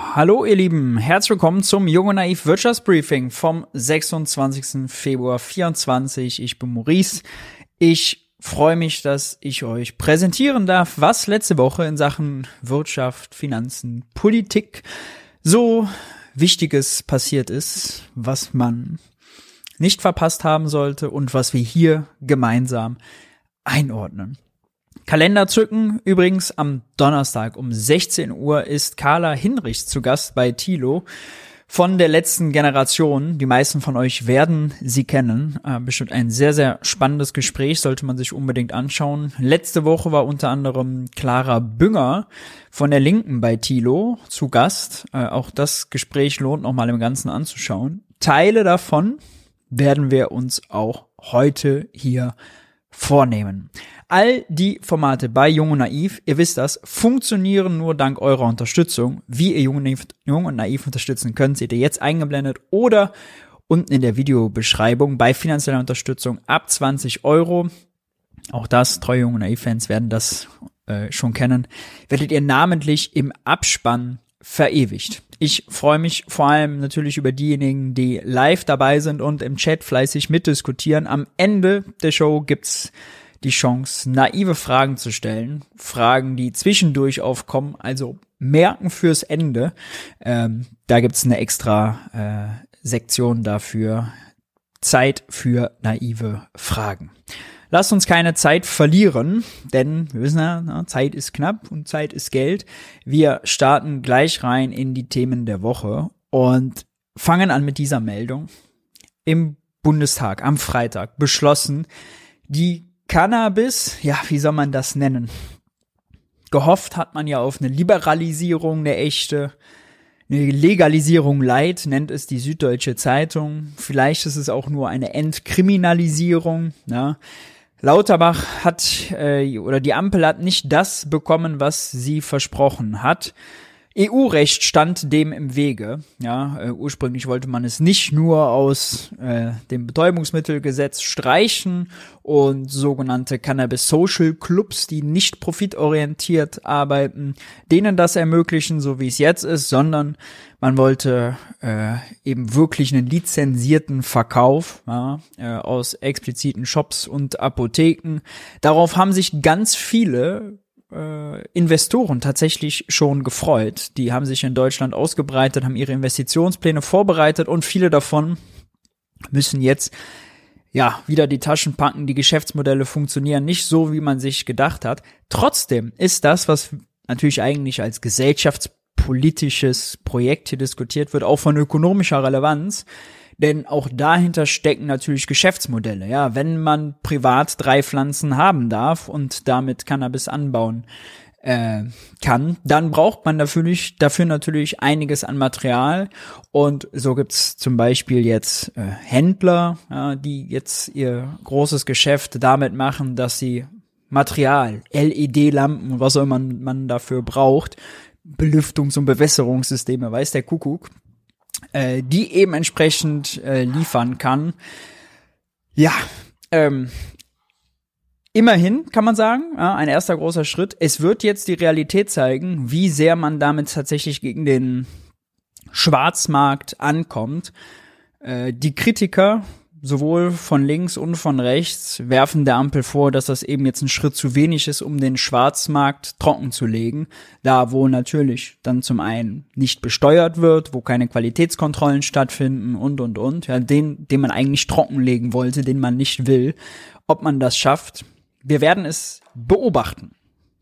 Hallo ihr Lieben, herzlich willkommen zum Jung und Naiv Wirtschaftsbriefing vom 26. Februar 2024. Ich bin Maurice. Ich freue mich, dass ich euch präsentieren darf, was letzte Woche in Sachen Wirtschaft, Finanzen, Politik so Wichtiges passiert ist, was man nicht verpasst haben sollte und was wir hier gemeinsam einordnen. Kalender zücken. Übrigens am Donnerstag um 16 Uhr ist Carla Hinrichs zu Gast bei Thilo von der letzten Generation. Die meisten von euch werden sie kennen. Bestimmt ein sehr, sehr spannendes Gespräch, sollte man sich unbedingt anschauen. Letzte Woche war unter anderem Clara Bünger von der Linken bei Thilo zu Gast. Auch das Gespräch lohnt nochmal im Ganzen anzuschauen. Teile davon werden wir uns auch heute hier vornehmen. All die Formate bei Jung und Naiv, ihr wisst das, funktionieren nur dank eurer Unterstützung. Wie ihr Jung und Naiv unterstützen könnt, seht ihr jetzt eingeblendet oder unten in der Videobeschreibung bei finanzieller Unterstützung ab 20 €. Auch das, treue Jung und Naiv-Fans werden das schon kennen. Werdet ihr namentlich im Abspann verewigt. Ich freue mich vor allem natürlich über diejenigen, die live dabei sind und im Chat fleißig mitdiskutieren. Am Ende der Show gibt's die Chance, naive Fragen zu stellen. Fragen, die zwischendurch aufkommen, also merken fürs Ende. Da gibt's eine extra Sektion dafür. Zeit für naive Fragen. Lasst uns keine Zeit verlieren, denn wir wissen ja, Zeit ist knapp und Zeit ist Geld. Wir starten gleich rein in die Themen der Woche und fangen an mit dieser Meldung. Im Bundestag am Freitag beschlossen, die Cannabis, wie soll man das nennen? Gehofft hat man ja auf eine Liberalisierung, eine Legalisierung light, nennt es die Süddeutsche Zeitung. Vielleicht ist es auch nur eine Entkriminalisierung. Ja. Lauterbach oder die Ampel hat nicht das bekommen, was sie versprochen hat. EU-Recht stand dem im Wege. Ja, ursprünglich wollte man es nicht nur aus dem Betäubungsmittelgesetz streichen und sogenannte Cannabis-Social-Clubs, die nicht profitorientiert arbeiten, denen das ermöglichen, so wie es jetzt ist, sondern man wollte eben wirklich einen lizenzierten Verkauf aus expliziten Shops und Apotheken. Darauf haben sich ganz viele Investoren tatsächlich schon gefreut. Die haben sich in Deutschland ausgebreitet, haben ihre Investitionspläne vorbereitet und viele davon müssen jetzt wieder die Taschen packen. Die Geschäftsmodelle funktionieren nicht so, wie man sich gedacht hat. Trotzdem ist das, was natürlich eigentlich als gesellschaftspolitisches Projekt hier diskutiert wird, auch von ökonomischer Relevanz. Denn auch dahinter stecken natürlich Geschäftsmodelle. Ja, wenn man privat 3 Pflanzen haben darf und damit Cannabis anbauen kann, dann braucht man dafür natürlich einiges an Material. Und so gibt's zum Beispiel jetzt Händler, die jetzt ihr großes Geschäft damit machen, dass sie Material, LED-Lampen und was auch immer man dafür braucht, Belüftungs- und Bewässerungssysteme, weiß der Kuckuck, die eben entsprechend liefern kann. Immerhin kann man sagen, ein erster großer Schritt. Es wird jetzt die Realität zeigen, wie sehr man damit tatsächlich gegen den Schwarzmarkt ankommt. Die Kritiker, sowohl von links und von rechts, werfen der Ampel vor, dass das eben jetzt ein Schritt zu wenig ist, um den Schwarzmarkt trocken zu legen. Da, wo natürlich dann zum einen nicht besteuert wird, wo keine Qualitätskontrollen stattfinden und. Den man eigentlich trockenlegen wollte, den man nicht will. Ob man das schafft, wir werden es beobachten.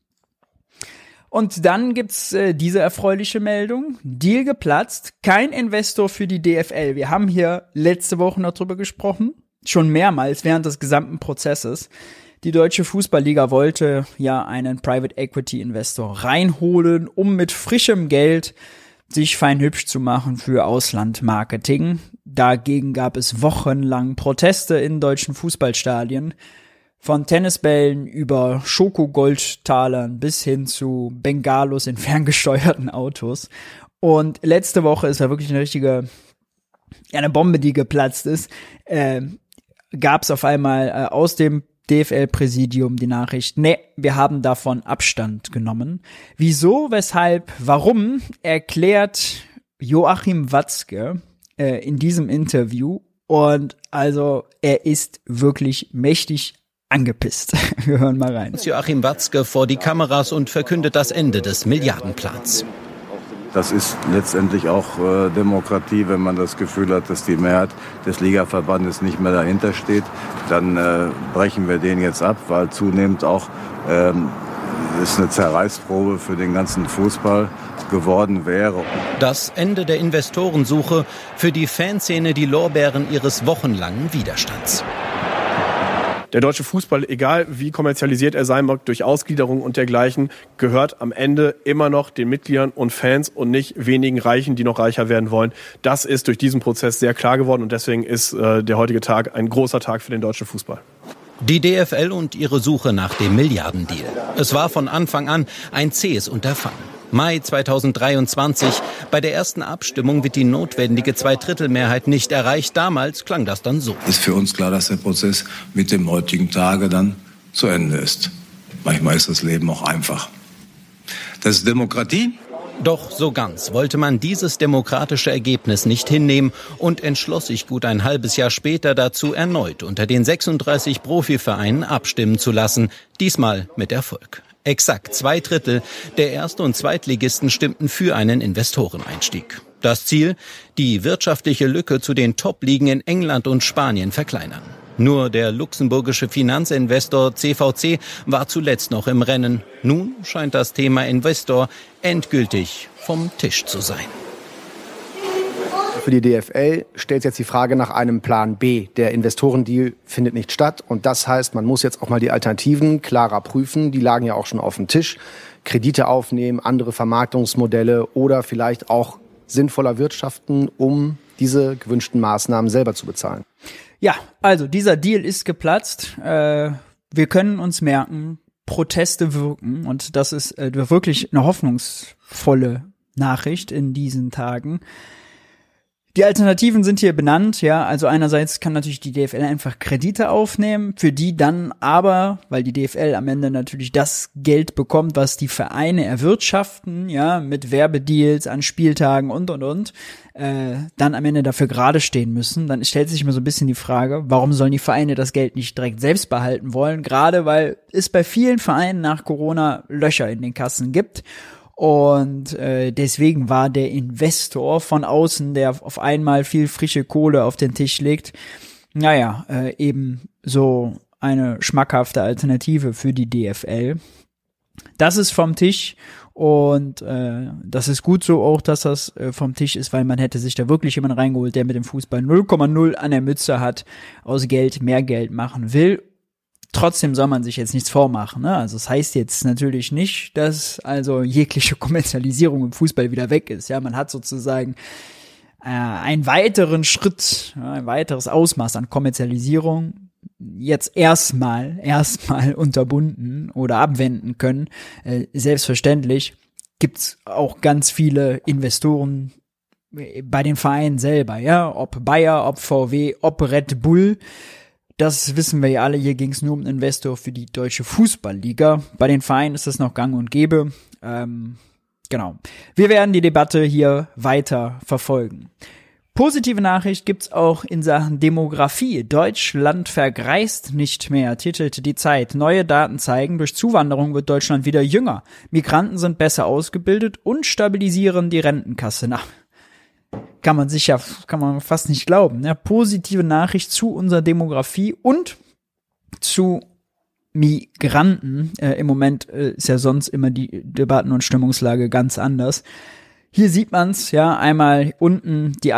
Und dann gibt's diese erfreuliche Meldung. Deal geplatzt, kein Investor für die DFL. Wir haben hier letzte Woche noch drüber gesprochen, schon mehrmals während des gesamten Prozesses. Die Deutsche Fußballliga wollte einen Private Equity Investor reinholen, um mit frischem Geld sich fein hübsch zu machen für Auslandmarketing. Dagegen gab es wochenlang Proteste in deutschen Fußballstadien. Von Tennisbällen über Schokogoldtalern bis hin zu Bengalos in ferngesteuerten Autos. Und letzte Woche ist ja wirklich eine Bombe, die geplatzt ist. Gab es auf einmal aus dem DFL-Präsidium die Nachricht, nee, wir haben davon Abstand genommen. Wieso, weshalb, warum, erklärt Joachim Watzke in diesem Interview. Und also er ist wirklich mächtig angepisst. Wir hören mal rein. Joachim Watzke vor die Kameras und verkündet das Ende des Milliardenplans. Das ist letztendlich auch Demokratie, wenn man das Gefühl hat, dass die Mehrheit des Ligaverbandes nicht mehr dahinter steht. Dann brechen wir den jetzt ab, weil zunehmend auch ist eine Zerreißprobe für den ganzen Fußball geworden wäre. Das Ende der Investorensuche, für die Fanszene die Lorbeeren ihres wochenlangen Widerstands. Der deutsche Fußball, egal wie kommerzialisiert er sein mag, durch Ausgliederung und dergleichen, gehört am Ende immer noch den Mitgliedern und Fans und nicht wenigen Reichen, die noch reicher werden wollen. Das ist durch diesen Prozess sehr klar geworden und deswegen ist der heutige Tag ein großer Tag für den deutschen Fußball. Die DFL und ihre Suche nach dem Milliardendeal. Es war von Anfang an ein zähes Unterfangen. Mai 2023. Bei der ersten Abstimmung wird die notwendige Zweidrittelmehrheit nicht erreicht. Damals klang das dann so. Ist für uns klar, dass der Prozess mit dem heutigen Tage dann zu Ende ist. Manchmal ist das Leben auch einfach. Das ist Demokratie. Doch so ganz wollte man dieses demokratische Ergebnis nicht hinnehmen und entschloss sich gut ein halbes Jahr später dazu, erneut unter den 36 Profivereinen abstimmen zu lassen. Diesmal mit Erfolg. Exakt 2/3 der Erst- und Zweitligisten stimmten für einen Investoreneinstieg. Das Ziel? Die wirtschaftliche Lücke zu den Top-Ligen in England und Spanien verkleinern. Nur der luxemburgische Finanzinvestor CVC war zuletzt noch im Rennen. Nun scheint das Thema Investor endgültig vom Tisch zu sein. Für die DFL stellt jetzt die Frage nach einem Plan B. Der Investorendeal findet nicht statt und das heißt, man muss jetzt auch mal die Alternativen klarer prüfen. Die lagen ja auch schon auf dem Tisch. Kredite aufnehmen, andere Vermarktungsmodelle oder vielleicht auch sinnvoller wirtschaften, um diese gewünschten Maßnahmen selber zu bezahlen. Ja, also dieser Deal ist geplatzt. Wir können uns merken, Proteste wirken und das ist wirklich eine hoffnungsvolle Nachricht in diesen Tagen. Die Alternativen sind hier benannt, ja, also einerseits kann natürlich die DFL einfach Kredite aufnehmen, für die dann aber, weil die DFL am Ende natürlich das Geld bekommt, was die Vereine erwirtschaften, ja, mit Werbedeals an Spieltagen und, dann am Ende dafür gerade stehen müssen, dann stellt sich mir so ein bisschen die Frage, warum sollen die Vereine das Geld nicht direkt selbst behalten wollen, gerade weil es bei vielen Vereinen nach Corona Löcher in den Kassen gibt. Und deswegen war der Investor von außen, der auf einmal viel frische Kohle auf den Tisch legt, eben so eine schmackhafte Alternative für die DFL. Das ist vom Tisch und das ist gut so auch, dass das vom Tisch ist, weil man hätte sich da wirklich jemanden reingeholt, der mit dem Fußball 0,0 an der Mütze hat, aus Geld mehr Geld machen will. Trotzdem soll man sich jetzt nichts vormachen, ne? Also das heißt jetzt natürlich nicht, dass also jegliche Kommerzialisierung im Fußball wieder weg ist. Ja, man hat sozusagen einen weiteren Schritt, ein weiteres Ausmaß an Kommerzialisierung jetzt erstmal unterbunden oder abwenden können. Selbstverständlich gibt's auch ganz viele Investoren bei den Vereinen selber, ja, ob Bayer, ob VW, ob Red Bull. Das wissen wir ja alle, hier ging es nur um einen Investor für die deutsche Fußballliga. Bei den Vereinen ist das noch gang und gäbe. Genau. Wir werden die Debatte hier weiter verfolgen. Positive Nachricht gibt's auch in Sachen Demografie. Deutschland vergreist nicht mehr, titelte die Zeit. Neue Daten zeigen, durch Zuwanderung wird Deutschland wieder jünger. Migranten sind besser ausgebildet und stabilisieren die Rentenkasse. Na, kann man fast nicht glauben. Ne? Positive Nachricht zu unserer Demografie und zu Migranten. Im Moment ist ja sonst immer die Debatten- und Stimmungslage ganz anders. Hier sieht man's, ja, einmal unten die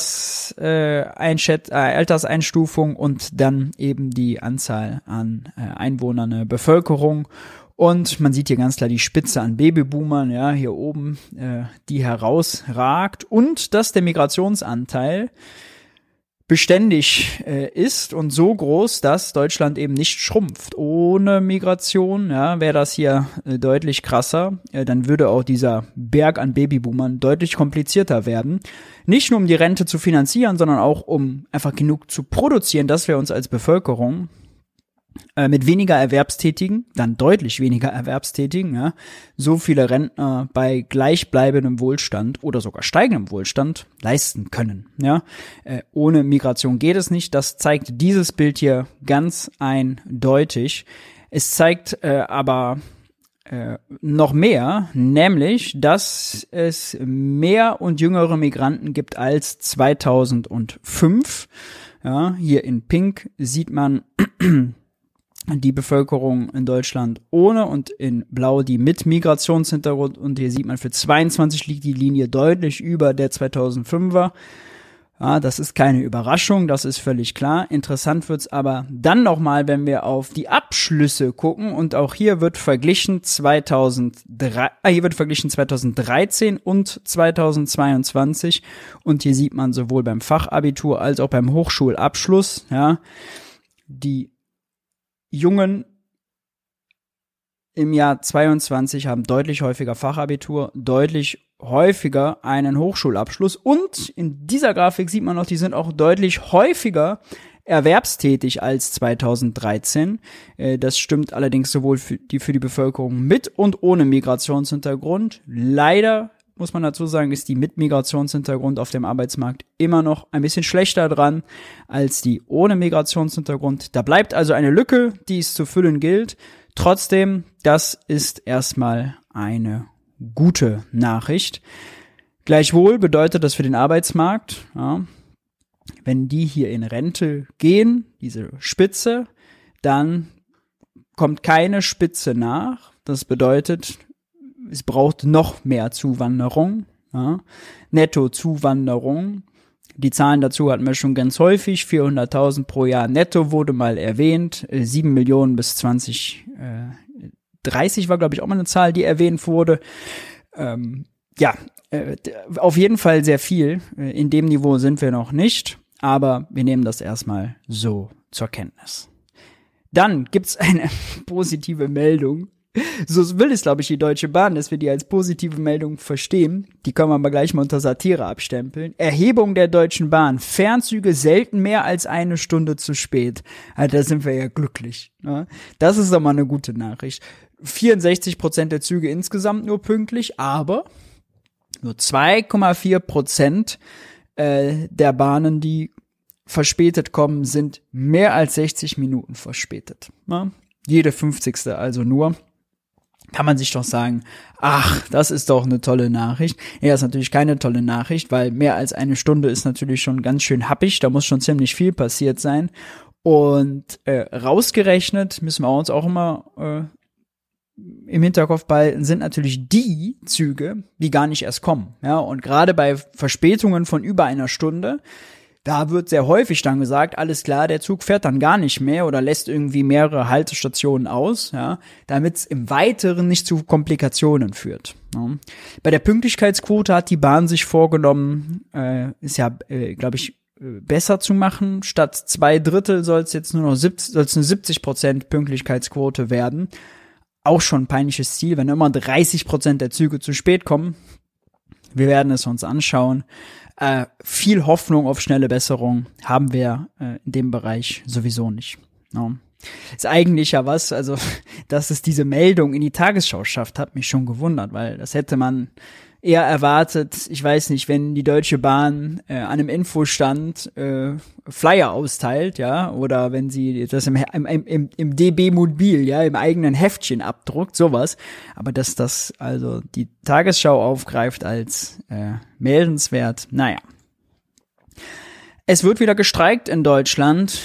Alterseinstufung und dann eben die Anzahl an Einwohnern der Bevölkerung. Und man sieht hier ganz klar die Spitze an Babyboomern, ja, hier oben, die herausragt. Und dass der Migrationsanteil beständig ist und so groß, dass Deutschland eben nicht schrumpft. Ohne Migration, ja, wäre das hier deutlich krasser. Dann würde auch dieser Berg an Babyboomern deutlich komplizierter werden. Nicht nur um die Rente zu finanzieren, sondern auch um einfach genug zu produzieren, dass wir uns als Bevölkerung mit weniger Erwerbstätigen, dann deutlich weniger Erwerbstätigen, ja, so viele Rentner bei gleichbleibendem Wohlstand oder sogar steigendem Wohlstand leisten können. Ja, ohne Migration geht es nicht. Das zeigt dieses Bild hier ganz eindeutig. Es zeigt aber noch mehr, nämlich, dass es mehr und jüngere Migranten gibt als 2005. Ja, hier in Pink sieht man die Bevölkerung in Deutschland ohne und in Blau die mit Migrationshintergrund, und hier sieht man, für 22 liegt die Linie deutlich über der 2005er. Ja, das ist keine Überraschung, das ist völlig klar. Interessant wird's aber dann nochmal, wenn wir auf die Abschlüsse gucken, und auch hier wird verglichen 2013 und 2022, und hier sieht man sowohl beim Fachabitur als auch beim Hochschulabschluss, ja, die Jungen im Jahr 22 haben deutlich häufiger Fachabitur, deutlich häufiger einen Hochschulabschluss, und in dieser Grafik sieht man noch, die sind auch deutlich häufiger erwerbstätig als 2013. Das stimmt allerdings sowohl für die Bevölkerung mit und ohne Migrationshintergrund. Leider muss man dazu sagen, ist die mit Migrationshintergrund auf dem Arbeitsmarkt immer noch ein bisschen schlechter dran als die ohne Migrationshintergrund. Da bleibt also eine Lücke, die es zu füllen gilt. Trotzdem, das ist erstmal eine gute Nachricht. Gleichwohl bedeutet das für den Arbeitsmarkt, ja, wenn die hier in Rente gehen, diese Spitze, dann kommt keine Spitze nach. Das bedeutet, es braucht noch mehr Zuwanderung, ja. Nettozuwanderung. Die Zahlen dazu hatten wir schon ganz häufig. 400.000 pro Jahr netto wurde mal erwähnt. 7 Millionen bis 2030 war, glaube ich, auch mal eine Zahl, die erwähnt wurde. Auf jeden Fall sehr viel. In dem Niveau sind wir noch nicht, aber wir nehmen das erstmal so zur Kenntnis. Dann gibt's eine positive Meldung. So will es, glaube ich, die Deutsche Bahn, dass wir die als positive Meldung verstehen. Die können wir aber gleich mal unter Satire abstempeln. Erhebung der Deutschen Bahn. Fernzüge selten mehr als 1 Stunde zu spät. Also da sind wir ja glücklich. Ne? Das ist doch mal eine gute Nachricht. 64% der Züge insgesamt nur pünktlich, aber nur 2,4% der Bahnen, die verspätet kommen, sind mehr als 60 Minuten verspätet. Ne? Jede 50. also nur. Kann man sich doch sagen, ach, das ist doch eine tolle Nachricht. Ja, ist natürlich keine tolle Nachricht, weil mehr als 1 Stunde ist natürlich schon ganz schön happig. Da muss schon ziemlich viel passiert sein. Und rausgerechnet müssen wir uns auch immer im Hinterkopf behalten, sind natürlich die Züge, die gar nicht erst kommen. Ja, und gerade bei Verspätungen von über 1 Stunde, da wird sehr häufig dann gesagt, alles klar, der Zug fährt dann gar nicht mehr oder lässt irgendwie mehrere Haltestationen aus, ja, damit es im Weiteren nicht zu Komplikationen führt. Ja. Bei der Pünktlichkeitsquote hat die Bahn sich vorgenommen, ist ja, glaube ich, besser zu machen. Statt 2/3 soll es jetzt nur noch 70% Pünktlichkeitsquote werden. Auch schon ein peinliches Ziel, wenn immer 30% der Züge zu spät kommen. Wir werden es uns anschauen. Viel Hoffnung auf schnelle Besserung haben wir in dem Bereich sowieso nicht. No. Ist eigentlich ja was, also dass es diese Meldung in die Tagesschau schafft, hat mich schon gewundert, weil das hätte man eher erwartet, ich weiß nicht, wenn die Deutsche Bahn an einem Infostand Flyer austeilt, ja, oder wenn sie das im DB Mobil, ja, im eigenen Heftchen abdruckt, sowas. Aber dass das also die Tagesschau aufgreift als meldenswert, naja. Es wird wieder gestreikt in Deutschland,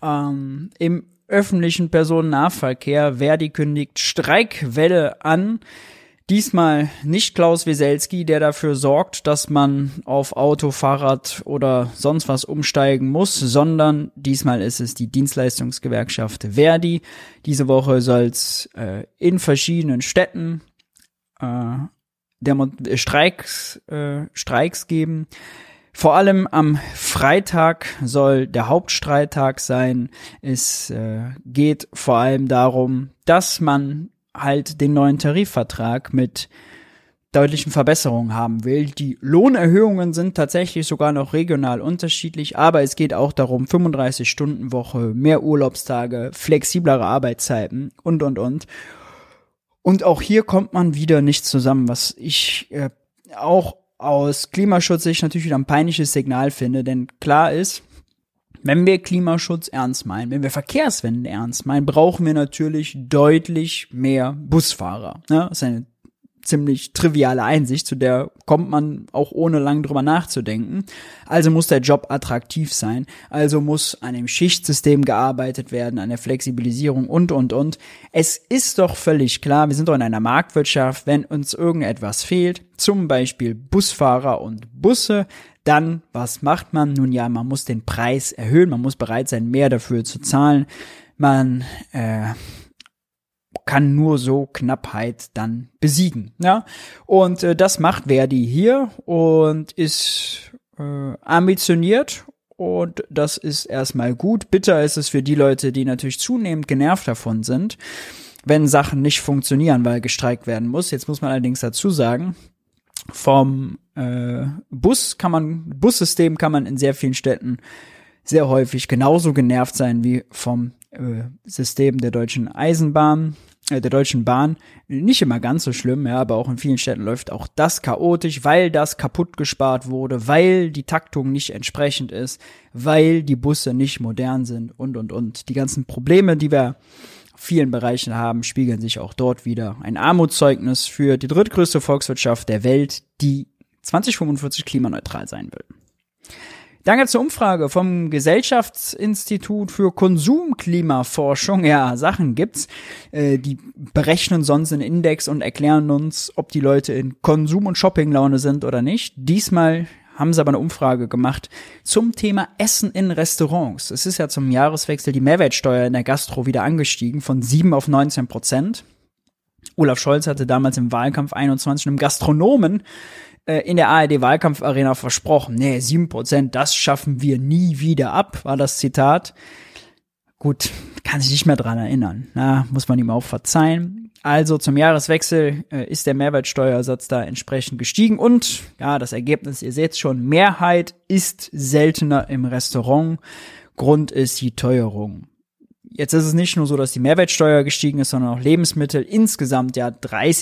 im öffentlichen Personennahverkehr. Verdi kündigt Streikwelle an. Diesmal nicht Klaus Wieselski, der dafür sorgt, dass man auf Auto, Fahrrad oder sonst was umsteigen muss, sondern diesmal ist es die Dienstleistungsgewerkschaft Verdi. Diese Woche soll es in verschiedenen Städten Streiks geben. Vor allem am Freitag soll der Hauptstreittag sein. Es geht vor allem darum, dass man halt den neuen Tarifvertrag mit deutlichen Verbesserungen haben will. Die Lohnerhöhungen sind tatsächlich sogar noch regional unterschiedlich, aber es geht auch darum, 35-Stunden-Woche, mehr Urlaubstage, flexiblere Arbeitszeiten und. Und auch hier kommt man wieder nicht zusammen, was ich auch aus Klimaschutzsicht natürlich wieder ein peinliches Signal finde, denn klar ist, wenn wir Klimaschutz ernst meinen, wenn wir Verkehrswende ernst meinen, brauchen wir natürlich deutlich mehr Busfahrer. Ja, das ist eine ziemlich triviale Einsicht, zu der kommt man auch ohne lang drüber nachzudenken. Also muss der Job attraktiv sein, also muss an dem Schichtsystem gearbeitet werden, an der Flexibilisierung und. Es ist doch völlig klar, wir sind doch in einer Marktwirtschaft, wenn uns irgendetwas fehlt, zum Beispiel Busfahrer und Busse, dann, was macht man? Nun ja, man muss den Preis erhöhen, man muss bereit sein, mehr dafür zu zahlen. Man kann nur so Knappheit dann besiegen. Ja? Und das macht Verdi hier und ist ambitioniert und das ist erstmal gut. Bitter ist es für die Leute, die natürlich zunehmend genervt davon sind, wenn Sachen nicht funktionieren, weil gestreikt werden muss. Jetzt muss man allerdings dazu sagen, vom Bussystem kann man in sehr vielen Städten sehr häufig genauso genervt sein wie vom System der Deutschen Eisenbahn, der Deutschen Bahn. Nicht immer ganz so schlimm, ja, aber auch in vielen Städten läuft auch das chaotisch, weil das kaputt gespart wurde, weil die Taktung nicht entsprechend ist, weil die Busse nicht modern sind und. Die ganzen Probleme, die wir auf vielen Bereichen haben, spiegeln sich auch dort wieder. Ein Armutszeugnis für die drittgrößte Volkswirtschaft der Welt, die 2045 klimaneutral sein will. Danke zur Umfrage vom Gesellschaftsinstitut für Konsumklimaforschung. Ja, Sachen gibt's. Die berechnen sonst einen Index und erklären uns, ob die Leute in Konsum- und Shoppinglaune sind oder nicht. Diesmal haben sie aber eine Umfrage gemacht zum Thema Essen in Restaurants. Es ist ja zum Jahreswechsel die Mehrwertsteuer in der Gastro wieder angestiegen von 7 auf 19%. Olaf Scholz hatte damals im Wahlkampf 21 einem Gastronomen in der ARD-Wahlkampfarena versprochen, 7%, das schaffen wir nie wieder ab, war das Zitat. Gut, kann sich nicht mehr dran erinnern, muss man ihm auch verzeihen. Also zum Jahreswechsel ist der Mehrwertsteuersatz da entsprechend gestiegen und ja, das Ergebnis, ihr seht schon, Mehrheit ist seltener im Restaurant, Grund ist die Teuerung. Jetzt ist es nicht nur so, dass die Mehrwertsteuer gestiegen ist, sondern auch Lebensmittel insgesamt ja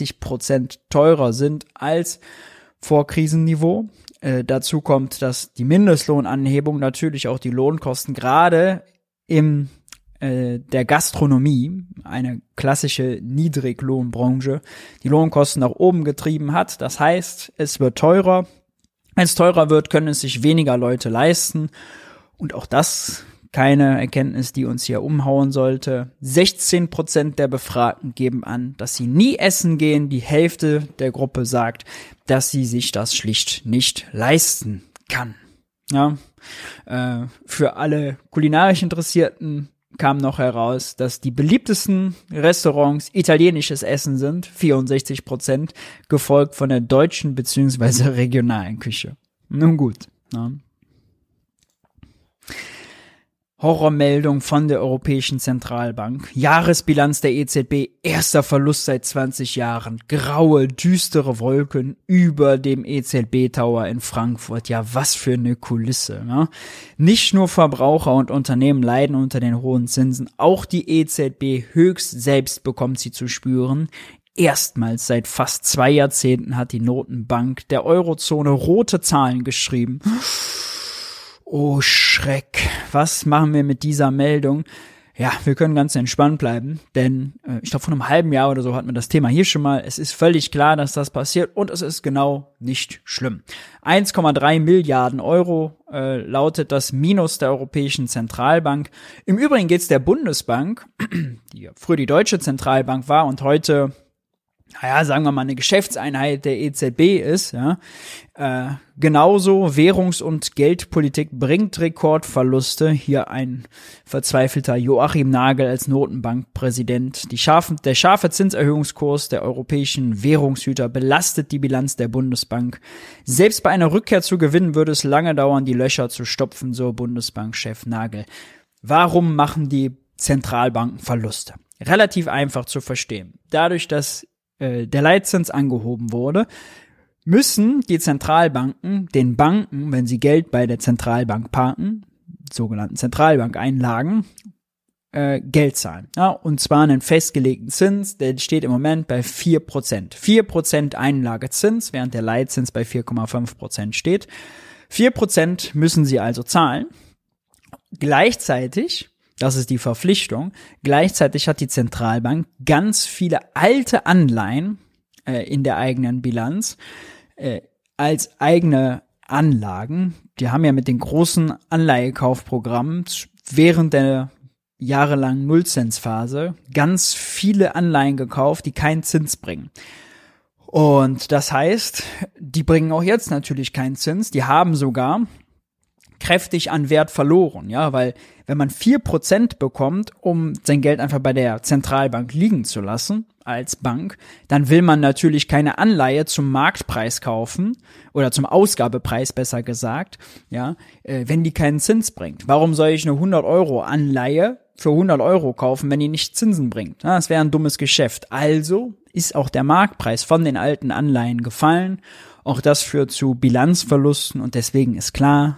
30% teurer sind als Vorkrisenniveau. Dazu kommt, dass die Mindestlohnanhebung natürlich auch die Lohnkosten gerade in der Gastronomie, eine klassische Niedriglohnbranche, die Lohnkosten nach oben getrieben hat. Das heißt, es wird teurer. Wenn es teurer wird, können es sich weniger Leute leisten. Und auch das keine Erkenntnis, die uns hier umhauen sollte. 16% der Befragten geben an, dass sie nie essen gehen. Die Hälfte der Gruppe sagt, dass sie sich das schlicht nicht leisten kann. Ja, für alle kulinarisch Interessierten kam noch heraus, dass die beliebtesten Restaurants italienisches Essen sind, 64%, gefolgt von der deutschen bzw. regionalen Küche. Nun gut. Ja. Horrormeldung von der Europäischen Zentralbank. Jahresbilanz der EZB, erster Verlust seit 20 Jahren. Graue, düstere Wolken über dem EZB-Tower in Frankfurt. Ja, was für eine Kulisse. Ne? Nicht nur Verbraucher und Unternehmen leiden unter den hohen Zinsen, auch die EZB höchst selbst bekommt sie zu spüren. Erstmals seit fast 2 Jahrzehnten hat die Notenbank der Eurozone rote Zahlen geschrieben. Oh Schreck, was machen wir mit dieser Meldung? Ja, wir können ganz entspannt bleiben, denn ich glaube, vor einem halben Jahr oder so hatten wir das Thema hier schon mal. Es ist völlig klar, dass das passiert und es ist genau nicht schlimm. 1,3 Milliarden Euro lautet das Minus der Europäischen Zentralbank. Im Übrigen geht es der Bundesbank, die ja früher die Deutsche Zentralbank war und heute, naja, sagen wir mal, eine Geschäftseinheit der EZB ist, ja, genauso Währungs- und Geldpolitik bringt Rekordverluste. Hier ein verzweifelter Joachim Nagel als Notenbankpräsident. Der scharfe Zinserhöhungskurs der europäischen Währungshüter belastet die Bilanz der Bundesbank. Selbst bei einer Rückkehr zu Gewinnen würde es lange dauern, die Löcher zu stopfen, so Bundesbankchef Nagel. Warum machen die Zentralbanken Verluste? Relativ einfach zu verstehen. Dadurch, dass der Leitzins angehoben wurde, müssen die Zentralbanken den Banken, wenn sie Geld bei der Zentralbank parken, sogenannten Zentralbankeinlagen, Geld zahlen. Ja, und zwar einen festgelegten Zins, der steht im Moment bei 4%. 4% Einlagezins, während der Leitzins bei 4,5% steht. 4% müssen sie also zahlen. Gleichzeitig, das ist die Verpflichtung, gleichzeitig hat die Zentralbank ganz viele alte Anleihen in der eigenen Bilanz als eigene Anlagen. Die haben ja mit den großen Anleihekaufprogrammen während der jahrelangen Nullzinsphase ganz viele Anleihen gekauft, die keinen Zins bringen. Und das heißt, die bringen auch jetzt natürlich keinen Zins. Die haben sogar kräftig an Wert verloren, ja, weil wenn man 4% bekommt, um sein Geld einfach bei der Zentralbank liegen zu lassen, als Bank, dann will man natürlich keine Anleihe zum Marktpreis kaufen oder zum Ausgabepreis besser gesagt, ja, wenn die keinen Zins bringt. Warum soll ich eine 100 € Anleihe für 100 € kaufen, wenn die nicht Zinsen bringt? Ja, das wäre ein dummes Geschäft. Also ist auch der Marktpreis von den alten Anleihen gefallen. Auch das führt zu Bilanzverlusten und deswegen ist klar,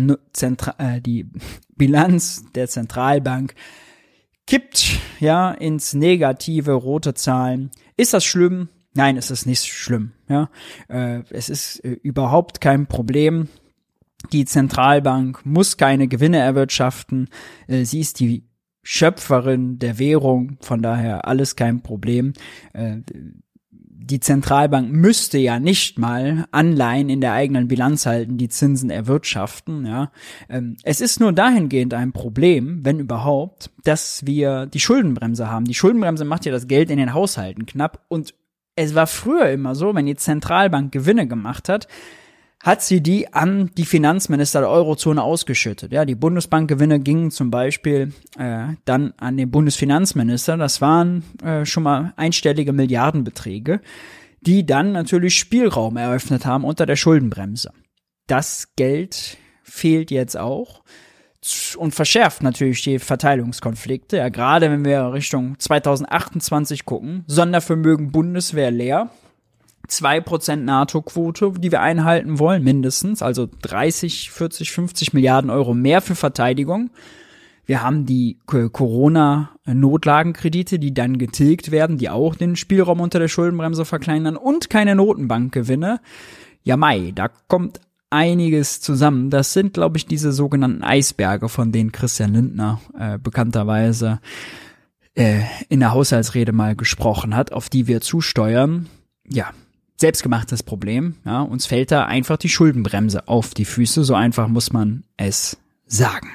die Bilanz der Zentralbank kippt ja ins negative, rote Zahlen. Ist das schlimm? Nein, es ist nicht schlimm. Ja, es ist überhaupt kein Problem. Die Zentralbank muss keine Gewinne erwirtschaften. Sie ist die Schöpferin der Währung, von daher alles kein Problem. Die Zentralbank müsste ja nicht mal Anleihen in der eigenen Bilanz halten, die Zinsen erwirtschaften, ja. Es ist nur dahingehend ein Problem, wenn überhaupt, dass wir die Schuldenbremse haben. Die Schuldenbremse macht ja das Geld in den Haushalten knapp und es war früher immer so, wenn die Zentralbank Gewinne gemacht hat sie die an die Finanzminister der Eurozone ausgeschüttet. Ja, die Bundesbankgewinne gingen zum Beispiel dann an den Bundesfinanzminister. Das waren schon mal einstellige Milliardenbeträge, die dann natürlich Spielraum eröffnet haben unter der Schuldenbremse. Das Geld fehlt jetzt auch und verschärft natürlich die Verteilungskonflikte. Ja, gerade wenn wir Richtung 2028 gucken, Sondervermögen Bundeswehr leer. 2% NATO-Quote, die wir einhalten wollen, mindestens, also 30, 40, 50 Milliarden Euro mehr für Verteidigung. Wir haben die Corona-Notlagenkredite, die dann getilgt werden, die auch den Spielraum unter der Schuldenbremse verkleinern und keine Notenbankgewinne. Ja, da kommt einiges zusammen. Das sind, glaube ich, diese sogenannten Eisberge, von denen Christian Lindner bekannterweise in der Haushaltsrede mal gesprochen hat, auf die wir zusteuern. Ja, selbstgemachtes Problem. Ja, uns fällt da einfach die Schuldenbremse auf die Füße. So einfach muss man es sagen.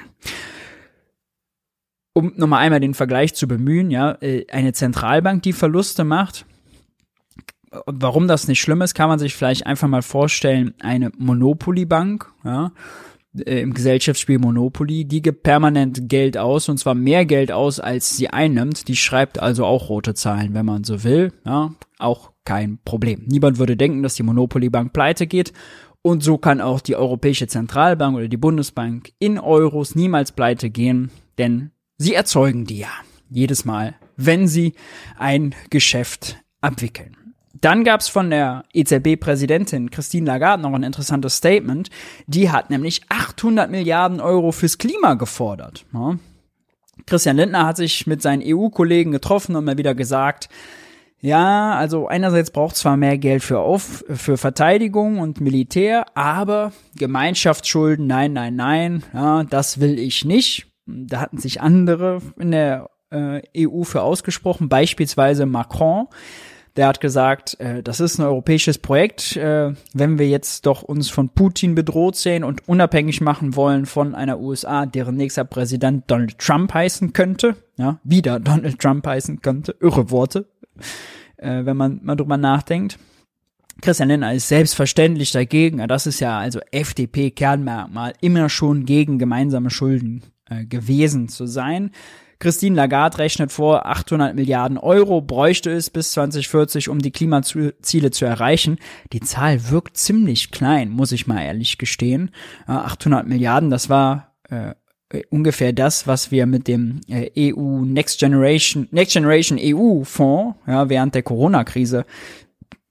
Um nochmal einmal den Vergleich zu bemühen, ja, eine Zentralbank, die Verluste macht, und warum das nicht schlimm ist, kann man sich vielleicht einfach mal vorstellen, eine Monopoly-Bank, ja, im Gesellschaftsspiel Monopoly, die gibt permanent Geld aus, und zwar mehr Geld aus, als sie einnimmt. Die schreibt also auch rote Zahlen, wenn man so will, ja, auch kein Problem. Niemand würde denken, dass die Monopoly-Bank pleite geht, und so kann auch die Europäische Zentralbank oder die Bundesbank in Euros niemals pleite gehen, denn sie erzeugen die ja jedes Mal, wenn sie ein Geschäft abwickeln. Dann gab's von der EZB-Präsidentin Christine Lagarde noch ein interessantes Statement. Die hat nämlich 800 Milliarden Euro fürs Klima gefordert. Ja. Christian Lindner hat sich mit seinen EU-Kollegen getroffen und mal wieder gesagt, ja, also einerseits braucht zwar mehr Geld für Verteidigung und Militär, aber Gemeinschaftsschulden, nein, ja, das will ich nicht. Da hatten sich andere in der EU für ausgesprochen, beispielsweise Macron. Der hat gesagt, das ist ein europäisches Projekt, wenn wir jetzt doch uns von Putin bedroht sehen und unabhängig machen wollen von einer USA, deren nächster Präsident Donald Trump heißen könnte, ja, wieder Donald Trump heißen könnte, irre Worte, wenn man mal drüber nachdenkt. Christian Lindner ist selbstverständlich dagegen, das ist ja also FDP-Kernmerkmal, immer schon gegen gemeinsame Schulden gewesen zu sein. Christine Lagarde rechnet vor, 800 Milliarden Euro bräuchte es bis 2040, um die Klimaziele zu erreichen. Die Zahl wirkt ziemlich klein, muss ich mal ehrlich gestehen. 800 Milliarden, das war ungefähr das, was wir mit dem Next Generation EU Fonds, ja, während der Corona-Krise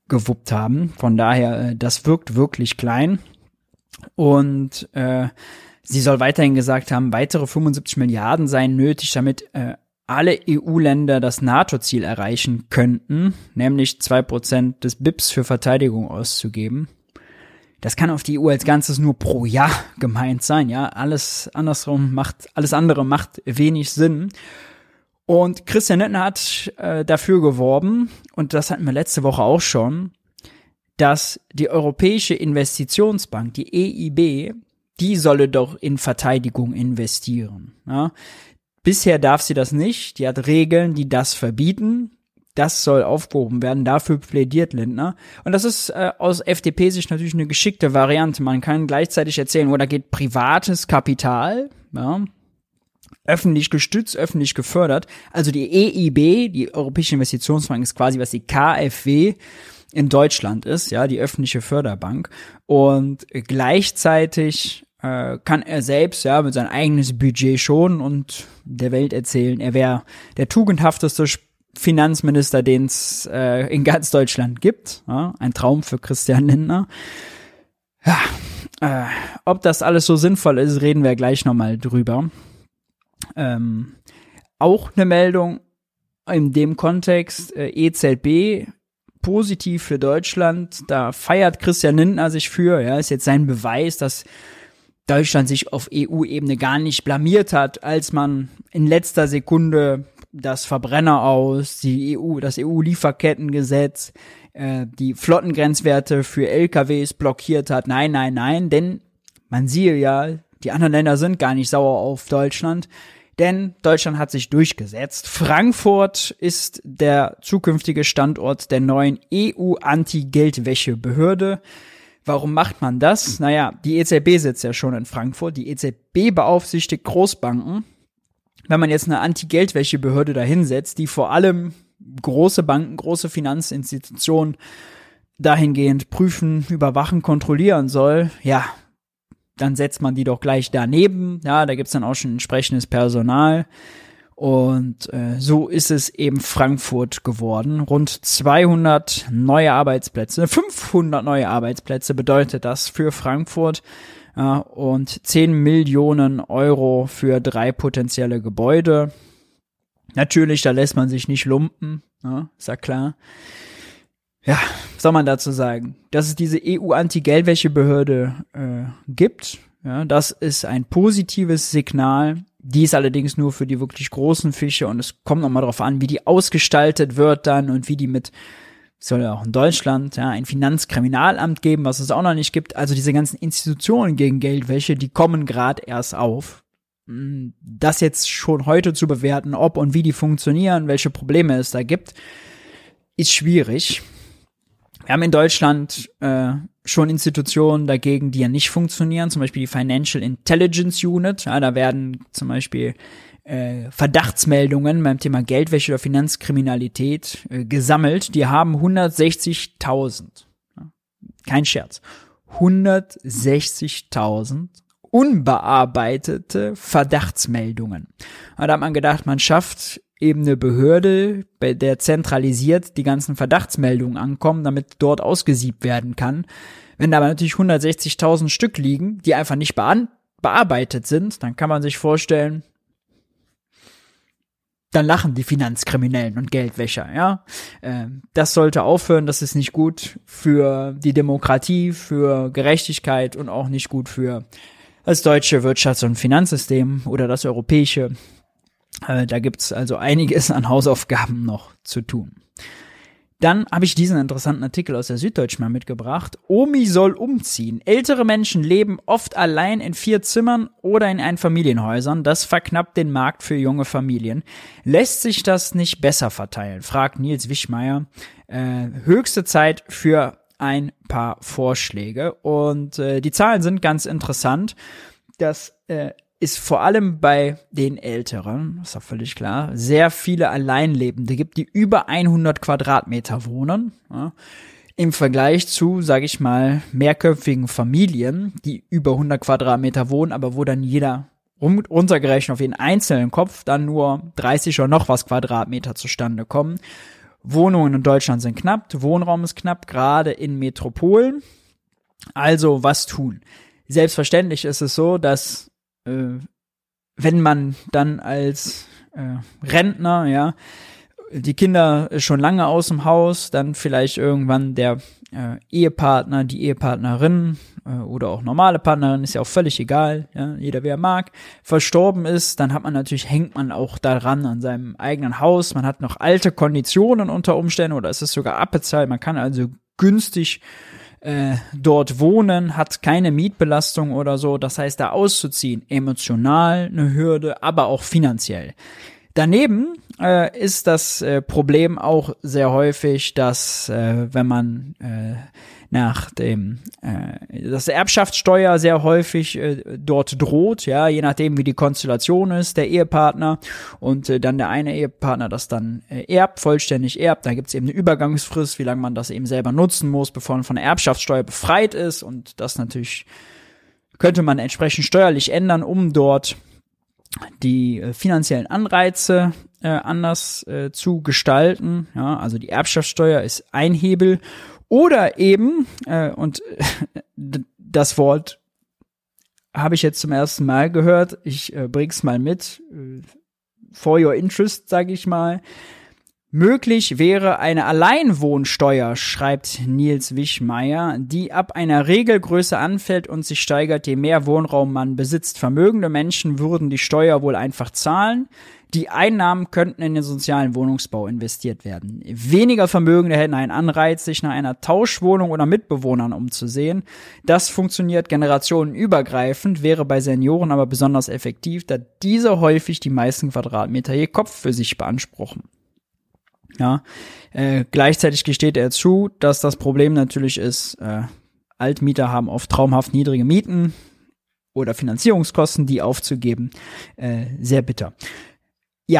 gewuppt haben. Von daher, das wirkt wirklich klein. Und sie soll weiterhin gesagt haben, weitere 75 Milliarden seien nötig, damit alle EU-Länder das NATO-Ziel erreichen könnten, nämlich 2% des BIPs für Verteidigung auszugeben. Das kann auf die EU als Ganzes nur pro Jahr gemeint sein, ja. Alles andere macht wenig Sinn. Und Christian Lindner hat dafür geworben, und das hatten wir letzte Woche auch schon, dass die Europäische Investitionsbank, die EIB, die solle doch in Verteidigung investieren, ja. Bisher darf sie das nicht. Die hat Regeln, die das verbieten. Das soll aufgehoben werden. Dafür plädiert Lindner. Und das ist aus FDP-Sicht natürlich eine geschickte Variante. Man kann gleichzeitig erzählen, da geht privates Kapital, ja, öffentlich gestützt, öffentlich gefördert. Also die EIB, die Europäische Investitionsbank, ist quasi, was die KfW in Deutschland ist, ja, die öffentliche Förderbank. Und gleichzeitig kann er selbst, ja, mit seinem eigenes Budget schon und der Welt erzählen, er wäre der tugendhafteste Finanzminister, den es in ganz Deutschland gibt. Ja, ein Traum für Christian Lindner. Ja, ob das alles so sinnvoll ist, reden wir gleich nochmal drüber. Auch eine Meldung in dem Kontext, EZB, positiv für Deutschland, da feiert Christian Lindner sich für, ja, ist jetzt sein Beweis, dass Deutschland sich auf EU-Ebene gar nicht blamiert hat, als man in letzter Sekunde das Verbrenner aus, das EU-Lieferkettengesetz, die Flottengrenzwerte für LKWs blockiert hat. Nein, denn man siehe ja, die anderen Länder sind gar nicht sauer auf Deutschland, denn Deutschland hat sich durchgesetzt. Frankfurt ist der zukünftige Standort der neuen EU-Anti-Geldwäsche-Behörde. Warum macht man das? Naja, die EZB sitzt ja schon in Frankfurt. Die EZB beaufsichtigt Großbanken. Wenn man jetzt eine Anti-Geldwäsche-Behörde dahinsetzt, die vor allem große Banken, große Finanzinstitutionen dahingehend prüfen, überwachen, kontrollieren soll, ja, dann setzt man die doch gleich daneben. Ja, da gibt's dann auch schon entsprechendes Personal. Und so ist es eben Frankfurt geworden. Rund 200 neue Arbeitsplätze, 500 neue Arbeitsplätze bedeutet das für Frankfurt. Und 10 Millionen Euro für 3 potenzielle Gebäude. Natürlich, da lässt man sich nicht lumpen, ja, ist ja klar. Ja, was soll man dazu sagen? Dass es diese EU-Anti-Geldwäsche-Behörde gibt, ja, das ist ein positives Signal. Die ist allerdings nur für die wirklich großen Fische und es kommt nochmal drauf an, wie die ausgestaltet wird dann und wie die soll ja auch in Deutschland, ja, ein Finanzkriminalamt geben, was es auch noch nicht gibt. Also diese ganzen Institutionen gegen Geldwäsche, die kommen gerade erst auf. Das jetzt schon heute zu bewerten, ob und wie die funktionieren, welche Probleme es da gibt, ist schwierig. Wir haben in Deutschland schon Institutionen dagegen, die ja nicht funktionieren, zum Beispiel die Financial Intelligence Unit. Ja, da werden zum Beispiel Verdachtsmeldungen beim Thema Geldwäsche oder Finanzkriminalität gesammelt. Die haben 160.000. Ja, kein Scherz. 160.000 unbearbeitete Verdachtsmeldungen. Da hat man gedacht, man schafft eben eine Behörde, bei der zentralisiert die ganzen Verdachtsmeldungen ankommen, damit dort ausgesiebt werden kann. Wenn da aber natürlich 160.000 Stück liegen, die einfach nicht bearbeitet sind, dann kann man sich vorstellen, dann lachen die Finanzkriminellen und Geldwäscher, ja. Das sollte aufhören, das ist nicht gut für die Demokratie, für Gerechtigkeit und auch nicht gut für das deutsche Wirtschafts- und Finanzsystem oder das europäische. Da gibt's also einiges an Hausaufgaben noch zu tun. Dann habe ich diesen interessanten Artikel aus der Süddeutschen mal mitgebracht. Omi soll umziehen. Ältere Menschen leben oft allein in 4 Zimmern oder in Einfamilienhäusern. Das verknappt den Markt für junge Familien. Lässt sich das nicht besser verteilen? Fragt Nils Wischmeier. Höchste Zeit für ein paar Vorschläge. Und die Zahlen sind ganz interessant. Das ist vor allem bei den Älteren, ist doch völlig klar, sehr viele Alleinlebende gibt, die über 100 Quadratmeter wohnen, ja, im Vergleich zu, sage ich mal, mehrköpfigen Familien, die über 100 Quadratmeter wohnen, aber wo dann jeder runtergerechnet auf jeden einzelnen Kopf dann nur 30 oder noch was Quadratmeter zustande kommen, Wohnungen in Deutschland sind knapp, Wohnraum ist knapp, gerade in Metropolen. Also was tun? Selbstverständlich ist es so, dass wenn man dann als Rentner, ja, die Kinder schon lange aus dem Haus, dann vielleicht irgendwann der Ehepartner, die Ehepartnerin oder auch normale Partnerin, ist ja auch völlig egal, ja, jeder wer mag, verstorben ist, dann hängt man auch daran an seinem eigenen Haus, man hat noch alte Konditionen unter Umständen oder es ist sogar abbezahlt, man kann also günstig dort wohnen, hat keine Mietbelastung oder so, das heißt, da auszuziehen, emotional eine Hürde, aber auch finanziell. Daneben ist das Problem auch sehr häufig, dass wenn man das Erbschaftssteuer sehr häufig dort droht, ja, je nachdem wie die Konstellation ist, der Ehepartner und dann der eine Ehepartner das dann vollständig erbt, da gibt es eben eine Übergangsfrist, wie lange man das eben selber nutzen muss, bevor man von der Erbschaftssteuer befreit ist und das natürlich könnte man entsprechend steuerlich ändern, um dort die finanziellen Anreize anders zu gestalten, ja, also die Erbschaftssteuer ist ein Hebel oder eben, und das Wort habe ich jetzt zum ersten Mal gehört, ich bring's mal mit, for your interest, sage ich mal, möglich wäre eine Alleinwohnsteuer, schreibt Nils Wischmeier, die ab einer Regelgröße anfällt und sich steigert, je mehr Wohnraum man besitzt. Vermögende Menschen würden die Steuer wohl einfach zahlen. Die Einnahmen könnten in den sozialen Wohnungsbau investiert werden. Weniger Vermögende hätten einen Anreiz, sich nach einer Tauschwohnung oder Mitbewohnern umzusehen. Das funktioniert generationenübergreifend, wäre bei Senioren aber besonders effektiv, da diese häufig die meisten Quadratmeter je Kopf für sich beanspruchen. Ja, gleichzeitig gesteht er zu, dass das Problem natürlich ist, Altmieter haben oft traumhaft niedrige Mieten oder Finanzierungskosten, die aufzugeben, sehr bitter. Ja,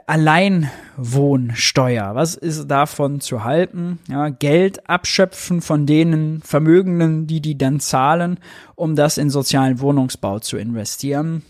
Alleinwohnsteuer, was ist davon zu halten? Ja, Geld abschöpfen von denen Vermögenden, die dann zahlen, um das in sozialen Wohnungsbau zu investieren.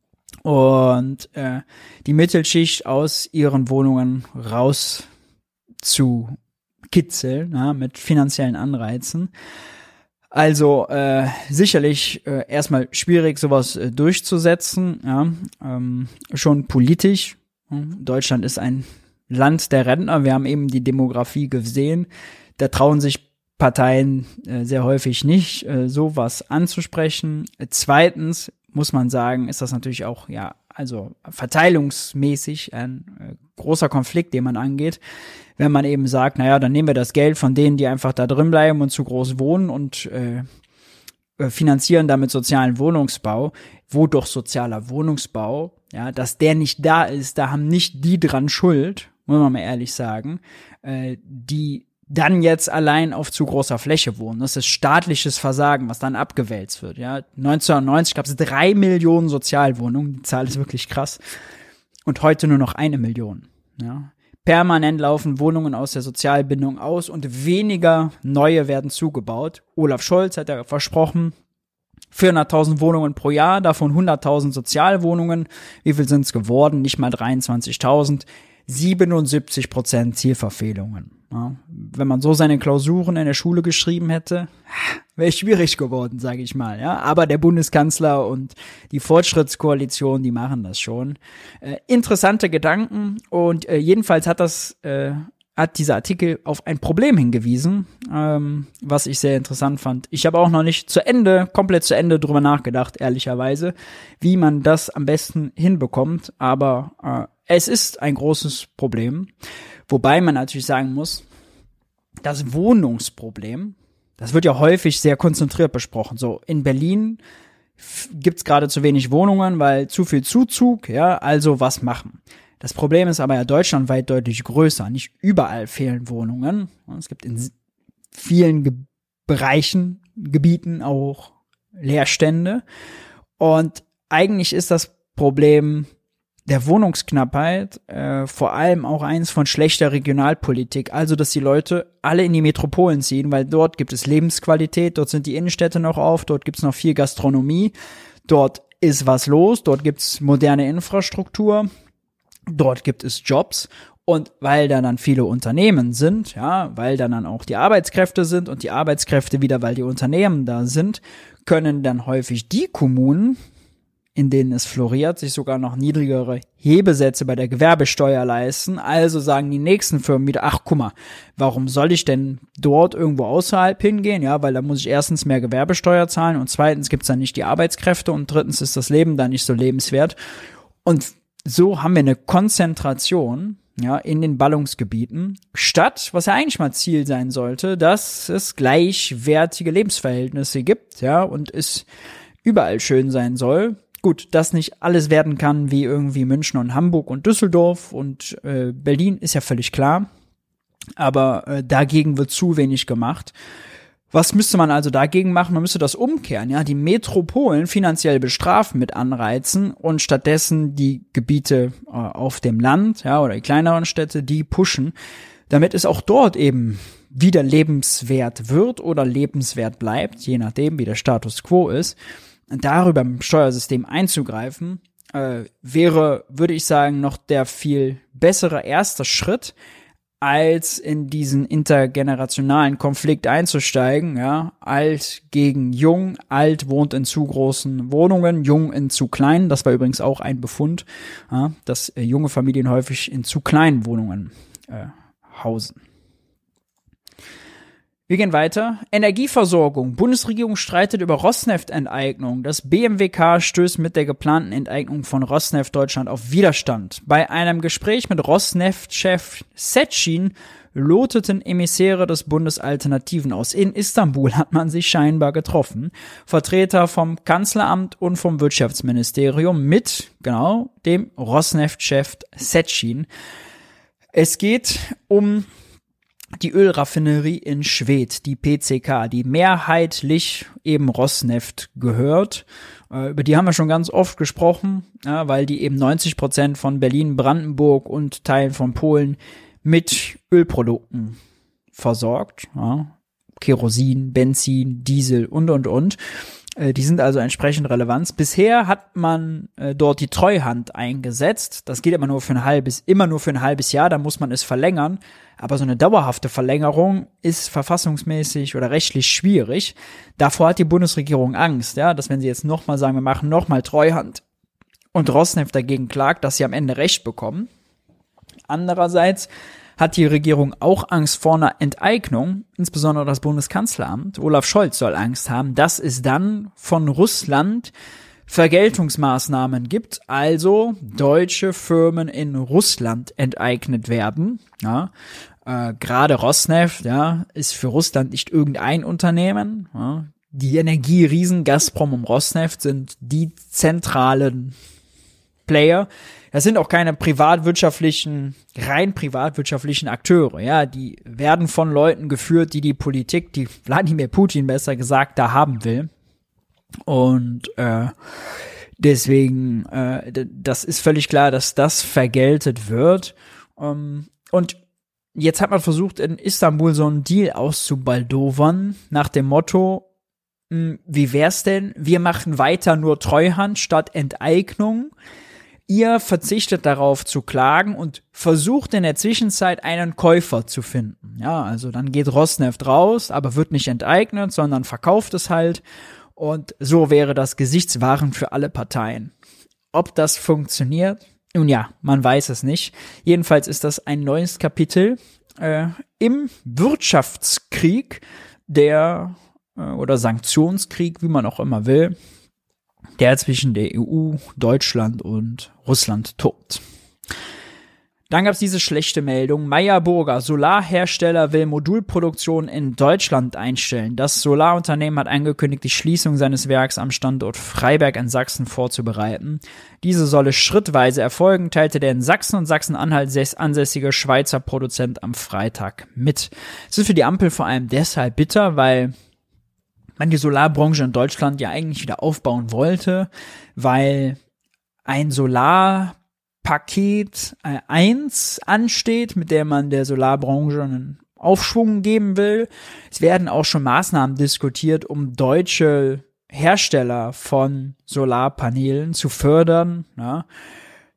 Und die Mittelschicht aus ihren Wohnungen raus zu kitzeln, ja, mit finanziellen Anreizen. Also sicherlich erstmal schwierig, sowas durchzusetzen, ja, schon politisch. Deutschland ist ein Land der Rentner, wir haben eben die Demografie gesehen, da trauen sich Parteien sehr häufig nicht, sowas anzusprechen. Zweitens muss man sagen, ist das natürlich auch, ja, also verteilungsmäßig ein großer Konflikt, den man angeht, wenn man eben sagt, naja, dann nehmen wir das Geld von denen, die einfach da drin bleiben und zu groß wohnen und finanzieren damit sozialen Wohnungsbau, wo doch sozialer Wohnungsbau, ja, dass der nicht da ist, da haben nicht die dran Schuld, muss man mal ehrlich sagen, die dann jetzt allein auf zu großer Fläche wohnen. Das ist staatliches Versagen, was dann abgewälzt wird. Ja, 1990 gab es 3 Millionen Sozialwohnungen, die Zahl ist wirklich krass. Und heute nur noch 1 Million. Ja. Permanent laufen Wohnungen aus der Sozialbindung aus und weniger neue werden zugebaut. Olaf Scholz hat ja versprochen, 400.000 Wohnungen pro Jahr, davon 100.000 Sozialwohnungen. Wie viel sind es geworden? Nicht mal 23.000. 77% Zielverfehlungen. Ja, wenn man so seine Klausuren in der Schule geschrieben hätte, wäre schwierig geworden, sage ich mal. Ja, aber der Bundeskanzler und die Fortschrittskoalition, die machen das schon. Interessante Gedanken und jedenfalls hat dieser Artikel auf ein Problem hingewiesen, was ich sehr interessant fand. Ich habe auch noch nicht komplett zu Ende drüber nachgedacht, ehrlicherweise, wie man das am besten hinbekommt, aber es ist ein großes Problem, wobei man natürlich sagen muss, das Wohnungsproblem, das wird ja häufig sehr konzentriert besprochen. So, in Berlin gibt's gerade zu wenig Wohnungen, weil zu viel Zuzug, ja, also was machen? Das Problem ist aber ja deutschlandweit deutlich größer. Nicht überall fehlen Wohnungen. Es gibt in vielen Bereichen, Gebieten auch Leerstände. Und eigentlich ist das Problem der Wohnungsknappheit vor allem auch eins von schlechter Regionalpolitik. Also, dass die Leute alle in die Metropolen ziehen, weil dort gibt es Lebensqualität, dort sind die Innenstädte noch auf, dort gibt es noch viel Gastronomie, dort ist was los, dort gibt es moderne Infrastruktur, dort gibt es Jobs Und weil da dann viele Unternehmen sind, ja, weil da dann auch die Arbeitskräfte sind und die Arbeitskräfte wieder, weil die Unternehmen da sind, können dann häufig die Kommunen, in denen es floriert, sich sogar noch niedrigere Hebesätze bei der Gewerbesteuer leisten. Also sagen die nächsten Firmen wieder, ach guck mal, warum soll ich denn dort irgendwo außerhalb hingehen? Ja, weil da muss ich erstens mehr Gewerbesteuer zahlen und zweitens gibt's dann nicht die Arbeitskräfte und drittens ist das Leben da nicht so lebenswert. Und so haben wir eine Konzentration, ja, in den Ballungsgebieten, statt, was ja eigentlich mal Ziel sein sollte, dass es gleichwertige Lebensverhältnisse gibt, ja, und es überall schön sein soll. Gut, dass nicht alles werden kann wie irgendwie München und Hamburg und Düsseldorf und Berlin ist ja völlig klar, aber dagegen wird zu wenig gemacht. Was müsste man also dagegen machen? Man müsste das umkehren, ja, die Metropolen finanziell bestrafen mit Anreizen und stattdessen die Gebiete auf dem Land, ja, oder die kleineren Städte, die pushen, damit es auch dort eben wieder lebenswert wird oder lebenswert bleibt, je nachdem, wie der Status quo ist. Darüber im Steuersystem einzugreifen, wäre, würde ich sagen, noch der viel bessere erste Schritt, als in diesen intergenerationalen Konflikt einzusteigen, ja, alt gegen jung, alt wohnt in zu großen Wohnungen, jung in zu kleinen, das war übrigens auch ein Befund, ja, dass junge Familien häufig in zu kleinen Wohnungen hausen. Wir gehen weiter. Energieversorgung. Bundesregierung streitet über Rosneft-Enteignung. Das BMWK stößt mit der geplanten Enteignung von Rosneft Deutschland auf Widerstand. Bei einem Gespräch mit Rosneft-Chef Secin loteten Emissäre des Bundes Alternativen aus. In Istanbul hat man sich scheinbar getroffen. Vertreter vom Kanzleramt und vom Wirtschaftsministerium mit, genau, dem Rosneft-Chef Secin. Es geht um die Ölraffinerie in Schwedt, die PCK, die mehrheitlich eben Rosneft gehört. Über die haben wir schon ganz oft gesprochen, ja, weil die eben 90% von Berlin, Brandenburg und Teilen von Polen mit Ölprodukten versorgt. Ja. Kerosin, Benzin, Diesel und. Die sind also entsprechend relevant. Bisher hat man dort die Treuhand eingesetzt. Das geht immer nur für ein halbes Jahr, da muss man es verlängern. Aber so eine dauerhafte Verlängerung ist verfassungsmäßig oder rechtlich schwierig. Davor hat die Bundesregierung Angst, ja, dass wenn sie jetzt nochmal sagen, wir machen nochmal Treuhand und Rosneft dagegen klagt, dass sie am Ende Recht bekommen. Andererseits hat die Regierung auch Angst vor einer Enteignung, insbesondere das Bundeskanzleramt. Olaf Scholz soll Angst haben, dass es dann von Russland Vergeltungsmaßnahmen gibt, also deutsche Firmen in Russland enteignet werden. Ja, gerade Rosneft, ja, ist für Russland nicht irgendein Unternehmen. Ja. Die Energieriesen Gazprom und Rosneft sind die zentralen Player. Das sind auch keine rein privatwirtschaftlichen Akteure, ja, die werden von Leuten geführt, die Politik, die Wladimir Putin besser gesagt, da haben will. Und deswegen, das ist völlig klar, dass das vergeltet wird. Und jetzt hat man versucht, in Istanbul so einen Deal auszubaldowern, nach dem Motto, wie wär's denn, wir machen weiter nur Treuhand statt Enteignung. Ihr verzichtet darauf zu klagen und versucht in der Zwischenzeit einen Käufer zu finden. Ja, also dann geht Rosneft raus, aber wird nicht enteignet, sondern verkauft es halt. Und so wäre das Gesichtswahren für alle Parteien. Ob das funktioniert? Nun ja, man weiß es nicht. Jedenfalls ist das ein neues Kapitel im Wirtschaftskrieg oder Sanktionskrieg, wie man auch immer will, der zwischen der EU, Deutschland und Russland tobt. Dann gab es diese schlechte Meldung. Meyer Burger, Solarhersteller, will Modulproduktion in Deutschland einstellen. Das Solarunternehmen hat angekündigt, die Schließung seines Werks am Standort Freiberg in Sachsen vorzubereiten. Diese solle schrittweise erfolgen, teilte der in Sachsen und Sachsen-Anhalt ansässige Schweizer Produzent am Freitag mit. Es ist für die Ampel vor allem deshalb bitter, weil man die Solarbranche in Deutschland ja eigentlich wieder aufbauen wollte, weil ein Solarpaket 1 ansteht, mit der man der Solarbranche einen Aufschwung geben will. Es werden auch schon Maßnahmen diskutiert, um deutsche Hersteller von Solarpanelen zu fördern. Ja.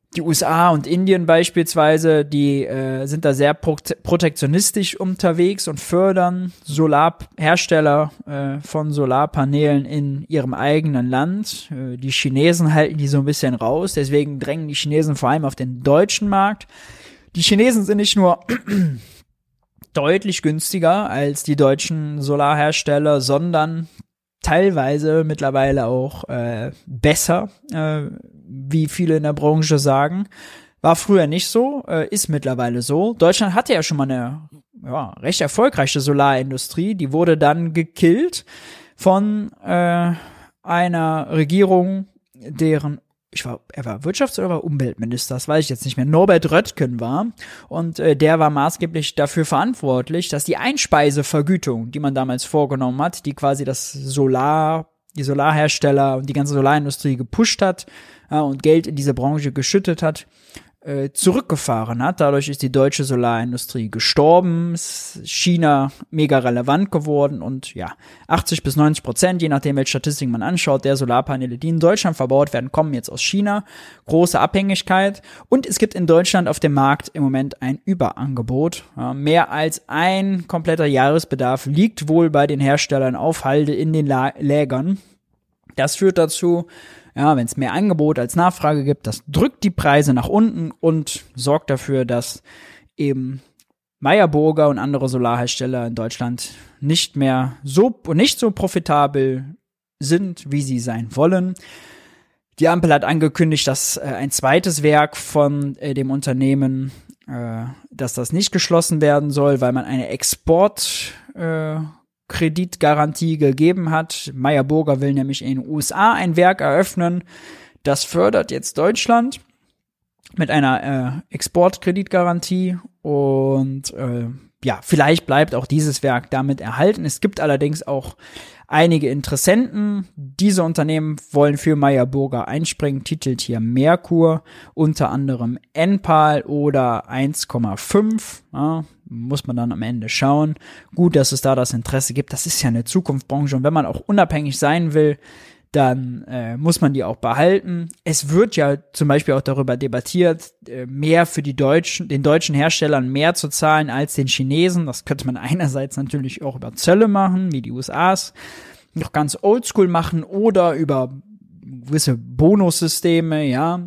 Die USA und Indien beispielsweise, die sind da sehr protektionistisch unterwegs und fördern Solarhersteller von Solarpanelen in ihrem eigenen Land. Die Chinesen halten die so ein bisschen raus, deswegen drängen die Chinesen vor allem auf den deutschen Markt. Die Chinesen sind nicht nur deutlich günstiger als die deutschen Solarhersteller, sondern teilweise mittlerweile auch besser, wie viele in der Branche sagen. War früher nicht so, ist mittlerweile so. Deutschland hatte ja schon mal eine recht erfolgreiche Solarindustrie. Die wurde dann gekillt von einer Regierung, deren er war Wirtschafts- oder war Umweltminister, das weiß ich jetzt nicht mehr, Norbert Röttgen war. Und der war maßgeblich dafür verantwortlich, dass die Einspeisevergütung, die man damals vorgenommen hat, die quasi die Solarhersteller und die ganze Solarindustrie gepusht hat und Geld in diese Branche geschüttet hat, zurückgefahren hat. Dadurch ist die deutsche Solarindustrie gestorben, ist China mega relevant geworden und 80-90%, je nachdem welche Statistik man anschaut, der Solarpaneele, die in Deutschland verbaut werden, kommen jetzt aus China. Große Abhängigkeit und es gibt in Deutschland auf dem Markt im Moment ein Überangebot. Mehr als ein kompletter Jahresbedarf liegt wohl bei den Herstellern auf Halde in den Lägern. Das führt dazu, wenn es mehr Angebot als Nachfrage gibt, das drückt die Preise nach unten und sorgt dafür, dass eben Meyer Burger und andere Solarhersteller in Deutschland nicht so profitabel sind, wie sie sein wollen. Die Ampel hat angekündigt, dass ein zweites Werk von dem Unternehmen, dass das nicht geschlossen werden soll, weil man eine Kreditgarantie gegeben hat. Meyer Burger will nämlich in den USA ein Werk eröffnen. Das fördert jetzt Deutschland mit einer Exportkreditgarantie und vielleicht bleibt auch dieses Werk damit erhalten. Es gibt allerdings auch einige Interessenten. Diese Unternehmen wollen für Meyer Burger einspringen, titelt hier Merkur, unter anderem Enpal oder 1,5. Muss man dann am Ende schauen. Gut, dass es da das Interesse gibt. Das ist ja eine Zukunftsbranche und wenn man auch unabhängig sein will, dann muss man die auch behalten. Es wird ja zum Beispiel auch darüber debattiert, mehr für den deutschen Herstellern mehr zu zahlen als den Chinesen. Das könnte man einerseits natürlich auch über Zölle machen, wie die USAs noch ganz oldschool machen oder über gewisse Bonussysteme,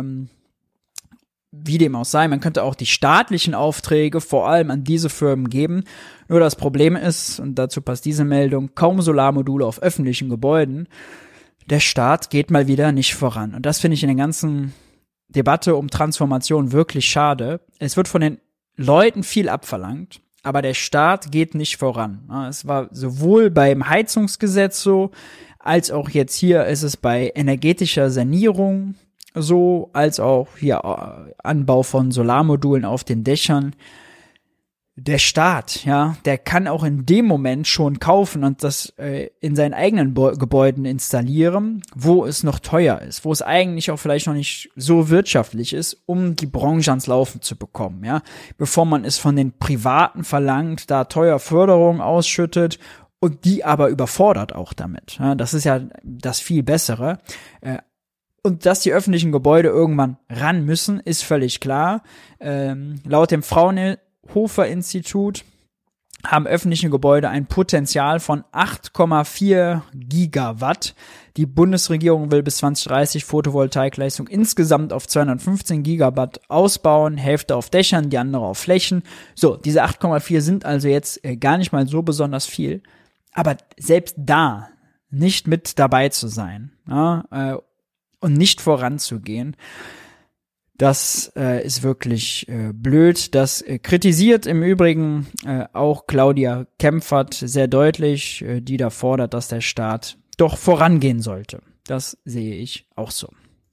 wie dem auch sei, man könnte auch die staatlichen Aufträge vor allem an diese Firmen geben. Nur das Problem ist, und dazu passt diese Meldung, kaum Solarmodule auf öffentlichen Gebäuden. Der Staat geht mal wieder nicht voran. Und das finde ich in der ganzen Debatte um Transformation wirklich schade. Es wird von den Leuten viel abverlangt, aber der Staat geht nicht voran. Es war sowohl beim Heizungsgesetz so, als auch jetzt hier ist es bei energetischer Sanierung so, als auch hier Anbau von Solarmodulen auf den Dächern. Der Staat, der kann auch in dem Moment schon kaufen und das in seinen eigenen Gebäuden installieren, wo es noch teuer ist, wo es eigentlich auch vielleicht noch nicht so wirtschaftlich ist, um die Branche ans Laufen zu bekommen, bevor man es von den Privaten verlangt, da teuer Förderung ausschüttet und die aber überfordert auch damit. Das ist ja das viel Bessere. Und dass die öffentlichen Gebäude irgendwann ran müssen, ist völlig klar. Laut dem Fraunhofer-Institut haben öffentliche Gebäude ein Potenzial von 8,4 Gigawatt. Die Bundesregierung will bis 2030 Photovoltaikleistung insgesamt auf 215 Gigawatt ausbauen, Hälfte auf Dächern, die andere auf Flächen. So, diese 8,4 sind also jetzt gar nicht mal so besonders viel. Aber selbst da nicht mit dabei zu sein, und nicht voranzugehen, das ist wirklich blöd. Das kritisiert im Übrigen auch Claudia Kempfert sehr deutlich, die da fordert, dass der Staat doch vorangehen sollte. Das sehe ich auch so.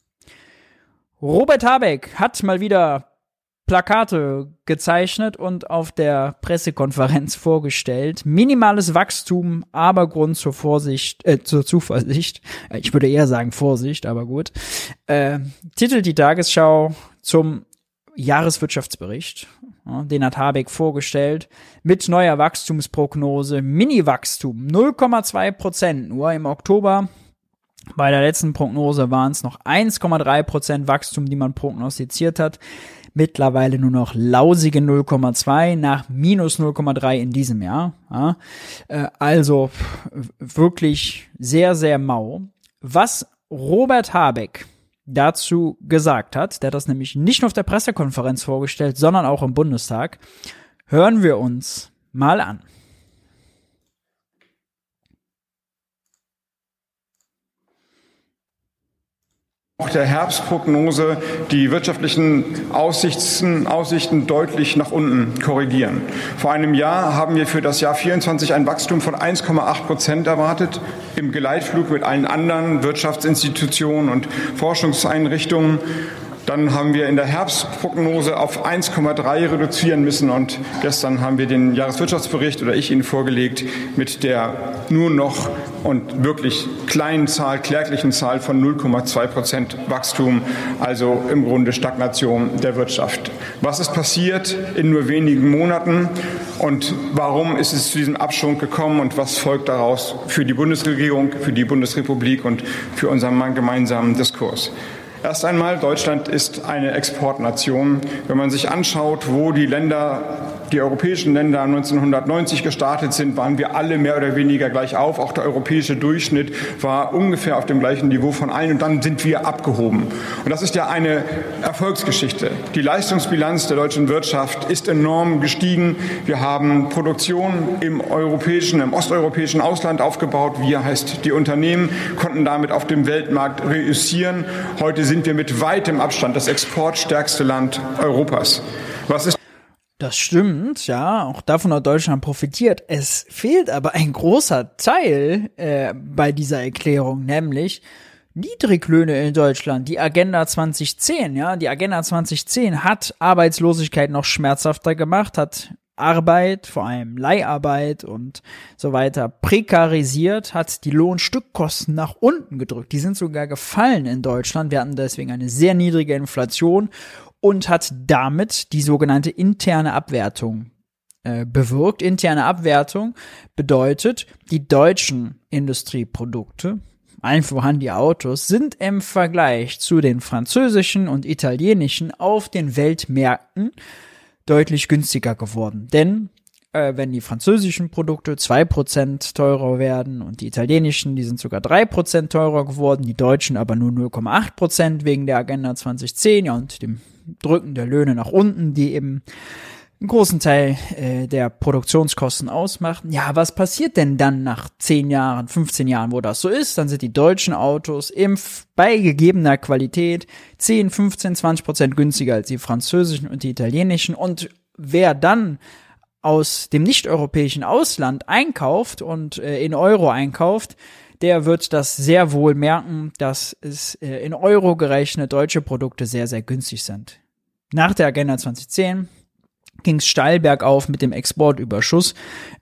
Robert Habeck hat mal wieder Plakate gezeichnet und auf der Pressekonferenz vorgestellt. Minimales Wachstum, aber Grund zur Zuversicht. Ich würde eher sagen Vorsicht, aber gut. Titelt die Tagesschau zum Jahreswirtschaftsbericht. Den hat Habeck vorgestellt. Mit neuer Wachstumsprognose. Mini-Wachstum, 0,2% nur im Oktober. Bei der letzten Prognose waren es noch 1,3% Wachstum, die man prognostiziert hat. Mittlerweile nur noch lausige 0,2 nach minus 0,3 in diesem Jahr. Ja, also wirklich sehr, sehr mau. Was Robert Habeck dazu gesagt hat, der hat das nämlich nicht nur auf der Pressekonferenz vorgestellt, sondern auch im Bundestag, hören wir uns mal an. Auch der Herbstprognose die wirtschaftlichen Aussichten deutlich nach unten korrigieren. Vor einem Jahr haben wir für das Jahr 2024 ein Wachstum von 1,8% erwartet, im Geleitflug mit allen anderen Wirtschaftsinstitutionen und Forschungseinrichtungen. Dann haben wir in der Herbstprognose auf 1,3 reduzieren müssen und gestern haben wir den Jahreswirtschaftsbericht oder ich ihn vorgelegt mit der nur noch und wirklich kleinen Zahl, kläglichen Zahl von 0,2% Wachstum, also im Grunde Stagnation der Wirtschaft. Was ist passiert in nur wenigen Monaten und warum ist es zu diesem Abschwung gekommen und was folgt daraus für die Bundesregierung, für die Bundesrepublik und für unseren gemeinsamen Diskurs? Erst einmal, Deutschland ist eine Exportnation. Wenn man sich anschaut, wo die europäischen Länder 1990 gestartet sind, waren wir alle mehr oder weniger gleich auf. Auch der europäische Durchschnitt war ungefähr auf dem gleichen Niveau von allen und dann sind wir abgehoben. Und das ist ja eine Erfolgsgeschichte. Die Leistungsbilanz der deutschen Wirtschaft ist enorm gestiegen. Wir haben Produktion im osteuropäischen Ausland aufgebaut. Wir heißt die Unternehmen, konnten damit auf dem Weltmarkt reüssieren. Heute sind wir mit weitem Abstand das exportstärkste Land Europas. Das stimmt, ja, auch davon hat Deutschland profitiert. Es fehlt aber ein großer Teil bei dieser Erklärung, nämlich Niedriglöhne in Deutschland. Die Agenda 2010, ja, die Agenda 2010 hat Arbeitslosigkeit noch schmerzhafter gemacht, hat Arbeit, vor allem Leiharbeit und so weiter, prekarisiert, hat die Lohnstückkosten nach unten gedrückt. Die sind sogar gefallen in Deutschland. Wir hatten deswegen eine sehr niedrige Inflation und hat damit die sogenannte interne Abwertung bewirkt. Interne Abwertung bedeutet, die deutschen Industrieprodukte, allen voran die Autos, sind im Vergleich zu den französischen und italienischen auf den Weltmärkten deutlich günstiger geworden. Denn wenn die französischen Produkte 2% teurer werden und die italienischen, die sind sogar 3% teurer geworden, die deutschen aber nur 0,8% wegen der Agenda 2010 und dem Drücken der Löhne nach unten, die eben einen großen Teil der Produktionskosten ausmachen. Ja, was passiert denn dann nach 10 Jahren, 15 Jahren, wo das so ist? Dann sind die deutschen Autos bei gegebener Qualität 10, 15, 20% günstiger als die französischen und die italienischen. Und wer dann aus dem nicht-europäischen Ausland einkauft und in Euro einkauft, der wird das sehr wohl merken, dass es in Euro gerechnet deutsche Produkte sehr, sehr günstig sind. Nach der Agenda 2010 ging es steil bergauf mit dem Exportüberschuss.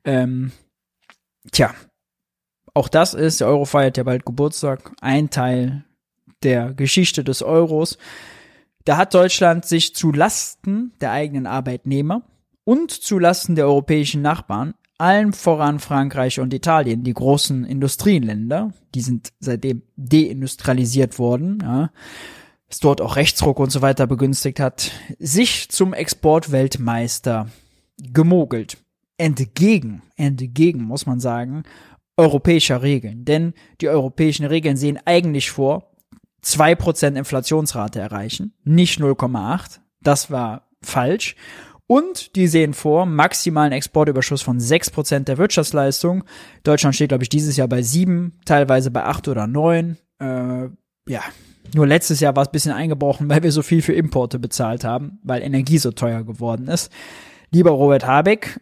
Auch das ist, der Euro feiert ja bald Geburtstag, ein Teil der Geschichte des Euros. Da hat Deutschland sich zu Lasten der eigenen Arbeitnehmer und zu Lasten der europäischen Nachbarn, allen voran Frankreich und Italien, die großen Industrieländer, die sind seitdem deindustrialisiert worden, ja, es dort auch Rechtsruck und so weiter begünstigt hat, sich zum Exportweltmeister gemogelt. Entgegen, muss man sagen, europäischer Regeln. Denn die europäischen Regeln sehen eigentlich vor, 2% Inflationsrate erreichen, nicht 0,8. Das war falsch. Und die sehen vor, maximalen Exportüberschuss von 6% der Wirtschaftsleistung. Deutschland steht, glaube ich, dieses Jahr bei 7, teilweise bei 8 oder 9. Nur letztes Jahr war es ein bisschen eingebrochen, weil wir so viel für Importe bezahlt haben, weil Energie so teuer geworden ist. Lieber Robert Habeck,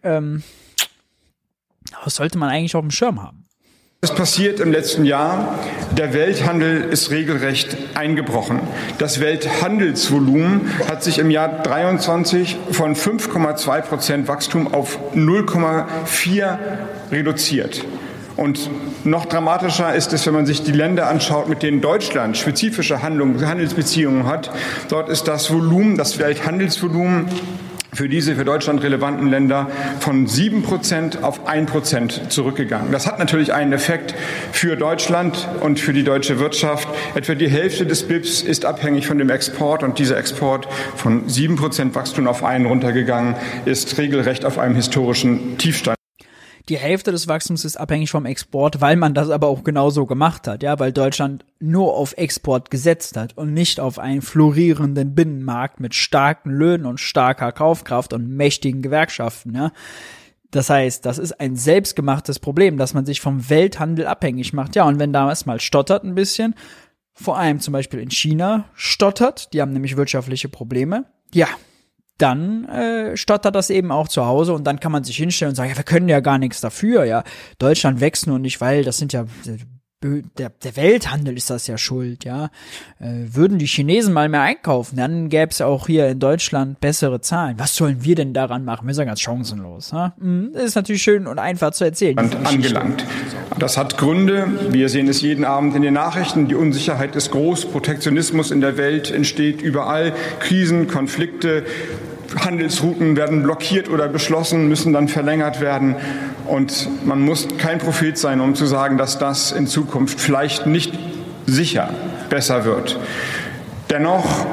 was sollte man eigentlich auf dem Schirm haben? Was passiert im letzten Jahr? Der Welthandel ist regelrecht eingebrochen. Das Welthandelsvolumen hat sich im Jahr 23 von 5,2% Wachstum auf 0,4 reduziert. Und noch dramatischer ist es, wenn man sich die Länder anschaut, mit denen Deutschland spezifische Handelsbeziehungen hat. Dort ist das Welthandelsvolumen für diese für Deutschland relevanten Länder von 7% auf 1% zurückgegangen. Das hat natürlich einen Effekt für Deutschland und für die deutsche Wirtschaft. Etwa die Hälfte des BIPs ist abhängig von dem Export und dieser Export von 7% Wachstum auf 1 runtergegangen ist regelrecht auf einem historischen Tiefstand. Die Hälfte des Wachstums ist abhängig vom Export, weil man das aber auch genauso gemacht hat, ja, weil Deutschland nur auf Export gesetzt hat und nicht auf einen florierenden Binnenmarkt mit starken Löhnen und starker Kaufkraft und mächtigen Gewerkschaften, ja. Das heißt, das ist ein selbstgemachtes Problem, dass man sich vom Welthandel abhängig macht, ja, und wenn da es mal stottert ein bisschen, vor allem zum Beispiel in China stottert, die haben nämlich wirtschaftliche Probleme, ja, dann stottert das eben auch zu Hause und dann kann man sich hinstellen und sagen, ja, wir können ja gar nichts dafür, ja. Deutschland wächst nur nicht, weil das sind ja, der Welthandel ist das ja schuld, ja. Würden die Chinesen mal mehr einkaufen, dann gäbe es auch hier in Deutschland bessere Zahlen. Was sollen wir denn daran machen? Wir sind ganz chancenlos, ja. Das ist natürlich schön und einfach zu erzählen. Angelangt. Das hat Gründe. Wir sehen es jeden Abend in den Nachrichten. Die Unsicherheit ist groß. Protektionismus in der Welt entsteht überall. Krisen, Konflikte, Handelsrouten werden blockiert oder beschlossen, müssen dann verlängert werden. Und man muss kein Prophet sein, um zu sagen, dass das in Zukunft vielleicht nicht sicher besser wird. Dennoch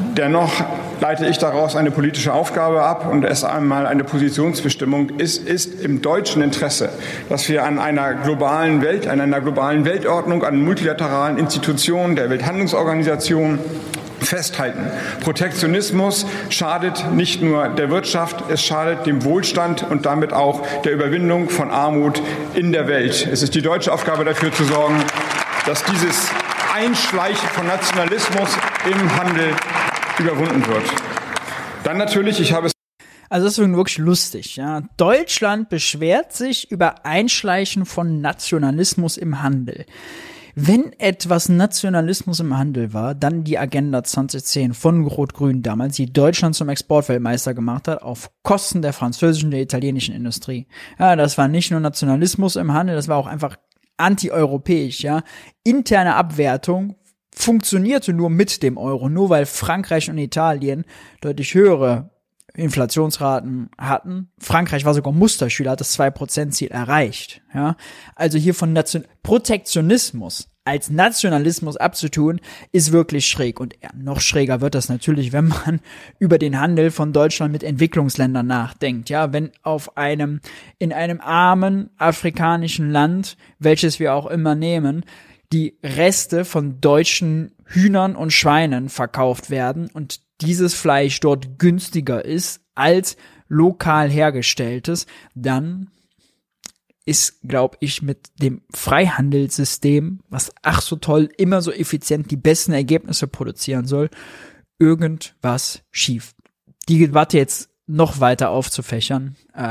leite ich daraus eine politische Aufgabe ab und erst einmal eine Positionsbestimmung. Es ist im deutschen Interesse, dass wir an einer globalen Welt, an einer globalen Weltordnung, an multilateralen Institutionen der Welthandlungsorganisation festhalten. Protektionismus schadet nicht nur der Wirtschaft, es schadet dem Wohlstand und damit auch der Überwindung von Armut in der Welt. Es ist die deutsche Aufgabe, dafür zu sorgen, dass dieses Einschleichen von Nationalismus im Handel überwunden wird. Dann natürlich, also das ist wirklich lustig, ja. Deutschland beschwert sich über Einschleichen von Nationalismus im Handel. Wenn etwas Nationalismus im Handel war, dann die Agenda 2010 von Rot-Grün damals, die Deutschland zum Exportweltmeister gemacht hat, auf Kosten der französischen, der italienischen Industrie. Ja, das war nicht nur Nationalismus im Handel, das war auch einfach anti-europäisch, ja. Interne Abwertung funktionierte nur mit dem Euro, nur weil Frankreich und Italien deutlich höhere Inflationsraten hatten. Frankreich war sogar Musterschüler, hat das 2%-Ziel erreicht. Ja, also hier von Protektionismus als Nationalismus abzutun, ist wirklich schräg. Und noch schräger wird das natürlich, wenn man über den Handel von Deutschland mit Entwicklungsländern nachdenkt. Ja, wenn in einem armen afrikanischen Land, welches wir auch immer nehmen, die Reste von deutschen Hühnern und Schweinen verkauft werden und dieses Fleisch dort günstiger ist als lokal hergestelltes, dann ist, glaube ich, mit dem Freihandelssystem, was ach so toll, immer so effizient die besten Ergebnisse produzieren soll, irgendwas schief. Die Debatte jetzt noch weiter aufzufächern,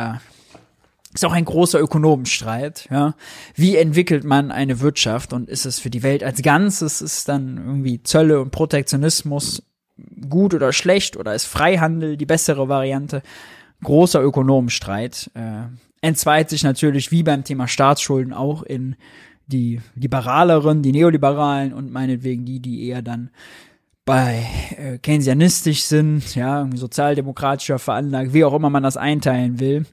ist auch ein großer Ökonomenstreit, ja. Wie entwickelt man eine Wirtschaft und ist es für die Welt als Ganzes, ist dann irgendwie Zölle und Protektionismus gut oder schlecht oder ist Freihandel die bessere Variante? Großer Ökonomenstreit. Entzweit sich natürlich wie beim Thema Staatsschulden auch in die Liberaleren, die Neoliberalen und meinetwegen die eher dann bei keynesianistisch sind, ja, irgendwie sozialdemokratischer veranlagt, wie auch immer man das einteilen will.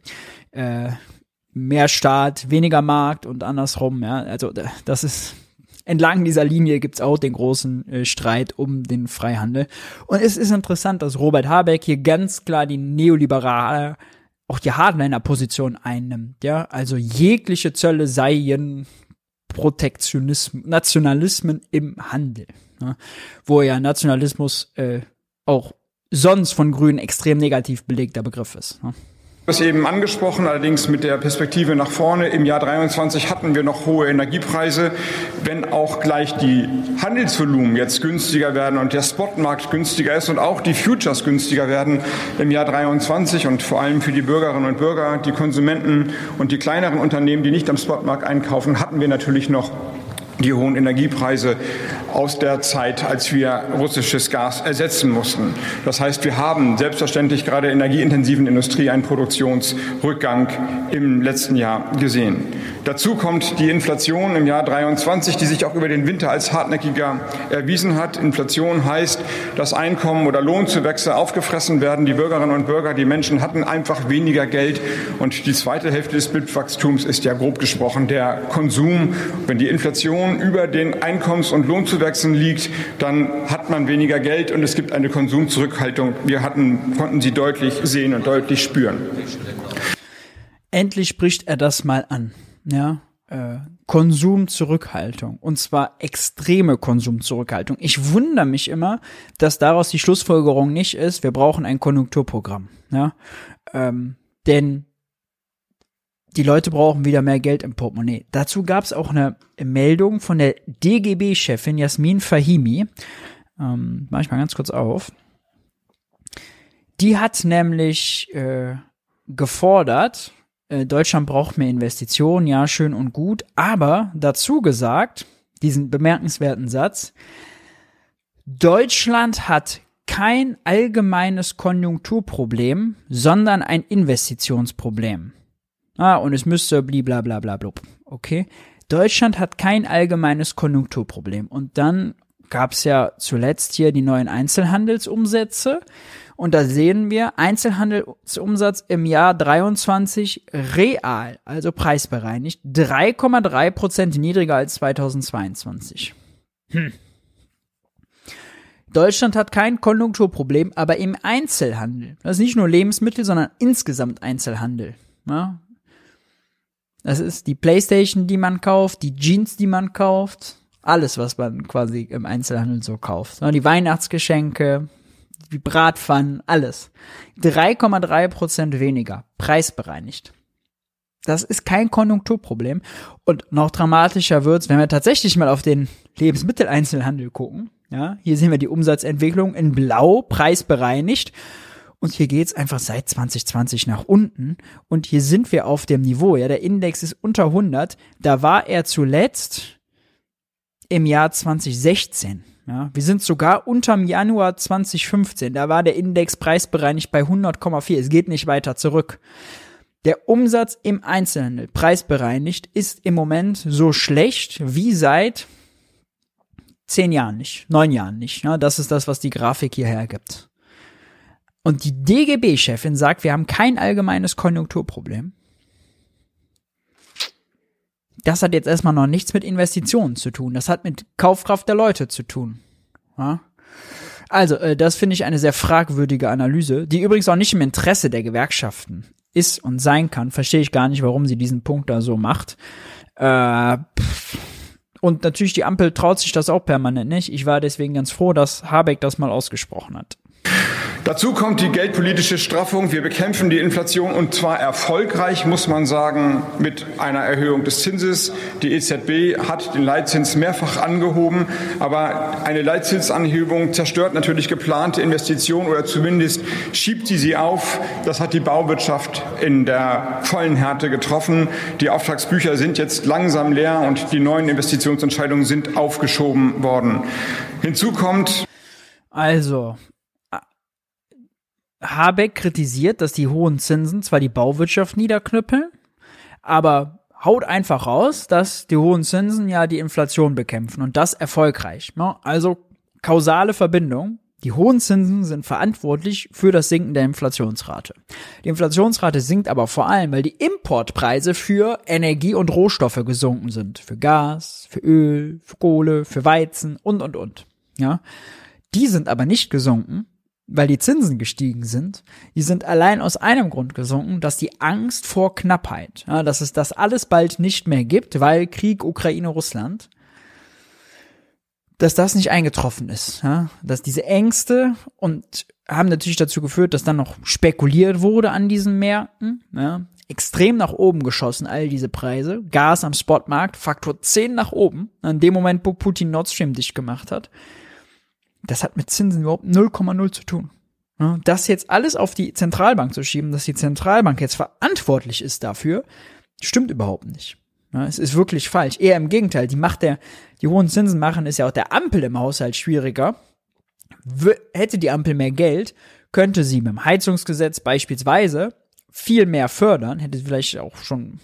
Mehr Staat, weniger Markt und andersrum, ja, also das ist entlang dieser Linie gibt's auch den großen Streit um den Freihandel. Und es ist interessant, dass Robert Habeck hier ganz klar die neoliberale, auch die Hardliner-Position einnimmt, ja, also jegliche Zölle seien Protektionismus, Nationalismen im Handel, ja? Wo ja Nationalismus auch sonst von Grünen extrem negativ belegter Begriff ist, ja? Das eben angesprochen, allerdings mit der Perspektive nach vorne. Im Jahr 23 hatten wir noch hohe Energiepreise. Wenn auch gleich die Handelsvolumen jetzt günstiger werden und der Spotmarkt günstiger ist und auch die Futures günstiger werden im Jahr 23 und vor allem für die Bürgerinnen und Bürger, die Konsumenten und die kleineren Unternehmen, die nicht am Spotmarkt einkaufen, hatten wir natürlich noch die hohen Energiepreise aus der Zeit, als wir russisches Gas ersetzen mussten. Das heißt, wir haben selbstverständlich gerade in der energieintensiven Industrie einen Produktionsrückgang im letzten Jahr gesehen. Dazu kommt die Inflation im Jahr 2023, die sich auch über den Winter als hartnäckiger erwiesen hat. Inflation heißt, dass Einkommen oder Lohnzuwächse aufgefressen werden. Die Bürgerinnen und Bürger, die Menschen hatten einfach weniger Geld. Und die zweite Hälfte des BIP-Wachstums ist ja grob gesprochen der Konsum. Wenn die Inflation über den Einkommens- und Lohnzuwächsen liegt, dann hat man weniger Geld und es gibt eine Konsumzurückhaltung. Konnten Sie deutlich sehen und deutlich spüren. Endlich spricht er das mal an. Ja, Konsumzurückhaltung, und zwar extreme Konsumzurückhaltung. Ich wundere mich immer, dass daraus die Schlussfolgerung nicht ist, wir brauchen ein Konjunkturprogramm. Ja, denn die Leute brauchen wieder mehr Geld im Portemonnaie. Dazu gab es auch eine Meldung von der DGB-Chefin Jasmin Fahimi. Mach ich mal ganz kurz auf. Die hat nämlich gefordert, Deutschland braucht mehr Investitionen, ja, schön und gut, aber dazu gesagt, diesen bemerkenswerten Satz, Deutschland hat kein allgemeines Konjunkturproblem, sondern ein Investitionsproblem. Und es müsste blablabla. Okay. Deutschland hat kein allgemeines Konjunkturproblem. Und dann gab es ja zuletzt hier die neuen Einzelhandelsumsätze. Und da sehen wir Einzelhandelsumsatz im Jahr 23 real, also preisbereinigt, 3,3% niedriger als 2022. Deutschland hat kein Konjunkturproblem, aber im Einzelhandel, das ist nicht nur Lebensmittel, sondern insgesamt Einzelhandel. Ja? Das ist die Playstation, die man kauft, die Jeans, die man kauft, alles, was man quasi im Einzelhandel so kauft. Ja, die Weihnachtsgeschenke, die Bratpfannen, alles. 3,3% weniger, preisbereinigt. Das ist kein Konjunkturproblem. Und noch dramatischer wird's, wenn wir tatsächlich mal auf den Lebensmitteleinzelhandel gucken. Ja, hier sehen wir die Umsatzentwicklung in Blau, preisbereinigt. Und hier geht's einfach seit 2020 nach unten. Und hier sind wir auf dem Niveau. Ja, der Index ist unter 100. Da war er zuletzt im Jahr 2016. Ja, wir sind sogar unterm Januar 2015. Da war der Index preisbereinigt bei 100,4. Es geht nicht weiter zurück. Der Umsatz im Einzelhandel, preisbereinigt, ist im Moment so schlecht wie seit 10 Jahren nicht, 9 Jahren nicht. Ja, das ist das, was die Grafik hier hergibt. Und die DGB-Chefin sagt, wir haben kein allgemeines Konjunkturproblem. Das hat jetzt erstmal noch nichts mit Investitionen zu tun. Das hat mit Kaufkraft der Leute zu tun. Ja? Also, das finde ich eine sehr fragwürdige Analyse, die übrigens auch nicht im Interesse der Gewerkschaften ist und sein kann. Verstehe ich gar nicht, warum sie diesen Punkt da so macht. Und natürlich, die Ampel traut sich das auch permanent nicht. Ich war deswegen ganz froh, dass Habeck das mal ausgesprochen hat. Dazu kommt die geldpolitische Straffung. Wir bekämpfen die Inflation und zwar erfolgreich, muss man sagen, mit einer Erhöhung des Zinses. Die EZB hat den Leitzins mehrfach angehoben, aber eine Leitzinsanhebung zerstört natürlich geplante Investitionen oder zumindest schiebt sie auf. Das hat die Bauwirtschaft in der vollen Härte getroffen. Die Auftragsbücher sind jetzt langsam leer und die neuen Investitionsentscheidungen sind aufgeschoben worden. Hinzu kommt also Habeck kritisiert, dass die hohen Zinsen zwar die Bauwirtschaft niederknüppeln, aber haut einfach raus, dass die hohen Zinsen ja die Inflation bekämpfen und das erfolgreich. Also kausale Verbindung. Die hohen Zinsen sind verantwortlich für das Sinken der Inflationsrate. Die Inflationsrate sinkt aber vor allem, weil die Importpreise für Energie und Rohstoffe gesunken sind. Für Gas, für Öl, für Kohle, für Weizen und. Ja, die sind aber nicht gesunken, weil die Zinsen gestiegen sind. Die sind allein aus einem Grund gesunken, dass die Angst vor Knappheit, ja, dass es das alles bald nicht mehr gibt, weil Krieg Ukraine, Russland, dass das nicht eingetroffen ist, ja, dass diese Ängste und haben natürlich dazu geführt, dass dann noch spekuliert wurde an diesen Märkten, ja, extrem nach oben geschossen, all diese Preise, Gas am Spotmarkt, Faktor 10 nach oben, in dem Moment, wo Putin Nord Stream dicht gemacht hat. Das hat mit Zinsen überhaupt 0,0 zu tun. Das jetzt alles auf die Zentralbank zu schieben, dass die Zentralbank jetzt verantwortlich ist dafür, stimmt überhaupt nicht. Ja, es ist wirklich falsch. Eher im Gegenteil. Die hohen Zinsen machen es ja auch der Ampel im Haushalt schwieriger. Hätte die Ampel mehr Geld, könnte sie mit dem Heizungsgesetz beispielsweise viel mehr fördern, hätte vielleicht auch schon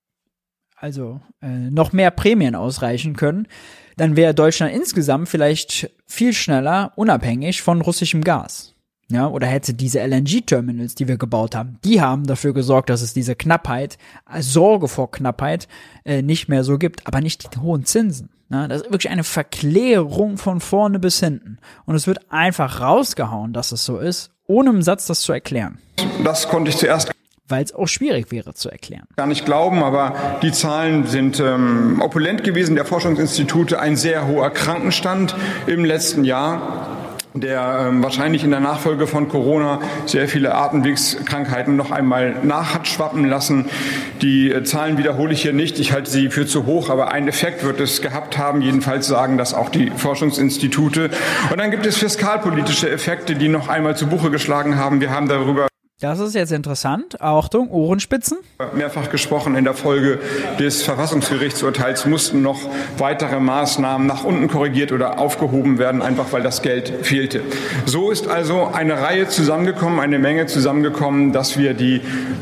noch mehr Prämien ausreichen können. Dann wäre Deutschland insgesamt vielleicht viel schneller unabhängig von russischem Gas. Ja, oder hätte diese LNG-Terminals, die wir gebaut haben, die haben dafür gesorgt, dass es diese Knappheit, Sorge vor Knappheit, nicht mehr so gibt, aber nicht die hohen Zinsen. Ja, das ist wirklich eine Verklärung von vorne bis hinten. Und es wird einfach rausgehauen, dass es so ist, ohne im Satz das zu erklären. Das konnte ich zuerst weil es auch schwierig wäre zu erklären. Gar nicht glauben, aber die Zahlen sind opulent gewesen der Forschungsinstitute. Ein sehr hoher Krankenstand im letzten Jahr, der wahrscheinlich in der Nachfolge von Corona sehr viele Atemwegskrankheiten noch einmal nach hat schwappen lassen. Die Zahlen wiederhole ich hier nicht, ich halte sie für zu hoch, aber einen Effekt wird es gehabt haben, jedenfalls sagen das auch die Forschungsinstitute. Und dann gibt es fiskalpolitische Effekte, die noch einmal zu Buche geschlagen haben. Wir haben darüber Das ist jetzt interessant. Achtung, Ohrenspitzen. Mehrfach gesprochen, in der Folge des Verfassungsgerichtsurteils mussten noch weitere Maßnahmen nach unten korrigiert oder aufgehoben werden, einfach weil das Geld fehlte. So ist also eine Reihe zusammengekommen, eine Menge zusammengekommen, dass wir die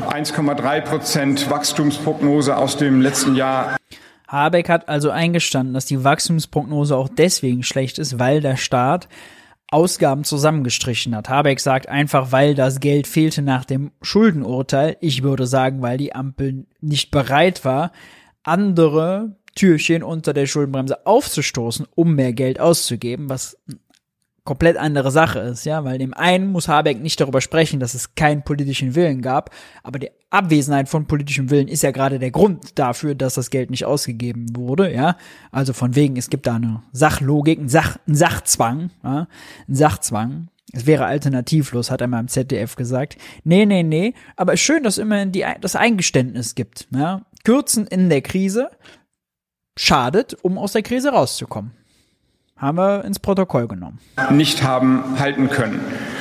1,3% Wachstumsprognose aus dem letzten Jahr. Habeck hat also eingestanden, dass die Wachstumsprognose auch deswegen schlecht ist, weil der Staat Ausgaben zusammengestrichen hat. Habeck sagt einfach, weil das Geld fehlte nach dem Schuldenurteil. Ich würde sagen, weil die Ampel nicht bereit war, andere Türchen unter der Schuldenbremse aufzustoßen, um mehr Geld auszugeben, was eine komplett andere Sache ist, ja, weil dem einen muss Habeck nicht darüber sprechen, dass es keinen politischen Willen gab, aber die Abwesenheit von politischem Willen ist ja gerade der Grund dafür, dass das Geld nicht ausgegeben wurde, ja, also von wegen, es gibt da eine Sachlogik, ein Sachzwang, ja, ein Sachzwang. Es wäre alternativlos, hat er mal im ZDF gesagt. Nee, aber schön, dass immerhin das Eingeständnis gibt, ja. Kürzen in der Krise schadet, um aus der Krise rauszukommen. Haben wir ins Protokoll genommen. Nicht haben halten können.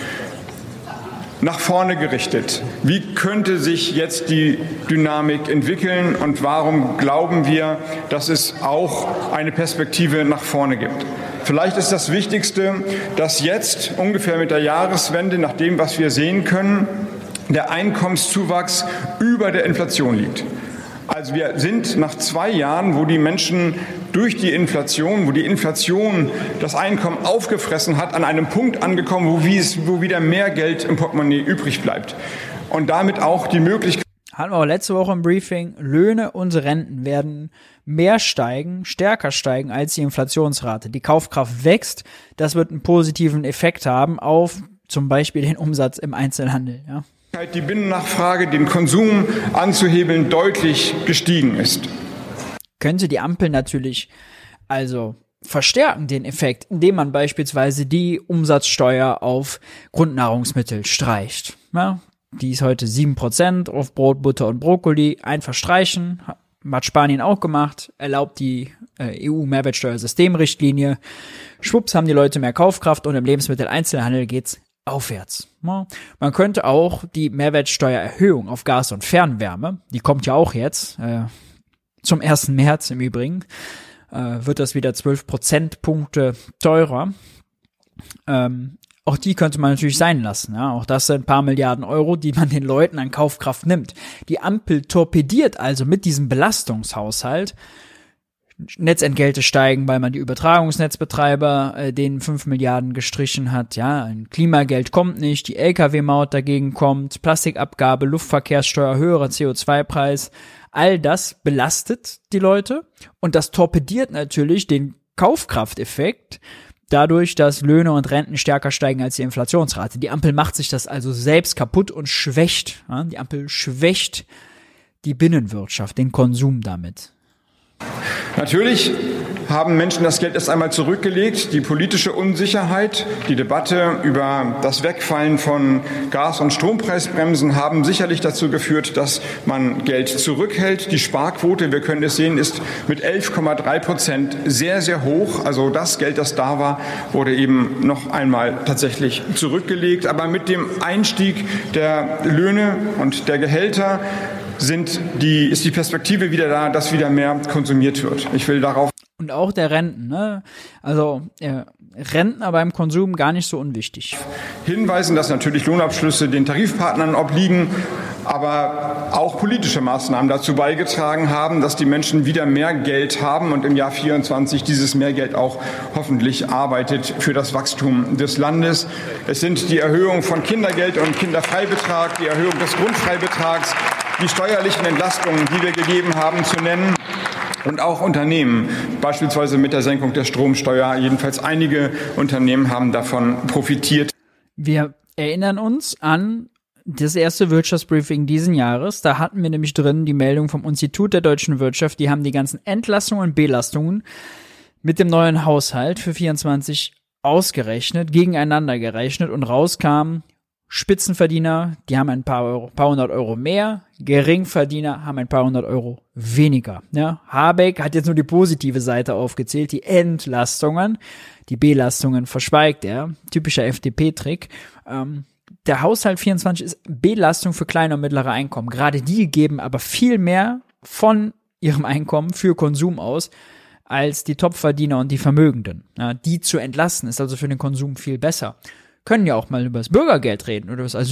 Nach vorne gerichtet. Wie könnte sich jetzt die Dynamik entwickeln und warum glauben wir, dass es auch eine Perspektive nach vorne gibt? Vielleicht ist das Wichtigste, dass jetzt ungefähr mit der Jahreswende, nach dem, was wir sehen können, der Einkommenszuwachs über der Inflation liegt. Also wir sind nach 2 Jahren, wo die Menschen durch die Inflation, wo die Inflation das Einkommen aufgefressen hat, an einem Punkt angekommen, wo wieder mehr Geld im Portemonnaie übrig bleibt. Und damit auch die Möglichkeit. Hatten wir auch letzte Woche im Briefing, Löhne und Renten werden mehr steigen, stärker steigen als die Inflationsrate. Die Kaufkraft wächst, das wird einen positiven Effekt haben auf zum Beispiel den Umsatz im Einzelhandel, ja. Die Binnennachfrage, den Konsum anzuhebeln, deutlich gestiegen ist. Könnte die Ampel natürlich also verstärken, den Effekt, indem man beispielsweise die Umsatzsteuer auf Grundnahrungsmittel streicht. Ja, die ist heute 7% auf Brot, Butter und Brokkoli. Einfach streichen, hat Spanien auch gemacht, erlaubt die EU-Mehrwertsteuersystemrichtlinie. Schwupps haben die Leute mehr Kaufkraft und im Lebensmitteleinzelhandel geht's aufwärts. Man könnte auch die Mehrwertsteuererhöhung auf Gas und Fernwärme, die kommt ja auch jetzt, zum 1. März im Übrigen, wird das wieder 12 Prozentpunkte teurer. Auch die könnte man natürlich sein lassen. Ja? Auch das sind ein paar Milliarden Euro, die man den Leuten an Kaufkraft nimmt. Die Ampel torpediert also mit diesem Belastungshaushalt. Netzentgelte steigen, weil man die Übertragungsnetzbetreiber denen 5 Milliarden gestrichen hat. Ja, ein Klimageld kommt nicht, die Lkw-Maut dagegen kommt, Plastikabgabe, Luftverkehrssteuer, höherer CO2-Preis. All das belastet die Leute und das torpediert natürlich den Kaufkrafteffekt dadurch, dass Löhne und Renten stärker steigen als die Inflationsrate. Die Ampel macht sich das also selbst kaputt und schwächt. Ja, die Ampel schwächt die Binnenwirtschaft, den Konsum damit. Natürlich haben Menschen das Geld erst einmal zurückgelegt. Die politische Unsicherheit, die Debatte über das Wegfallen von Gas- und Strompreisbremsen haben sicherlich dazu geführt, dass man Geld zurückhält. Die Sparquote, wir können es sehen, ist mit 11,3% sehr, sehr hoch. Also das Geld, das da war, wurde eben noch einmal tatsächlich zurückgelegt. Aber mit dem Einstieg der Löhne und der Gehälter ist die Perspektive wieder da, dass wieder mehr konsumiert wird. Ich will darauf. Und auch der Renten, ne? Also Rentner beim Konsum gar nicht so unwichtig. Hinweisen, dass natürlich Lohnabschlüsse den Tarifpartnern obliegen, aber auch politische Maßnahmen dazu beigetragen haben, dass die Menschen wieder mehr Geld haben und im Jahr 2024 dieses Mehrgeld auch hoffentlich arbeitet für das Wachstum des Landes. Es sind die Erhöhung von Kindergeld und Kinderfreibetrag, die Erhöhung des Grundfreibetrags, die steuerlichen Entlastungen, die wir gegeben haben, zu nennen. Und auch Unternehmen, beispielsweise mit der Senkung der Stromsteuer. Jedenfalls einige Unternehmen haben davon profitiert. Wir erinnern uns an das erste Wirtschaftsbriefing diesen Jahres. Da hatten wir nämlich drin die Meldung vom Institut der deutschen Wirtschaft. Die haben die ganzen Entlastungen und Belastungen mit dem neuen Haushalt für 2024 ausgerechnet, gegeneinander gerechnet und rauskam, Spitzenverdiener, die haben ein paar hundert Euro mehr, Geringverdiener haben ein paar hundert Euro weniger. Ja, Habeck hat jetzt nur die positive Seite aufgezählt, die Entlastungen, die Belastungen verschweigt er, typischer FDP-Trick. Der Haushalt 24 ist Belastung für kleine und mittlere Einkommen. Gerade die geben aber viel mehr von ihrem Einkommen für Konsum aus, als die Topverdiener und die Vermögenden. Ja, die zu entlasten ist also für den Konsum viel besser. Können ja auch mal über das Bürgergeld reden oder über das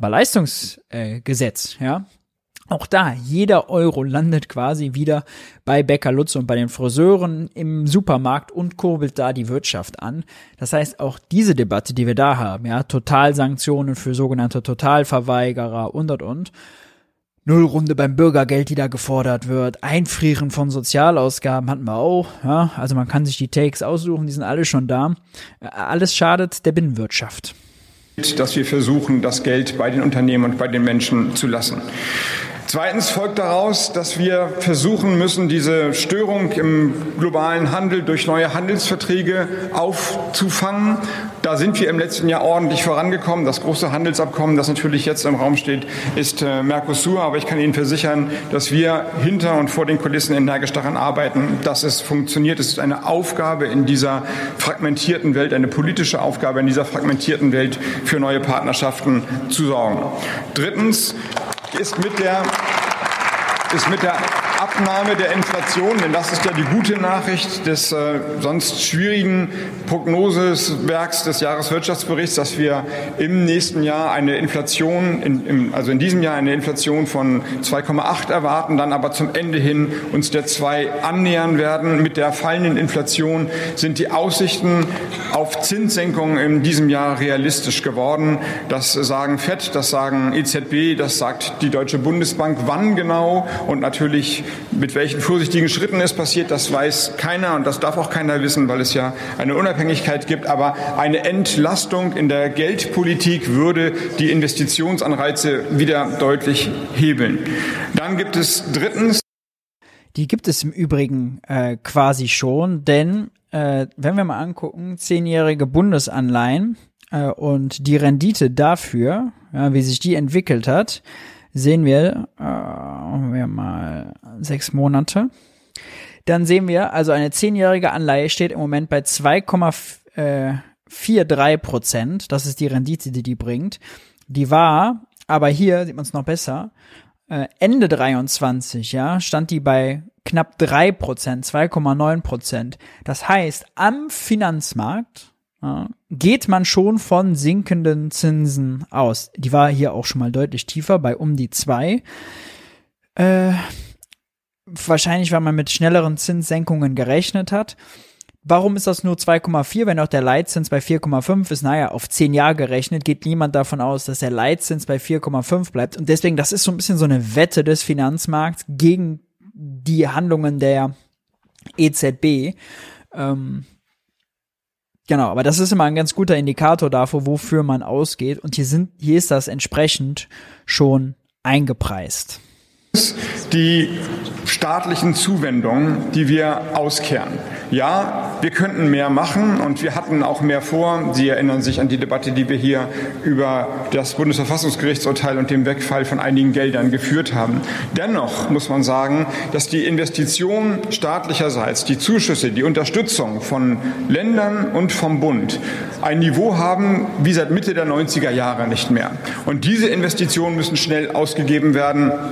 Asylbewerberleistungsgesetz, ja. Auch da, jeder Euro landet quasi wieder bei Bäcker Lutz und bei den Friseuren im Supermarkt und kurbelt da die Wirtschaft an. Das heißt, auch diese Debatte, die wir da haben, ja, Totalsanktionen für sogenannte Totalverweigerer und. Nullrunde beim Bürgergeld, die da gefordert wird. Einfrieren von Sozialausgaben hatten wir auch. Ja, also man kann sich die Takes aussuchen, die sind alle schon da. Alles schadet der Binnenwirtschaft. Dass wir versuchen, das Geld bei den Unternehmen und bei den Menschen zu lassen. Zweitens folgt daraus, dass wir versuchen müssen, diese Störung im globalen Handel durch neue Handelsverträge aufzufangen. Da sind wir im letzten Jahr ordentlich vorangekommen. Das große Handelsabkommen, das natürlich jetzt im Raum steht, ist Mercosur. Aber ich kann Ihnen versichern, dass wir hinter und vor den Kulissen energisch daran arbeiten, dass es funktioniert. Es ist eine Aufgabe in dieser fragmentierten Welt, eine politische Aufgabe in dieser fragmentierten Welt, für neue Partnerschaften zu sorgen. Drittens ist mit der Abnahme der Inflation, denn das ist ja die gute Nachricht des sonst schwierigen Prognosewerks des Jahreswirtschaftsberichts, dass wir im nächsten Jahr eine Inflation, also in diesem Jahr eine Inflation von 2,8 erwarten, dann aber zum Ende hin uns der 2 annähern werden. Mit der fallenden Inflation sind die Aussichten auf Zinssenkungen in diesem Jahr realistisch geworden. Das sagen FED, das sagen EZB, das sagt die Deutsche Bundesbank. Wann genau und natürlich mit welchen vorsichtigen Schritten es passiert, das weiß keiner und das darf auch keiner wissen, weil es ja eine Unabhängigkeit gibt. Aber eine Entlastung in der Geldpolitik würde die Investitionsanreize wieder deutlich hebeln. Dann gibt es drittens. Die gibt es im Übrigen quasi schon, denn wenn wir mal angucken, 10-jährige Bundesanleihen und die Rendite dafür, ja, wie sich die entwickelt hat, sehen wir mal 6 Monate. Dann sehen wir, also eine 10-jährige Anleihe steht im Moment bei 2,43%. Das ist die Rendite, die bringt. Die war, aber hier sieht man es noch besser, Ende 23, ja, stand die bei knapp 3%, 2,9%. Das heißt, am Finanzmarkt geht man schon von sinkenden Zinsen aus. Die war hier auch schon mal deutlich tiefer, bei um die 2. Wahrscheinlich, weil man mit schnelleren Zinssenkungen gerechnet hat. Warum ist das nur 2,4, wenn auch der Leitzins bei 4,5 ist? Naja, auf 10 Jahre gerechnet geht niemand davon aus, dass der Leitzins bei 4,5 bleibt. Und deswegen, das ist so ein bisschen so eine Wette des Finanzmarkts gegen die Handlungen der EZB. Genau, aber das ist immer ein ganz guter Indikator dafür, wofür man ausgeht. Und hier ist das entsprechend schon eingepreist. Die staatlichen Zuwendungen, die wir auskehren. Ja, wir könnten mehr machen und wir hatten auch mehr vor. Sie erinnern sich an die Debatte, die wir hier über das Bundesverfassungsgerichtsurteil und den Wegfall von einigen Geldern geführt haben. Dennoch muss man sagen, dass die Investitionen staatlicherseits, die Zuschüsse, die Unterstützung von Ländern und vom Bund ein Niveau haben wie seit Mitte der 90er Jahre nicht mehr. Und diese Investitionen müssen schnell ausgegeben werden.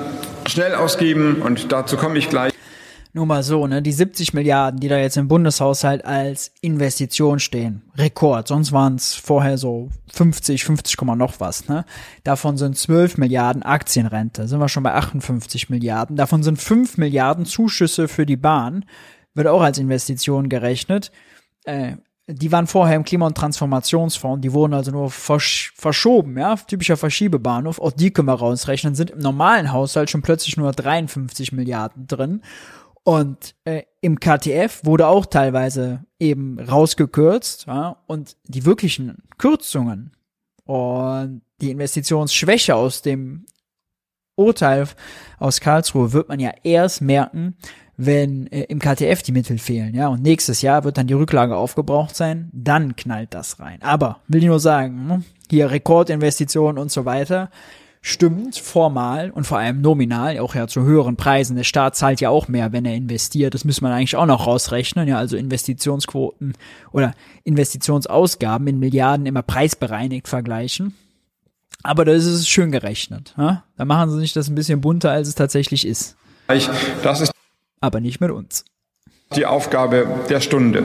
schnell ausgeben und dazu komme ich gleich. Nur mal so, ne, die 70 Milliarden, die da jetzt im Bundeshaushalt als Investition stehen, Rekord, sonst waren es vorher so 50, noch was, ne. Davon sind 12 Milliarden Aktienrente, sind wir schon bei 58 Milliarden. Davon sind 5 Milliarden Zuschüsse für die Bahn, wird auch als Investition gerechnet. Die waren vorher im Klima- und Transformationsfonds, die wurden also nur verschoben, ja, typischer Verschiebebahnhof, auch die können wir rausrechnen, sind im normalen Haushalt schon plötzlich nur 53 Milliarden drin. Und im KTF wurde auch teilweise eben rausgekürzt, ja, und die wirklichen Kürzungen und die Investitionsschwäche aus dem Urteil aus Karlsruhe wird man ja erst merken, wenn im KTF die Mittel fehlen, ja, und nächstes Jahr wird dann die Rücklage aufgebraucht sein, dann knallt das rein. Aber, will ich nur sagen, hier Rekordinvestitionen und so weiter, stimmt formal und vor allem nominal, auch ja zu höheren Preisen. Der Staat zahlt ja auch mehr, wenn er investiert. Das müsste man eigentlich auch noch rausrechnen, ja, also Investitionsquoten oder Investitionsausgaben in Milliarden immer preisbereinigt vergleichen. Aber das ist schön gerechnet, ja? Da machen sie sich das ein bisschen bunter, als es tatsächlich ist. Das ist aber nicht mit uns. Die Aufgabe der Stunde.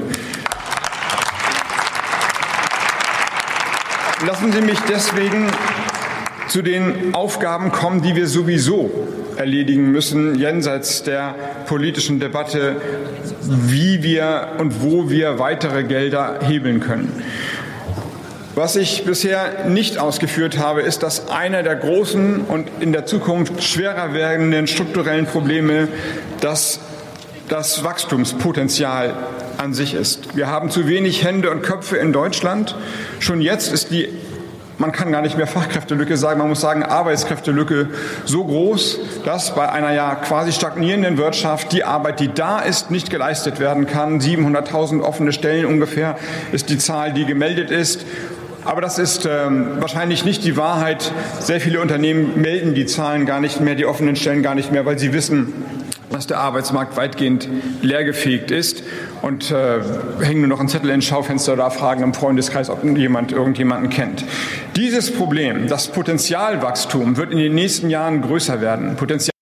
Lassen Sie mich deswegen zu den Aufgaben kommen, die wir sowieso erledigen müssen, jenseits der politischen Debatte, wie wir und wo wir weitere Gelder hebeln können. Was ich bisher nicht ausgeführt habe, ist, dass einer der großen und in der Zukunft schwerer werdenden strukturellen Probleme das Wachstumspotenzial an sich ist. Wir haben zu wenig Hände und Köpfe in Deutschland. Schon jetzt ist man kann gar nicht mehr Fachkräftelücke sagen, man muss sagen Arbeitskräftelücke so groß, dass bei einer ja quasi stagnierenden Wirtschaft die Arbeit, die da ist, nicht geleistet werden kann. 700.000 offene Stellen ungefähr ist die Zahl, die gemeldet ist. Aber das ist wahrscheinlich nicht die Wahrheit. Sehr viele Unternehmen melden die Zahlen gar nicht mehr, die offenen Stellen gar nicht mehr, weil sie wissen, dass der Arbeitsmarkt weitgehend leergefegt ist und hängen nur noch ein Zettel ins Schaufenster oder fragen im Freundeskreis, ob irgendjemanden kennt. Dieses Problem, das Potenzialwachstum, wird in den nächsten Jahren größer werden.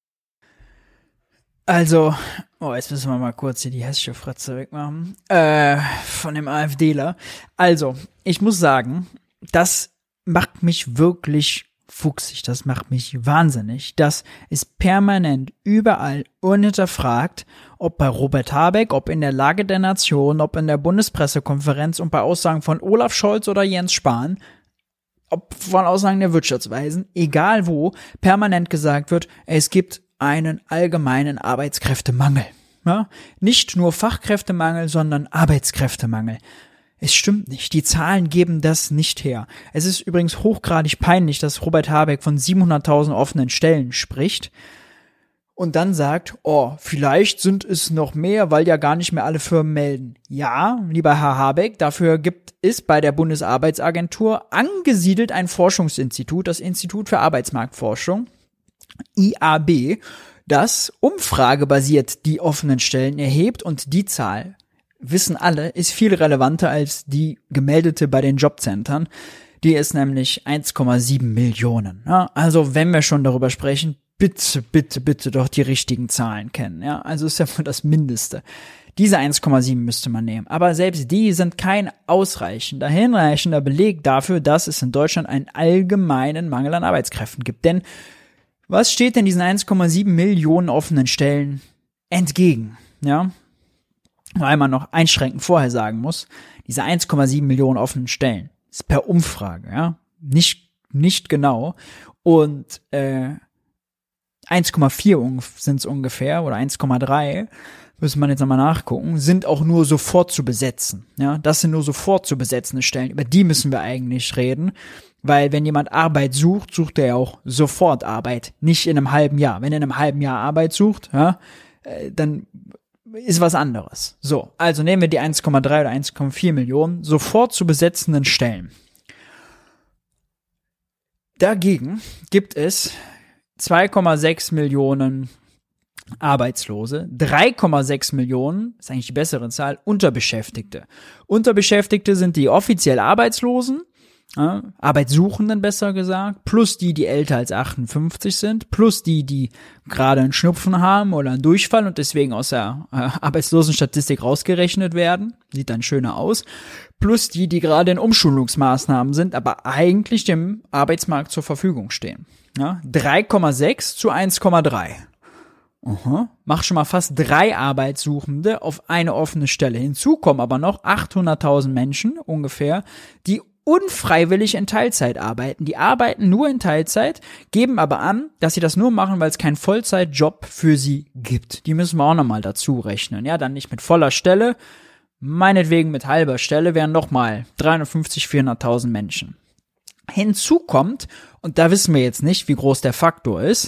Also, jetzt müssen wir mal kurz hier die hässliche Fratze wegmachen, von dem AfDler. Also, ich muss sagen, das macht mich wirklich fuchsig, das macht mich wahnsinnig, dass es permanent überall unhinterfragt, ob bei Robert Habeck, ob in der Lage der Nation, ob in der Bundespressekonferenz und bei Aussagen von Olaf Scholz oder Jens Spahn, ob von Aussagen der Wirtschaftsweisen, egal wo, permanent gesagt wird, es gibt einen allgemeinen Arbeitskräftemangel. Ja? Nicht nur Fachkräftemangel, sondern Arbeitskräftemangel. Es stimmt nicht. Die Zahlen geben das nicht her. Es ist übrigens hochgradig peinlich, dass Robert Habeck von 700.000 offenen Stellen spricht und dann sagt, vielleicht sind es noch mehr, weil ja gar nicht mehr alle Firmen melden. Ja, lieber Herr Habeck, dafür gibt es bei der Bundesarbeitsagentur angesiedelt ein Forschungsinstitut, das Institut für Arbeitsmarktforschung, IAB, das umfragebasiert die offenen Stellen erhebt und die Zahl, wissen alle, ist viel relevanter als die gemeldete bei den Jobcentern. Die ist nämlich 1,7 Millionen. Ja, also wenn wir schon darüber sprechen, bitte doch die richtigen Zahlen kennen. Ja, also ist ja wohl das Mindeste. Diese 1,7 müsste man nehmen. Aber selbst die sind kein hinreichender Beleg dafür, dass es in Deutschland einen allgemeinen Mangel an Arbeitskräften gibt. Denn was steht denn diesen 1,7 Millionen offenen Stellen entgegen? Ja, weil man noch einschränkend vorher sagen muss, diese 1,7 Millionen offenen Stellen ist per Umfrage, ja, nicht genau, und 1,4 sind es ungefähr, oder 1,3, müssen wir jetzt nochmal nachgucken, sind auch nur sofort zu besetzen, ja, das sind nur sofort zu besetzende Stellen, über die müssen wir eigentlich reden, weil wenn jemand Arbeit sucht, sucht er ja auch sofort Arbeit, nicht in einem halben Jahr. Wenn er in einem halben Jahr Arbeit sucht, ja, dann ist was anderes. So, also nehmen wir die 1,3 oder 1,4 Millionen sofort zu besetzenden Stellen. Dagegen gibt es 2,6 Millionen Arbeitslose, 3,6 Millionen, ist eigentlich die bessere Zahl, Unterbeschäftigte. Unterbeschäftigte sind die offiziell Arbeitslosen, Arbeitssuchenden besser gesagt, plus die älter als 58 sind, plus die gerade einen Schnupfen haben oder einen Durchfall und deswegen aus der Arbeitslosenstatistik rausgerechnet werden, sieht dann schöner aus, plus die gerade in Umschulungsmaßnahmen sind, aber eigentlich dem Arbeitsmarkt zur Verfügung stehen. 3,6 zu 1,3. Macht schon mal fast 3 Arbeitssuchende auf eine offene Stelle. Hinzu kommen aber noch 800.000 Menschen ungefähr, die unfreiwillig in Teilzeit arbeiten. Die arbeiten nur in Teilzeit, geben aber an, dass sie das nur machen, weil es keinen Vollzeitjob für sie gibt. Die müssen wir auch nochmal dazu rechnen. Ja, dann nicht mit voller Stelle, meinetwegen mit halber Stelle wären nochmal 350.000, 400.000 Menschen. Hinzu kommt, und da wissen wir jetzt nicht, wie groß der Faktor ist,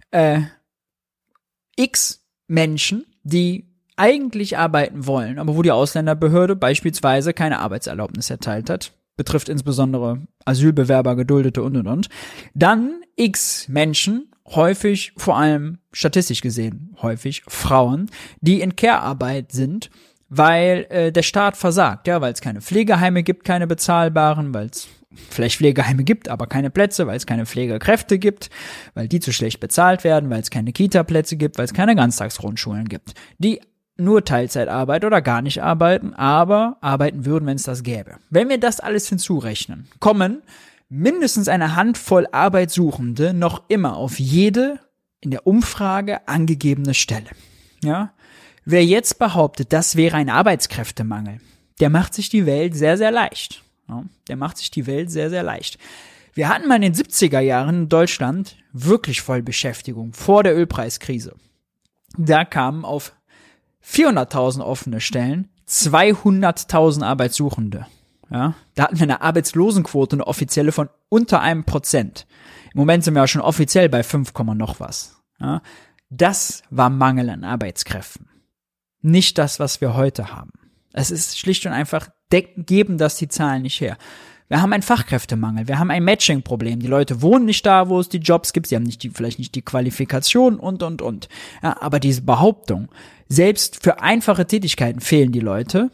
x Menschen, die eigentlich arbeiten wollen, aber wo die Ausländerbehörde beispielsweise keine Arbeitserlaubnis erteilt hat, betrifft insbesondere Asylbewerber, Geduldete und. Dann x Menschen, häufig, vor allem statistisch gesehen, häufig Frauen, die in Care-Arbeit sind, weil der Staat versagt, ja, weil es keine Pflegeheime gibt, keine bezahlbaren, weil es vielleicht Pflegeheime gibt, aber keine Plätze, weil es keine Pflegekräfte gibt, weil die zu schlecht bezahlt werden, weil es keine Kita-Plätze gibt, weil es keine Ganztagsgrundschulen gibt, die nur Teilzeitarbeit oder gar nicht arbeiten, aber arbeiten würden, wenn es das gäbe. Wenn wir das alles hinzurechnen, kommen mindestens eine Handvoll Arbeitssuchende noch immer auf jede in der Umfrage angegebene Stelle. Ja? Wer jetzt behauptet, das wäre ein Arbeitskräftemangel, der macht sich die Welt sehr, sehr leicht. Ja? Der macht sich die Welt sehr, sehr leicht. Wir hatten mal in den 70er Jahren in Deutschland wirklich Vollbeschäftigung vor der Ölpreiskrise. Da kamen auf 400.000 offene Stellen, 200.000 Arbeitssuchende. Ja, da hatten wir eine Arbeitslosenquote, eine offizielle von unter 1%. Im Moment sind wir ja schon offiziell bei 5, noch was. Ja, das war Mangel an Arbeitskräften. Nicht das, was wir heute haben. Es ist schlicht und einfach, geben das die Zahlen nicht her. Wir haben einen Fachkräftemangel, wir haben ein Matching-Problem. Die Leute wohnen nicht da, wo es die Jobs gibt, sie haben vielleicht nicht die Qualifikation und. Ja, aber diese Behauptung, selbst für einfache Tätigkeiten fehlen die Leute,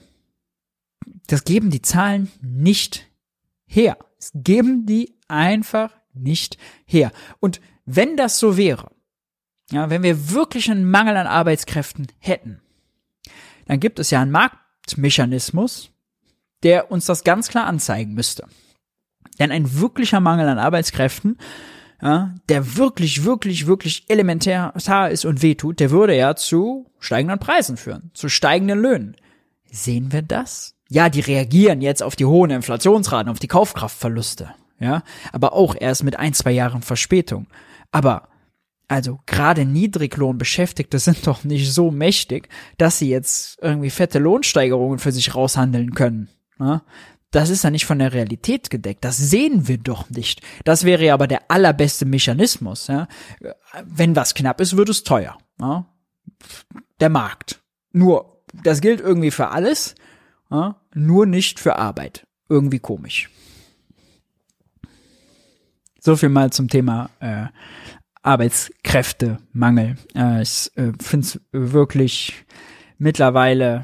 das geben die Zahlen nicht her. Es geben die einfach nicht her. Und wenn das so wäre, ja, wenn wir wirklich einen Mangel an Arbeitskräften hätten, dann gibt es ja einen Marktmechanismus, der uns das ganz klar anzeigen müsste. Denn ein wirklicher Mangel an Arbeitskräften, ja, der wirklich, wirklich, wirklich elementär ist und wehtut, der würde ja zu steigenden Preisen führen, zu steigenden Löhnen. Sehen wir das? Ja, die reagieren jetzt auf die hohen Inflationsraten, auf die Kaufkraftverluste, ja, aber auch erst mit 1-2 Jahren Verspätung. Aber also gerade Niedriglohnbeschäftigte sind doch nicht so mächtig, dass sie jetzt irgendwie fette Lohnsteigerungen für sich raushandeln können. Ja? Das ist ja nicht von der Realität gedeckt. Das sehen wir doch nicht. Das wäre ja aber der allerbeste Mechanismus. Ja? Wenn was knapp ist, wird es teuer. Ja? Der Markt. Nur, das gilt irgendwie für alles, ja? Nur nicht für Arbeit. Irgendwie komisch. So viel mal zum Thema Arbeitskräftemangel. Ich finde es wirklich mittlerweile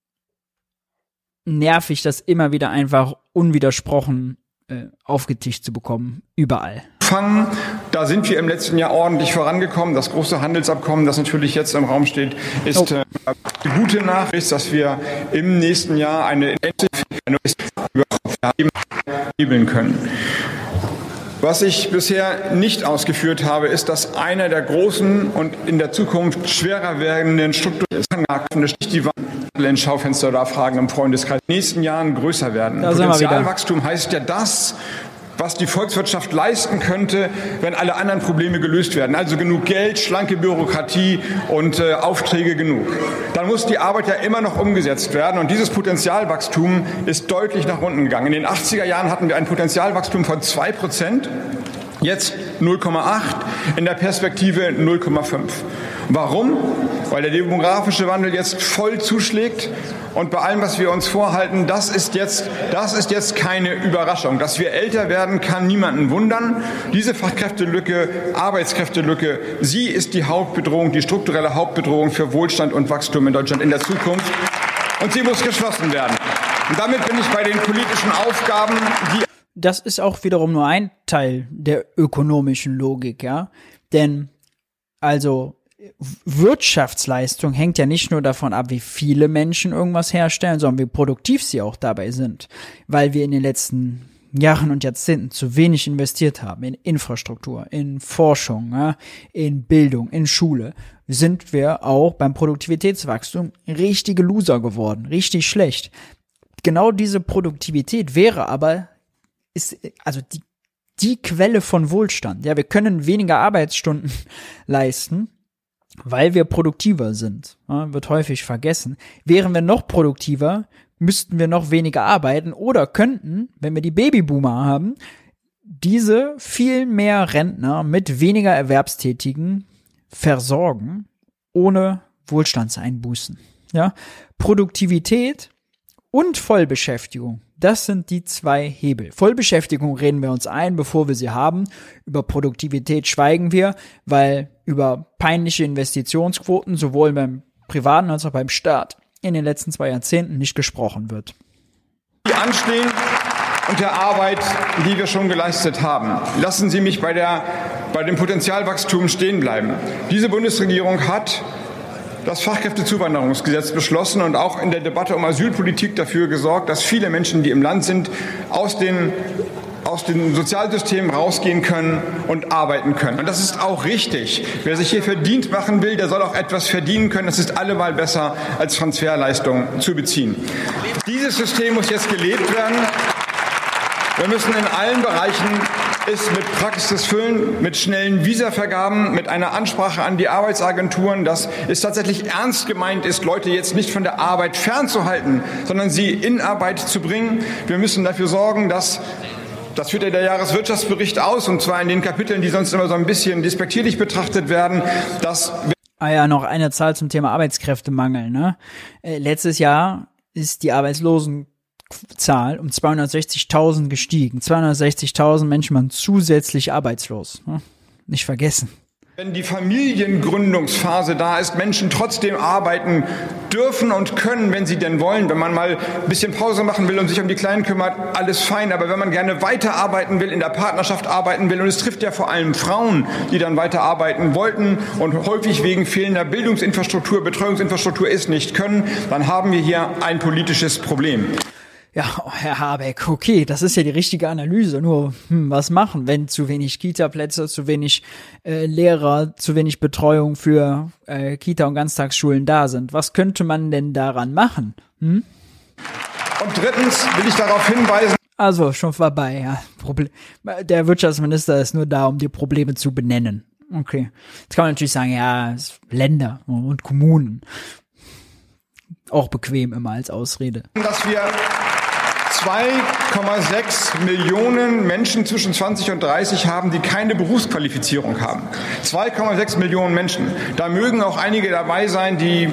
nervig, das immer wieder einfach unwidersprochen aufgetischt zu bekommen, überall. Da sind wir im letzten Jahr ordentlich vorangekommen. Das große Handelsabkommen, das natürlich jetzt im Raum steht, ist die gute Nachricht, dass wir im nächsten Jahr eine hebeln können. Was ich bisher nicht ausgeführt habe, ist, dass einer der großen und in der Zukunft schwerer werdenden Strukturen die ins Schaufenster oder Fragen im Freundeskreis in den nächsten Jahren größer werden. Potenzialwachstum heißt ja das, was die Volkswirtschaft leisten könnte, wenn alle anderen Probleme gelöst werden. Also genug Geld, schlanke Bürokratie und Aufträge genug. Dann muss die Arbeit ja immer noch umgesetzt werden. Und dieses Potenzialwachstum ist deutlich nach unten gegangen. In den 80er Jahren hatten wir ein Potenzialwachstum von 2%, jetzt 0,8, in der Perspektive 0,5. Warum? Weil der demografische Wandel jetzt voll zuschlägt und bei allem, was wir uns vorhalten, das ist jetzt keine Überraschung. Dass wir älter werden, kann niemanden wundern. Diese Fachkräftelücke, Arbeitskräftelücke, sie ist die Hauptbedrohung, die strukturelle Hauptbedrohung für Wohlstand und Wachstum in Deutschland in der Zukunft. Und sie muss geschlossen werden. Und damit bin ich bei den politischen Aufgaben, die das ist auch wiederum nur ein Teil der ökonomischen Logik, ja. Denn, also, Wirtschaftsleistung hängt ja nicht nur davon ab, wie viele Menschen irgendwas herstellen, sondern wie produktiv sie auch dabei sind. Weil wir in den letzten Jahren und Jahrzehnten zu wenig investiert haben in Infrastruktur, in Forschung, ja, in Bildung, in Schule, sind wir auch beim Produktivitätswachstum richtige Loser geworden, richtig schlecht. Genau diese Produktivität wäre aber, also die Quelle von Wohlstand. Ja, wir können weniger Arbeitsstunden leisten, weil wir produktiver sind. Ja, wird häufig vergessen. Wären wir noch produktiver, müssten wir noch weniger arbeiten oder könnten, wenn wir die Babyboomer haben, diese viel mehr Rentner mit weniger Erwerbstätigen versorgen, ohne Wohlstandseinbußen. Ja, Produktivität und Vollbeschäftigung, das sind die zwei Hebel. Vollbeschäftigung reden wir uns ein, bevor wir sie haben. Über Produktivität schweigen wir, weil über peinliche Investitionsquoten sowohl beim Privaten als auch beim Staat in den letzten 2 Jahrzehnten nicht gesprochen wird. Die anstehen und der Arbeit, die wir schon geleistet haben. Lassen Sie mich bei dem Potenzialwachstum stehen bleiben. Diese Bundesregierung hat das Fachkräftezuwanderungsgesetz beschlossen und auch in der Debatte um Asylpolitik dafür gesorgt, dass viele Menschen, die im Land sind, aus den Sozialsystemen rausgehen können und arbeiten können. Und das ist auch richtig. Wer sich hier verdient machen will, der soll auch etwas verdienen können. Das ist allemal besser, als Transferleistungen zu beziehen. Dieses System muss jetzt gelebt werden. Wir müssen in allen Bereichen es mit Praxis füllen, mit schnellen Visavergaben, mit einer Ansprache an die Arbeitsagenturen, dass es tatsächlich ernst gemeint ist, Leute jetzt nicht von der Arbeit fernzuhalten, sondern sie in Arbeit zu bringen. Wir müssen dafür sorgen, dass das führt ja der Jahreswirtschaftsbericht aus, und zwar in den Kapiteln, die sonst immer so ein bisschen despektierlich betrachtet werden, dass... Noch eine Zahl zum Thema Arbeitskräftemangel, ne? Letztes Jahr ist die Arbeitslosenzahl um 260.000 gestiegen. 260.000 Menschen waren zusätzlich arbeitslos. Ne? Nicht vergessen. Wenn die Familiengründungsphase da ist, Menschen trotzdem arbeiten dürfen und können, wenn sie denn wollen. Wenn man mal ein bisschen Pause machen will und sich um die Kleinen kümmert, alles fein. Aber wenn man gerne weiterarbeiten will, in der Partnerschaft arbeiten will, und es trifft ja vor allem Frauen, die dann weiterarbeiten wollten und häufig wegen fehlender Bildungsinfrastruktur, Betreuungsinfrastruktur es nicht können, dann haben wir hier ein politisches Problem. Ja, Herr Habeck, okay, das ist ja die richtige Analyse. Nur, was machen, wenn zu wenig Kita-Plätze, zu wenig Lehrer, zu wenig Betreuung für Kita- und Ganztagsschulen da sind? Was könnte man denn daran machen? Und drittens will ich darauf hinweisen... Also, schon vorbei, ja. Der Wirtschaftsminister ist nur da, um die Probleme zu benennen. Okay. Jetzt kann man natürlich sagen, ja, Länder und Kommunen. Auch bequem immer als Ausrede. Dass wir 2,6 Millionen Menschen zwischen 20 und 30 haben, die keine Berufsqualifizierung haben. 2,6 Millionen Menschen. Da mögen auch einige dabei sein, die,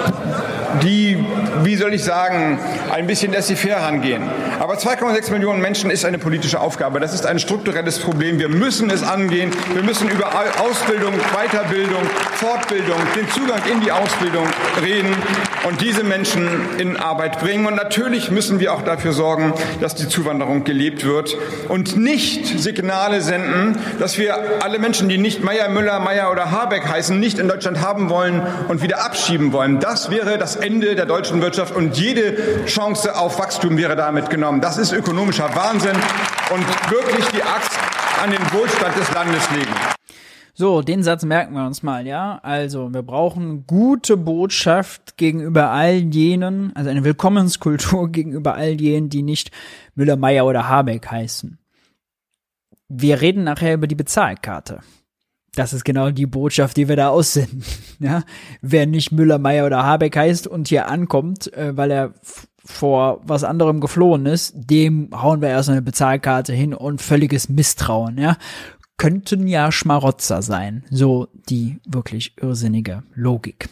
wie soll ich sagen, ein bisschen laissez-faire rangehen. Aber 2,6 Millionen Menschen ist eine politische Aufgabe. Das ist ein strukturelles Problem. Wir müssen es angehen. Wir müssen über Ausbildung, Weiterbildung, Fortbildung, den Zugang in die Ausbildung reden und diese Menschen in Arbeit bringen. Und natürlich müssen wir auch dafür sorgen, dass die Zuwanderung gelebt wird und nicht Signale senden, dass wir alle Menschen, die nicht Meier, Müller, Meier oder Habeck heißen, nicht in Deutschland haben wollen und wieder abschieben wollen. Das wäre das Ende der deutschen Wirtschaft und jede Chance auf Wachstum wäre damit genommen. Das ist ökonomischer Wahnsinn und wirklich die Axt an den Wohlstand des Landes legen. So, den Satz merken wir uns mal, ja. Also, wir brauchen gute Botschaft gegenüber all jenen, also eine Willkommenskultur gegenüber all jenen, die nicht Müller, Meier oder Habeck heißen. Wir reden nachher über die Bezahlkarte. Das ist genau die Botschaft, die wir da aussenden. Ja? Wer nicht Müller, Meier oder Habeck heißt und hier ankommt, weil er vor was anderem geflohen ist, dem hauen wir erst eine Bezahlkarte hin und völliges Misstrauen, ja. Könnten ja Schmarotzer sein. So die wirklich irrsinnige Logik.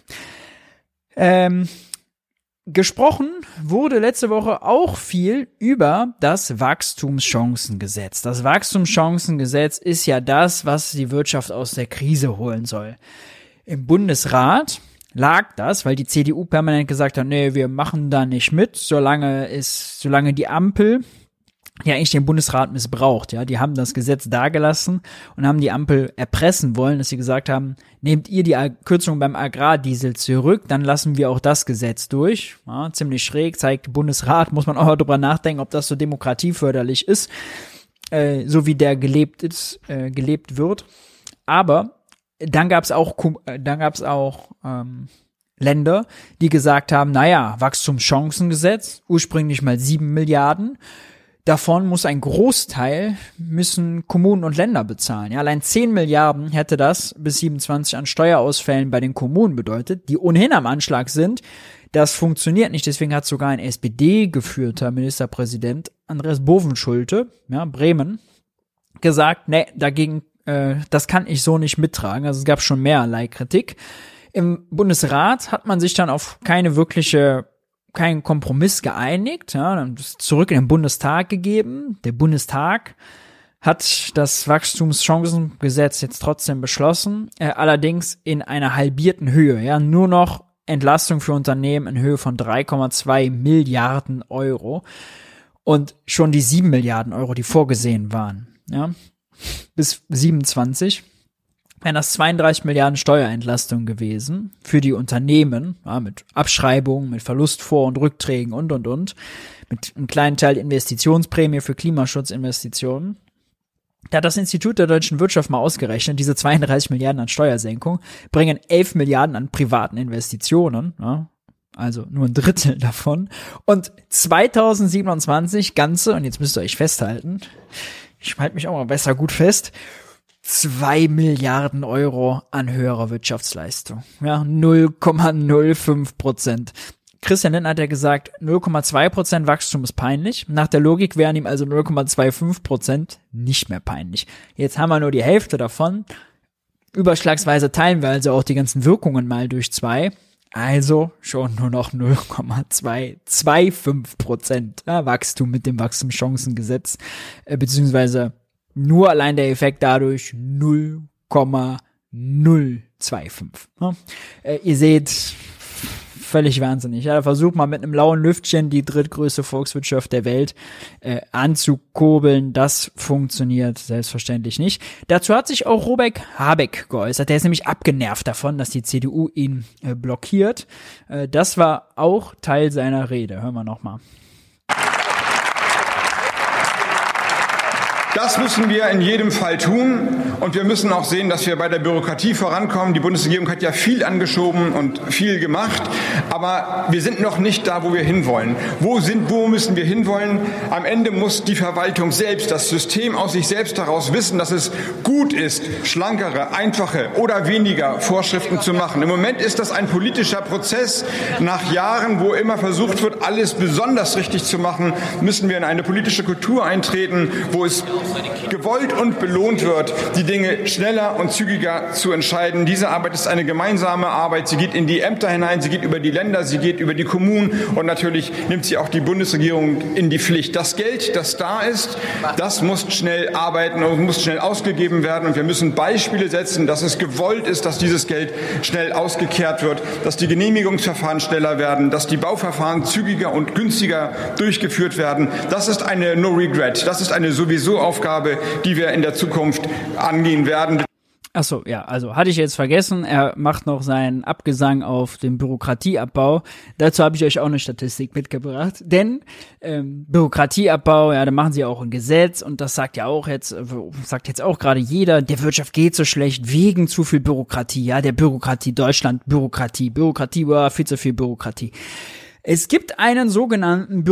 Gesprochen wurde letzte Woche auch viel über das Wachstumschancengesetz. Das Wachstumschancengesetz ist ja das, was die Wirtschaft aus der Krise holen soll. Im Bundesrat lag das, weil die CDU permanent gesagt hat, nee, wir machen da nicht mit, solange die Ampel ja eigentlich den Bundesrat missbraucht, ja. Die haben das Gesetz dagelassen und haben die Ampel erpressen wollen, dass sie gesagt haben, nehmt ihr die Kürzung beim Agrardiesel zurück, dann lassen wir auch das Gesetz durch. Ja, ziemlich schräg, zeigt Bundesrat, muss man auch darüber nachdenken, ob das so demokratieförderlich ist, so wie der gelebt wird. Aber dann gab's auch Länder, die gesagt haben, naja, Wachstumschancengesetz, ursprünglich mal 7 Milliarden, davon müssen Kommunen und Länder bezahlen. Ja, allein 10 Milliarden hätte das bis 27 an Steuerausfällen bei den Kommunen bedeutet, die ohnehin am Anschlag sind. Das funktioniert nicht, deswegen hat sogar ein SPD-geführter Ministerpräsident Andreas Bovenschulte, ja, Bremen, gesagt, nee, dagegen, das kann ich so nicht mittragen. Also es gab schon mehrerlei Kritik. Im Bundesrat hat man sich dann auf keinen Kompromiss geeinigt, ja, dann ist zurück in den Bundestag gegeben. Der Bundestag hat das Wachstumschancengesetz jetzt trotzdem beschlossen, allerdings in einer halbierten Höhe, ja, nur noch Entlastung für Unternehmen in Höhe von 3,2 Milliarden Euro und schon die 7 Milliarden Euro, die vorgesehen waren, ja, bis 27, wären das 32 Milliarden Steuerentlastung gewesen für die Unternehmen, ja, mit Abschreibungen, mit Verlustvor- und Rückträgen und, mit einem kleinen Teil Investitionsprämie für Klimaschutzinvestitionen. Da hat das Institut der deutschen Wirtschaft mal ausgerechnet, diese 32 Milliarden an Steuersenkung bringen 11 Milliarden an privaten Investitionen, ja, also nur ein Drittel davon. Und 2027 ganze, und jetzt müsst ihr euch festhalten, ich halte mich auch mal besser gut fest, 2 Milliarden Euro an höherer Wirtschaftsleistung. Ja, 0,05%. Christian Lindner hat ja gesagt, 0,2% Wachstum ist peinlich. Nach der Logik wären ihm also 0,25% nicht mehr peinlich. Jetzt haben wir nur die Hälfte davon. Überschlagsweise teilen wir also auch die ganzen Wirkungen mal durch 2. Also schon nur noch 0,225% Wachstum mit dem Wachstumschancengesetz, beziehungsweise nur allein der Effekt dadurch 0,025. Ja? Ihr seht, völlig wahnsinnig. Ja, versucht mal mit einem lauen Lüftchen die drittgrößte Volkswirtschaft der Welt anzukurbeln. Das funktioniert selbstverständlich nicht. Dazu hat sich auch Robert Habeck geäußert. Der ist nämlich abgenervt davon, dass die CDU ihn blockiert. Das war auch Teil seiner Rede. Hören wir nochmal. Das müssen wir in jedem Fall tun und wir müssen auch sehen, dass wir bei der Bürokratie vorankommen. Die Bundesregierung hat ja viel angeschoben und viel gemacht, aber wir sind noch nicht da, wo wir hinwollen. Wo müssen wir hinwollen? Am Ende muss die Verwaltung selbst, das System aus sich selbst heraus wissen, dass es gut ist, schlankere, einfache oder weniger Vorschriften zu machen. Im Moment ist das ein politischer Prozess. Nach Jahren, wo immer versucht wird, alles besonders richtig zu machen, müssen wir in eine politische Kultur eintreten, wo es gewollt und belohnt wird, die Dinge schneller und zügiger zu entscheiden. Diese Arbeit ist eine gemeinsame Arbeit. Sie geht in die Ämter hinein, sie geht über die Länder, sie geht über die Kommunen und natürlich nimmt sie auch die Bundesregierung in die Pflicht. Das Geld, das da ist, das muss schnell arbeiten und muss schnell ausgegeben werden. Und wir müssen Beispiele setzen, dass es gewollt ist, dass dieses Geld schnell ausgekehrt wird, dass die Genehmigungsverfahren schneller werden, dass die Bauverfahren zügiger und günstiger durchgeführt werden. Das ist eine No Regret. Das ist eine sowieso Aufgabe, die wir in der Zukunft angehen werden. Ach so, ja, also hatte ich jetzt vergessen, er macht noch seinen Abgesang auf den Bürokratieabbau. Dazu habe ich euch auch eine Statistik mitgebracht, denn Bürokratieabbau, ja, da machen sie auch ein Gesetz und das sagt auch jetzt auch gerade jeder, der Wirtschaft geht so schlecht wegen zu viel Bürokratie, ja, der Bürokratie, Deutschland, Bürokratie war viel zu viel Bürokratie. Es gibt einen sogenannten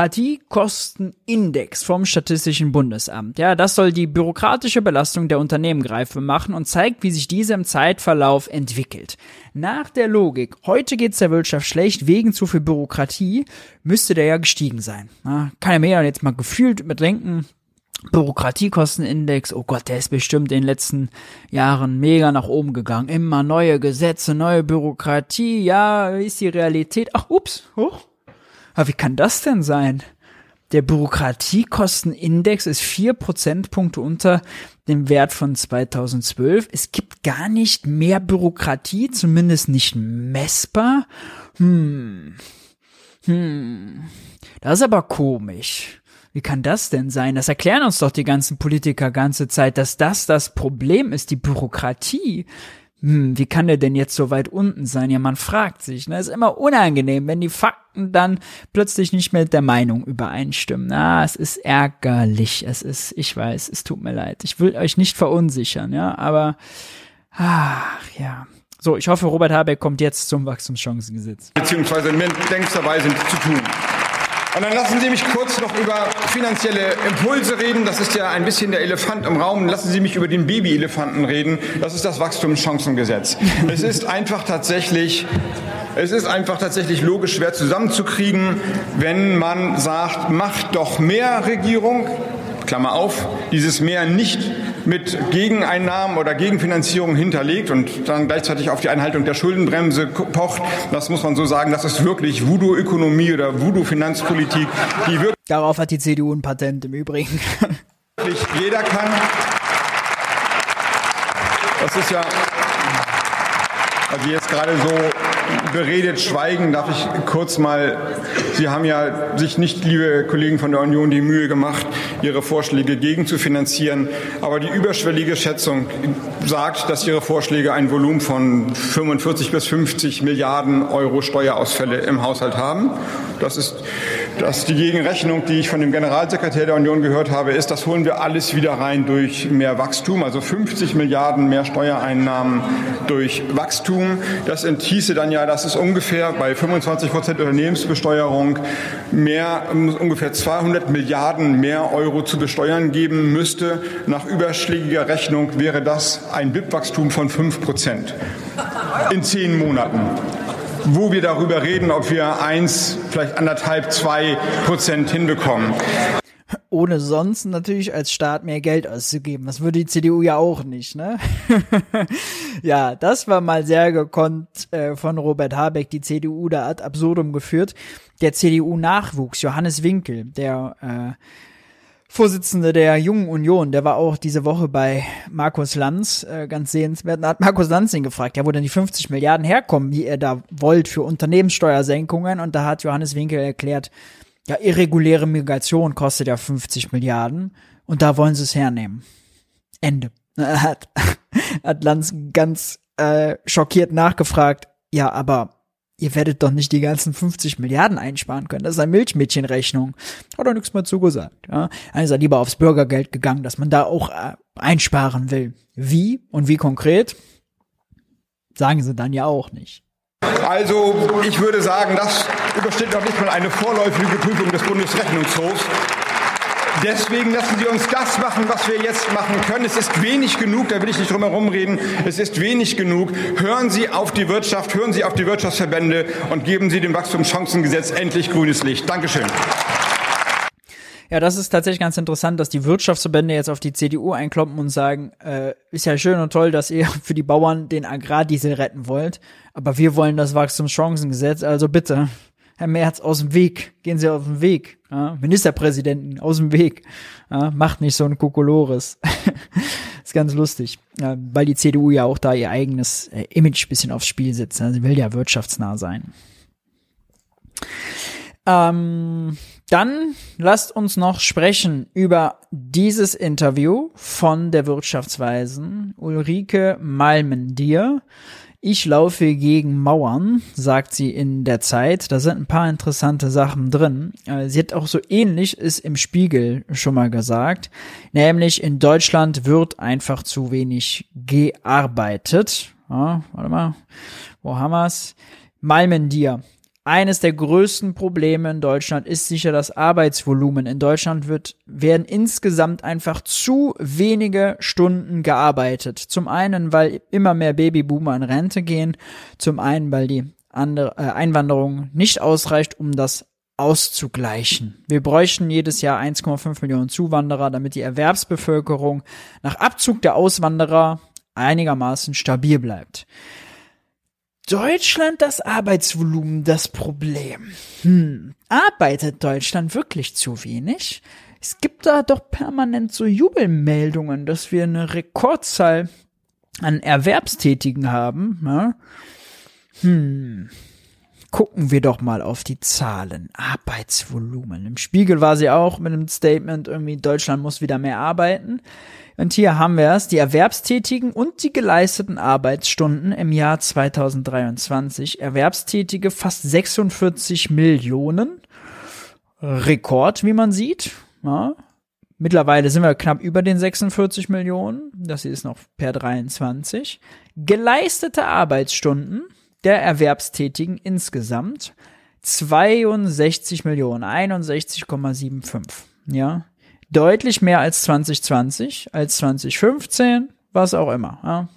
Bürokratiekostenindex vom Statistischen Bundesamt. Ja, das soll die bürokratische Belastung der Unternehmen greifbar machen und zeigt, wie sich diese im Zeitverlauf entwickelt. Nach der Logik, heute geht's der Wirtschaft schlecht wegen zu viel Bürokratie, müsste der ja gestiegen sein. Ja, kann ja mir jetzt mal gefühlt bedenken, Bürokratiekostenindex, oh Gott, der ist bestimmt in den letzten Jahren mega nach oben gegangen. Immer neue Gesetze, neue Bürokratie, ja, ist die Realität. Ach, ups, aber wie kann das denn sein? Der Bürokratiekostenindex ist 4 Prozentpunkte unter dem Wert von 2012. Es gibt gar nicht mehr Bürokratie, zumindest nicht messbar. Das ist aber komisch. Wie kann das denn sein? Das erklären uns doch die ganzen Politiker ganze Zeit, dass das Problem ist, die Bürokratie. Wie kann der denn jetzt so weit unten sein? Ja, man fragt sich, ne? Ist immer unangenehm, wenn die Fakten dann plötzlich nicht mehr mit der Meinung übereinstimmen. Es ist ärgerlich. Ich weiß, es tut mir leid. Ich will euch nicht verunsichern, ja, aber, ja. So, ich hoffe, Robert Habeck kommt jetzt zum Wachstumschancengesetz. Beziehungsweise längst dabei sind zu tun. Und dann lassen Sie mich kurz noch über finanzielle Impulse reden. Das ist ja ein bisschen der Elefant im Raum. Lassen Sie mich über den Babyelefanten reden. Das ist das Wachstumschancengesetz. Es ist einfach tatsächlich logisch schwer zusammenzukriegen, wenn man sagt, macht doch mehr Regierung, Klammer auf, dieses mehr nicht mit Gegeneinnahmen oder Gegenfinanzierung hinterlegt und dann gleichzeitig auf die Einhaltung der Schuldenbremse pocht. Das muss man so sagen, das ist wirklich Voodoo-Ökonomie oder Voodoo-Finanzpolitik, die wirklich... Darauf hat die CDU ein Patent im Übrigen. ...wirklich jeder kann. Das ist ja... Also jetzt gerade so beredet schweigen, darf ich kurz mal, Sie haben ja sich nicht, liebe Kollegen von der Union, die Mühe gemacht, Ihre Vorschläge gegen zu finanzieren. Aber die überschwellige Schätzung sagt, dass Ihre Vorschläge ein Volumen von 45 bis 50 Milliarden Euro Steuerausfälle im Haushalt haben. Das ist die Gegenrechnung, die ich von dem Generalsekretär der Union gehört habe, ist, das holen wir alles wieder rein durch mehr Wachstum, also 50 Milliarden mehr Steuereinnahmen durch Wachstum. Das enthieße dann ja, dass es ungefähr bei 25% Unternehmensbesteuerung ungefähr 200 Milliarden mehr Euro zu besteuern geben müsste. Nach überschlägiger Rechnung wäre das ein BIP-Wachstum von 5% in 10 Monaten. Wo wir darüber reden, ob wir 1, vielleicht 1,5, 2% hinbekommen. Ohne sonst natürlich als Staat mehr Geld auszugeben. Das würde die CDU ja auch nicht, ne? Ja, das war mal sehr gekonnt von Robert Habeck, die CDU da ad absurdum geführt. Der CDU-Nachwuchs, Johannes Winkel, der Vorsitzende der Jungen Union, der war auch diese Woche bei Markus Lanz, ganz sehenswert. Da hat Markus Lanz ihn gefragt, ja, wo denn die 50 Milliarden herkommen, die er da wollt für Unternehmenssteuersenkungen. Und da hat Johannes Winkel erklärt, ja, irreguläre Migration kostet ja 50 Milliarden und da wollen sie es hernehmen. Ende. Hat Lanz ganz schockiert nachgefragt, ja, aber ihr werdet doch nicht die ganzen 50 Milliarden einsparen können. Das ist eine Milchmädchenrechnung. Hat doch nichts mehr zugesagt. Ja. Dann ist er lieber aufs Bürgergeld gegangen, dass man da auch einsparen will. Wie und wie konkret? Sagen sie dann ja auch nicht. Also ich würde sagen, das übersteht noch nicht mal eine vorläufige Prüfung des Bundesrechnungshofs. Deswegen lassen Sie uns das machen, was wir jetzt machen können. Es ist wenig genug, da will ich nicht drum herum reden. Es ist wenig genug. Hören Sie auf die Wirtschaft, hören Sie auf die Wirtschaftsverbände und geben Sie dem Wachstumschancengesetz endlich grünes Licht. Dankeschön. Ja, das ist tatsächlich ganz interessant, dass die Wirtschaftsverbände jetzt auf die CDU einkloppen und sagen, ist ja schön und toll, dass ihr für die Bauern den Agrardiesel retten wollt, aber wir wollen das Wachstumschancengesetz, also bitte, Herr Merz, aus dem Weg, gehen Sie auf den Weg, ja? Ministerpräsidenten, aus dem Weg, ja? Macht nicht so ein Kokolores. Ist ganz lustig, weil die CDU ja auch da ihr eigenes Image bisschen aufs Spiel setzt, also sie will ja wirtschaftsnah sein. Dann lasst uns noch sprechen über dieses Interview von der Wirtschaftsweisen Ulrike Malmendier. Ich laufe gegen Mauern, sagt sie in der Zeit. Da sind ein paar interessante Sachen drin. Sie hat auch so ähnlich ist im Spiegel schon mal gesagt, nämlich in Deutschland wird einfach zu wenig gearbeitet. Ja, warte mal, wo haben wir's? Malmendier. Eines der größten Probleme in Deutschland ist sicher das Arbeitsvolumen. In Deutschland werden insgesamt einfach zu wenige Stunden gearbeitet. Zum einen, weil immer mehr Babyboomer in Rente gehen. Zum einen, weil die Einwanderung nicht ausreicht, um das auszugleichen. Wir bräuchten jedes Jahr 1,5 Millionen Zuwanderer, damit die Erwerbsbevölkerung nach Abzug der Auswanderer einigermaßen stabil bleibt. Deutschland, das Arbeitsvolumen, das Problem. Arbeitet Deutschland wirklich zu wenig? Es gibt da doch permanent so Jubelmeldungen, dass wir eine Rekordzahl an Erwerbstätigen haben. Ja? gucken wir doch mal auf die Zahlen. Arbeitsvolumen. Im Spiegel war sie auch mit einem Statement irgendwie, Deutschland muss wieder mehr arbeiten. Und hier haben wir es, die Erwerbstätigen und die geleisteten Arbeitsstunden im Jahr 2023. Erwerbstätige fast 46 Millionen. Rekord, wie man sieht. Ja. Mittlerweile sind wir knapp über den 46 Millionen. Das hier ist noch per 23. Geleistete Arbeitsstunden der Erwerbstätigen insgesamt 62 Millionen, 61,75. Ja. Deutlich mehr als 2020, als 2015, was auch immer. Ja.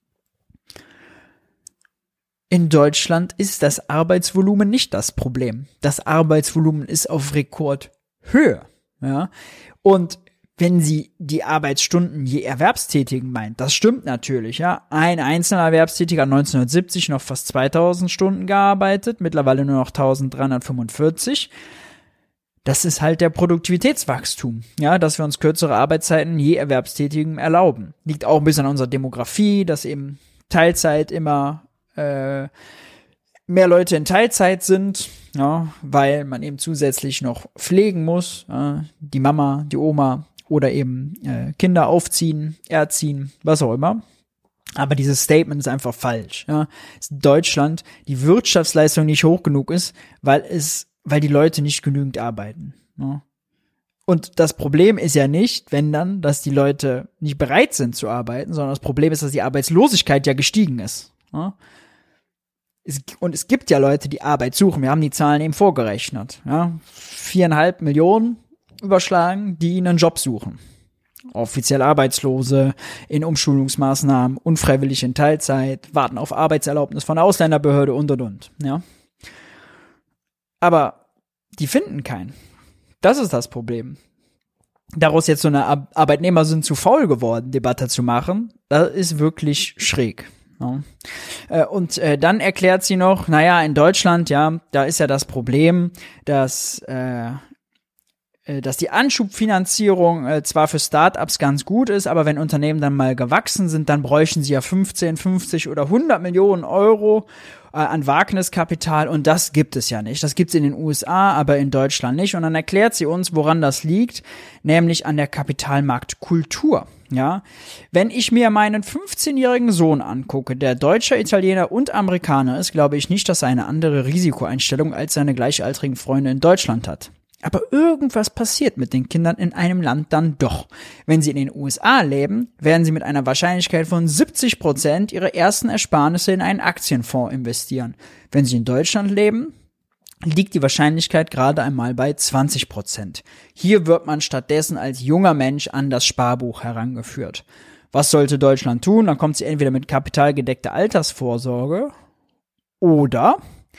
In Deutschland ist das Arbeitsvolumen nicht das Problem. Das Arbeitsvolumen ist auf Rekordhöhe. Ja. Und wenn sie die Arbeitsstunden je Erwerbstätigen meint, das stimmt natürlich, ja. Ein einzelner Erwerbstätiger hat 1970 noch fast 2000 Stunden gearbeitet, mittlerweile nur noch 1345. Das ist halt der Produktivitätswachstum, ja, dass wir uns kürzere Arbeitszeiten je Erwerbstätigen erlauben. Liegt auch ein bisschen an unserer Demografie, dass eben Teilzeit immer mehr Leute in Teilzeit sind, ja, weil man eben zusätzlich noch pflegen muss, die Mama, die Oma oder eben Kinder aufziehen, erziehen, was auch immer. Aber dieses Statement ist einfach falsch. Ja. Dass in Deutschland die Wirtschaftsleistung nicht hoch genug ist, weil die Leute nicht genügend arbeiten. Ja. Und das Problem ist ja nicht, wenn dann, dass die Leute nicht bereit sind zu arbeiten, sondern das Problem ist, dass die Arbeitslosigkeit ja gestiegen ist. Ja. Und es gibt ja Leute, die Arbeit suchen. Wir haben die Zahlen eben vorgerechnet. Ja. 4,5 Millionen überschlagen, die einen Job suchen. Offiziell Arbeitslose, in Umschulungsmaßnahmen, unfreiwillig in Teilzeit, warten auf Arbeitserlaubnis von der Ausländerbehörde und. Ja. Aber die finden keinen. Das ist das Problem. Daraus jetzt so eine Arbeitnehmer sind zu faul geworden, Debatte zu machen, das ist wirklich schräg. Ja. Und dann erklärt sie noch, naja, in Deutschland, ja, da ist ja das Problem, dass die Anschubfinanzierung zwar für Startups ganz gut ist, aber wenn Unternehmen dann mal gewachsen sind, dann bräuchten sie ja 15, 50 oder 100 Millionen Euro an Wagniskapital und das gibt es ja nicht. Das gibt es in den USA, aber in Deutschland nicht. Und dann erklärt sie uns, woran das liegt, nämlich an der Kapitalmarktkultur. Ja, wenn ich mir meinen 15-jährigen Sohn angucke, der Deutscher, Italiener und Amerikaner ist, glaube ich nicht, dass er eine andere Risikoeinstellung als seine gleichaltrigen Freunde in Deutschland hat. Aber irgendwas passiert mit den Kindern in einem Land dann doch. Wenn sie in den USA leben, werden sie mit einer Wahrscheinlichkeit von 70% ihre ersten Ersparnisse in einen Aktienfonds investieren. Wenn sie in Deutschland leben, liegt die Wahrscheinlichkeit gerade einmal bei 20%. Hier wird man stattdessen als junger Mensch an das Sparbuch herangeführt. Was sollte Deutschland tun? Dann kommt sie entweder mit kapitalgedeckter Altersvorsorge oder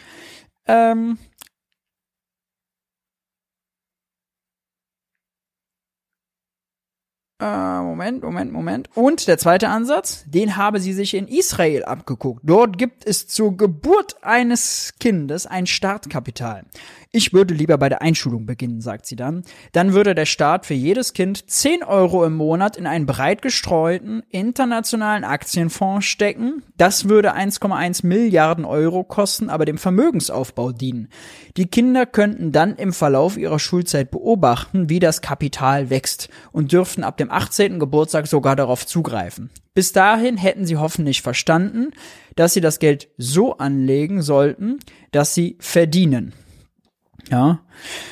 Moment. Und der zweite Ansatz, den habe sie sich in Israel abgeguckt. Dort gibt es zur Geburt eines Kindes ein Startkapital. Ich würde lieber bei der Einschulung beginnen, sagt sie dann. Dann würde der Staat für jedes Kind 10 Euro im Monat in einen breit gestreuten internationalen Aktienfonds stecken. Das würde 1,1 Milliarden Euro kosten, aber dem Vermögensaufbau dienen. Die Kinder könnten dann im Verlauf ihrer Schulzeit beobachten, wie das Kapital wächst und dürften ab dem 18. Geburtstag sogar darauf zugreifen. Bis dahin hätten sie hoffentlich verstanden, dass sie das Geld so anlegen sollten, dass sie verdienen. Ja.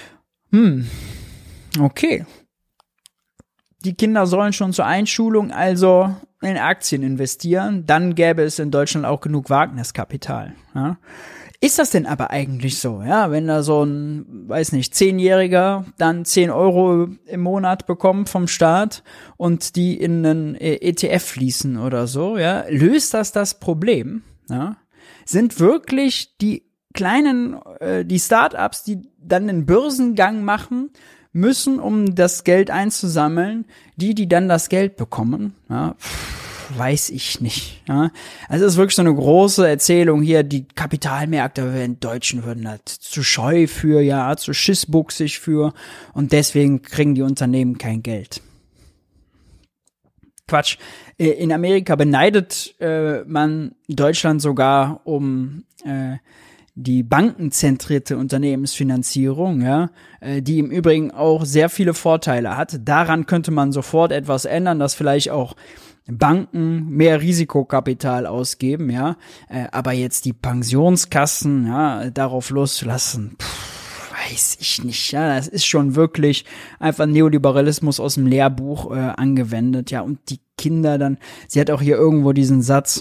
Okay. Die Kinder sollen schon zur Einschulung also in Aktien investieren, dann gäbe es in Deutschland auch genug Wagniskapital. Ja. Ist das denn aber eigentlich so, ja, wenn da so ein, 10-Jähriger dann 10 Euro im Monat bekommt vom Staat und die in einen ETF fließen oder so, ja, löst das Problem, ja? Sind wirklich die die Startups, die dann einen Börsengang machen müssen, um das Geld einzusammeln, die dann das Geld bekommen, ja, weiß ich nicht. Ja. Also es ist wirklich so eine große Erzählung hier, die Kapitalmärkte in Deutschen würden da zu scheu für, ja, zu schissbuchsig für und deswegen kriegen die Unternehmen kein Geld. Quatsch. In Amerika beneidet man Deutschland sogar um die bankenzentrierte Unternehmensfinanzierung, ja, die im Übrigen auch sehr viele Vorteile hat. Daran könnte man sofort etwas ändern, dass vielleicht auch Banken mehr Risikokapital ausgeben, ja, aber jetzt die Pensionskassen, ja, darauf loszulassen, weiß ich nicht, ja, das ist schon wirklich einfach Neoliberalismus aus dem Lehrbuch angewendet, ja, und die Kinder dann, sie hat auch hier irgendwo diesen Satz,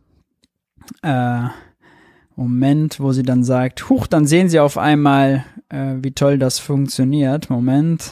Moment, wo sie dann sagt, huch, dann sehen sie auf einmal, wie toll das funktioniert, Moment,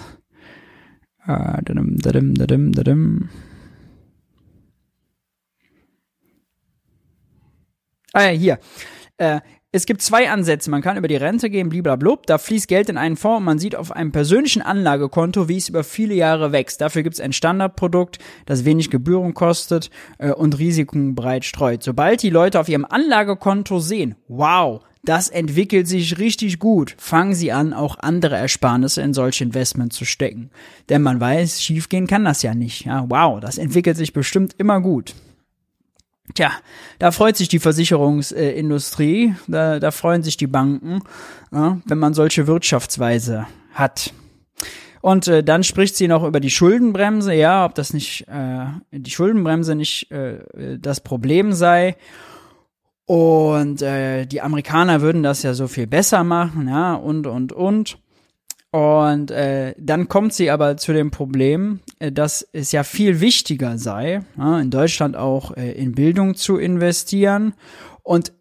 hier. Es gibt 2 Ansätze. Man kann über die Rente gehen, bliblablub. Da fließt Geld in einen Fonds und man sieht auf einem persönlichen Anlagekonto, wie es über viele Jahre wächst. Dafür gibt es ein Standardprodukt, das wenig Gebühren kostet und Risiken breit streut. Sobald die Leute auf ihrem Anlagekonto sehen, wow, das entwickelt sich richtig gut, fangen sie an, auch andere Ersparnisse in solche Investments zu stecken. Denn man weiß, schiefgehen kann das ja nicht. Ja, wow, das entwickelt sich bestimmt immer gut. Tja, da freut sich die Versicherungsindustrie, da freuen sich die Banken, ja, wenn man solche Wirtschaftsweise hat. Und dann spricht sie noch über die Schuldenbremse, ja, ob das nicht die Schuldenbremse nicht das Problem sei. Und die Amerikaner würden das ja so viel besser machen, ja, und. Und dann kommt sie aber zu dem Problem, dass es ja viel wichtiger sei, ja, in Deutschland auch in Bildung zu investieren, und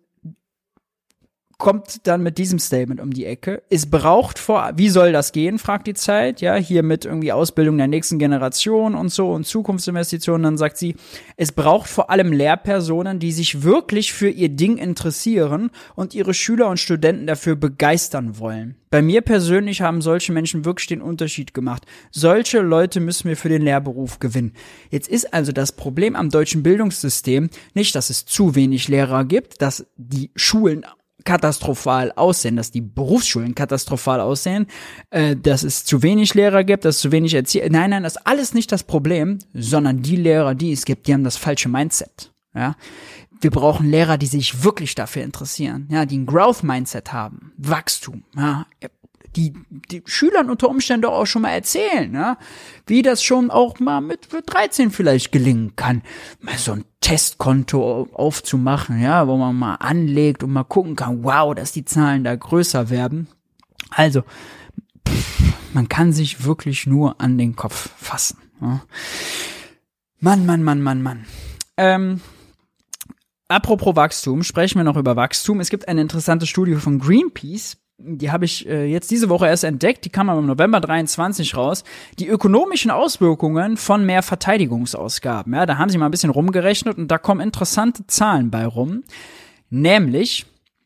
kommt dann mit diesem Statement um die Ecke. Es braucht wie soll das gehen, fragt die Zeit, ja, hier mit irgendwie Ausbildung der nächsten Generation und so und Zukunftsinvestitionen. Dann sagt sie, es braucht vor allem Lehrpersonen, die sich wirklich für ihr Ding interessieren und ihre Schüler und Studenten dafür begeistern wollen. Bei mir persönlich haben solche Menschen wirklich den Unterschied gemacht. Solche Leute müssen wir für den Lehrberuf gewinnen. Jetzt ist also das Problem am deutschen Bildungssystem nicht, dass es zu wenig Lehrer gibt, dass die Schulen katastrophal aussehen, dass die Berufsschulen katastrophal aussehen, dass es zu wenig Lehrer gibt, dass es zu wenig Erzieher. Nein, das ist alles nicht das Problem, sondern die Lehrer, die es gibt, die haben das falsche Mindset. Ja, wir brauchen Lehrer, die sich wirklich dafür interessieren, ja, die ein Growth-Mindset haben, Wachstum, ja, die Schülern unter Umständen doch auch schon mal erzählen, ja, wie das schon auch mal mit 13 vielleicht gelingen kann, mal so ein Testkonto aufzumachen, ja, wo man mal anlegt und mal gucken kann, wow, dass die Zahlen da größer werden. Also, man kann sich wirklich nur an den Kopf fassen. Ja. Mann. Apropos Wachstum, sprechen wir noch über Wachstum. Es gibt eine interessante Studie von Greenpeace, die habe ich jetzt diese Woche erst entdeckt, die kam aber im November 23 raus, die ökonomischen Auswirkungen von mehr Verteidigungsausgaben. Ja, da haben sie mal ein bisschen rumgerechnet und da kommen interessante Zahlen bei rum, nämlich,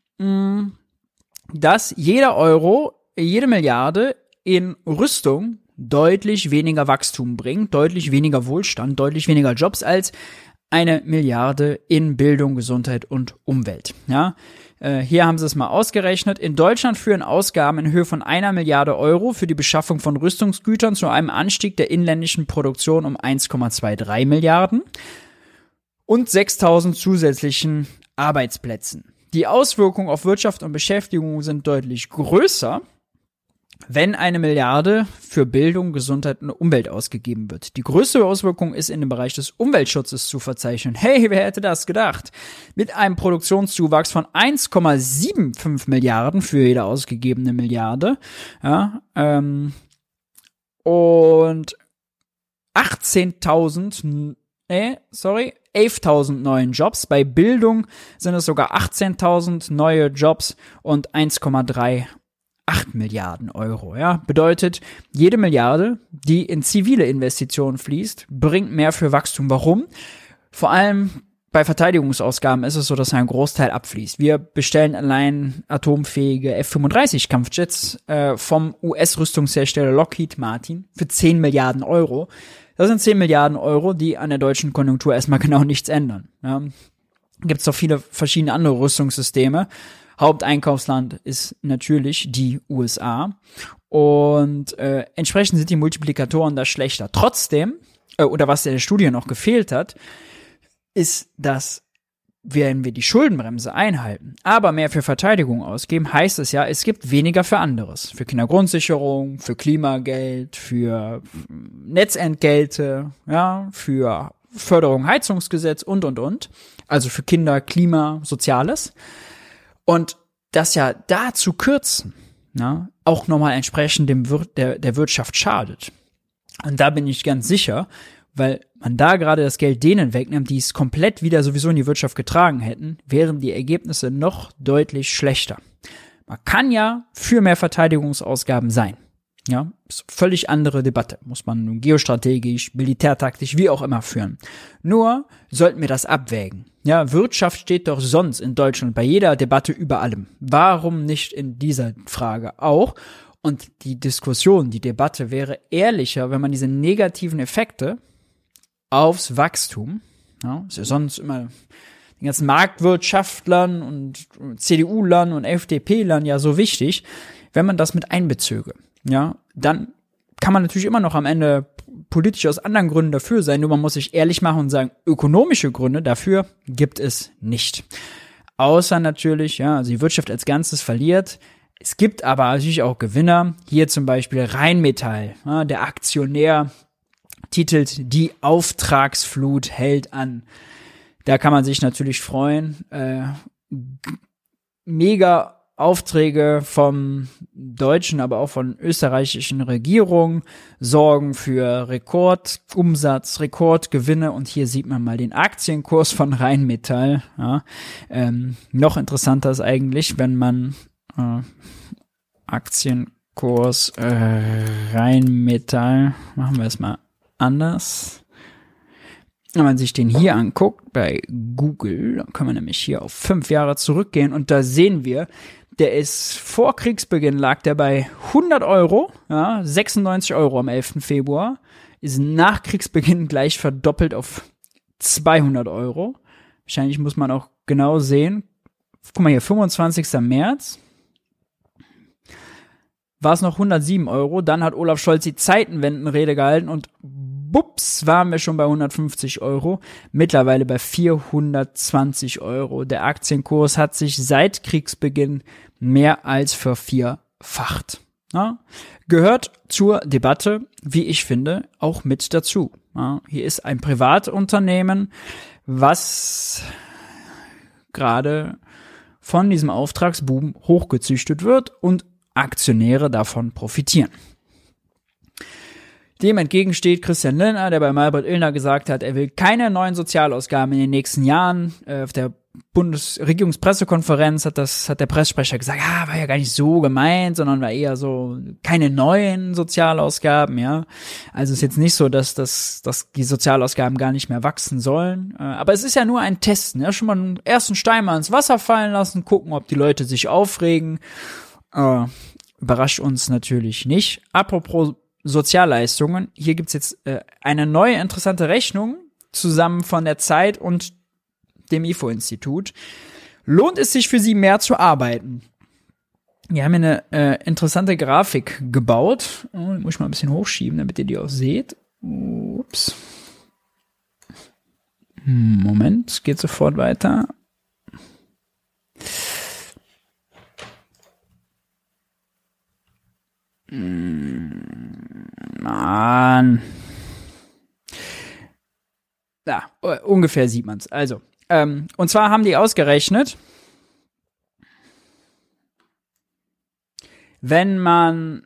dass jeder Euro, jede Milliarde in Rüstung deutlich weniger Wachstum bringt, deutlich weniger Wohlstand, deutlich weniger Jobs als 1 Milliarde in Bildung, Gesundheit und Umwelt. Ja, hier haben sie es mal ausgerechnet. In Deutschland führen Ausgaben in Höhe von 1 Milliarde Euro für die Beschaffung von Rüstungsgütern zu einem Anstieg der inländischen Produktion um 1,23 Milliarden und 6.000 zusätzlichen Arbeitsplätzen. Die Auswirkungen auf Wirtschaft und Beschäftigung sind deutlich größer, wenn 1 Milliarde für Bildung, Gesundheit und Umwelt ausgegeben wird. Die größte Auswirkung ist in dem Bereich des Umweltschutzes zu verzeichnen. Hey, wer hätte das gedacht? Mit einem Produktionszuwachs von 1,75 Milliarden für jede ausgegebene Milliarde, ja, und 11.000 neuen Jobs. Bei Bildung sind es sogar 18.000 neue Jobs und 1,38 Milliarden Euro, ja. Bedeutet, jede Milliarde, die in zivile Investitionen fließt, bringt mehr für Wachstum. Warum? Vor allem bei Verteidigungsausgaben ist es so, dass ein Großteil abfließt. Wir bestellen allein atomfähige F-35 Kampfjets vom US-Rüstungshersteller Lockheed Martin für 10 Milliarden Euro. Das sind 10 Milliarden Euro, die an der deutschen Konjunktur erstmal genau nichts ändern. Ja. Gibt es doch viele verschiedene andere Rüstungssysteme. Haupteinkaufsland ist natürlich die USA und entsprechend sind die Multiplikatoren da schlechter. Trotzdem, oder was der Studie noch gefehlt hat, ist, dass werden wir die Schuldenbremse einhalten, aber mehr für Verteidigung ausgeben, heißt es ja, es gibt weniger für anderes. Für Kindergrundsicherung, für Klimageld, für Netzentgelte, ja, für Förderung Heizungsgesetz und. Also für Kinder, Klima, Soziales. Und das ja da zu kürzen, ja, auch nochmal entsprechend der Wirtschaft schadet. Und da bin ich ganz sicher, weil man da gerade das Geld denen wegnimmt, die es komplett wieder sowieso in die Wirtschaft getragen hätten, wären die Ergebnisse noch deutlich schlechter. Man kann ja für mehr Verteidigungsausgaben sein. Ja, ist eine völlig andere Debatte. Muss man geostrategisch, militärtaktisch, wie auch immer führen. Nur sollten wir das abwägen. Ja, Wirtschaft steht doch sonst in Deutschland bei jeder Debatte über allem. Warum nicht in dieser Frage auch? Und die Diskussion, die Debatte wäre ehrlicher, wenn man diese negativen Effekte aufs Wachstum, ja, ist ja sonst immer den ganzen Marktwirtschaftlern und CDU-Lern und FDP-Lern ja so wichtig, wenn man das mit einbezöge, ja, dann kann man natürlich immer noch am Ende politisch aus anderen Gründen dafür sein, nur man muss sich ehrlich machen und sagen, ökonomische Gründe dafür gibt es nicht. Außer natürlich, ja, also die Wirtschaft als Ganzes verliert. Es gibt aber natürlich auch Gewinner, hier zum Beispiel Rheinmetall, ja, der Aktionär titelt Die Auftragsflut hält an. Da kann man sich natürlich freuen. Mega Aufträge vom deutschen, aber auch von österreichischen Regierungen sorgen für Rekordumsatz, Rekordgewinne und hier sieht man mal den Aktienkurs von Rheinmetall. Ja. Noch interessanter ist eigentlich, wenn man Aktienkurs Rheinmetall, machen wir es mal anders. Wenn man sich den hier anguckt bei Google, dann kann man nämlich hier auf 5 Jahre zurückgehen und da sehen wir, der ist vor Kriegsbeginn lag der bei 100 Euro, ja, 96 Euro am 11. Februar, ist nach Kriegsbeginn gleich verdoppelt auf 200 Euro. Wahrscheinlich muss man auch genau sehen, guck mal hier, 25. März war es noch 107 Euro, dann hat Olaf Scholz die Zeitenwendenrede gehalten und bups, waren wir schon bei 150 Euro, mittlerweile bei 420 Euro. Der Aktienkurs hat sich seit Kriegsbeginn mehr als vervierfacht. Ja, gehört zur Debatte, wie ich finde, auch mit dazu. Ja, hier ist ein Privatunternehmen, was gerade von diesem Auftragsboom hochgezüchtet wird und Aktionäre davon profitieren. Dem entgegensteht Christian Lindner, der bei Maybrit Illner gesagt hat, er will keine neuen Sozialausgaben in den nächsten Jahren. Auf der Bundesregierungspressekonferenz hat der Pressesprecher gesagt, war ja gar nicht so gemeint, sondern war eher so keine neuen Sozialausgaben, ja. Also ist jetzt nicht so, dass die Sozialausgaben gar nicht mehr wachsen sollen. Aber es ist ja nur ein Testen, ja. Schon mal einen ersten Stein mal ins Wasser fallen lassen, gucken, ob die Leute sich aufregen. Überrascht uns natürlich nicht. Apropos Sozialleistungen, hier gibt's jetzt eine neue interessante Rechnung zusammen von der Zeit und dem IFO-Institut. Lohnt es sich für Sie mehr zu arbeiten? Wir haben hier eine interessante Grafik gebaut. Die muss ich mal ein bisschen hochschieben, damit ihr die auch seht. Ups. Moment, geht sofort weiter. Mann. Ja, ungefähr sieht man's. Also, und zwar haben die ausgerechnet, wenn man,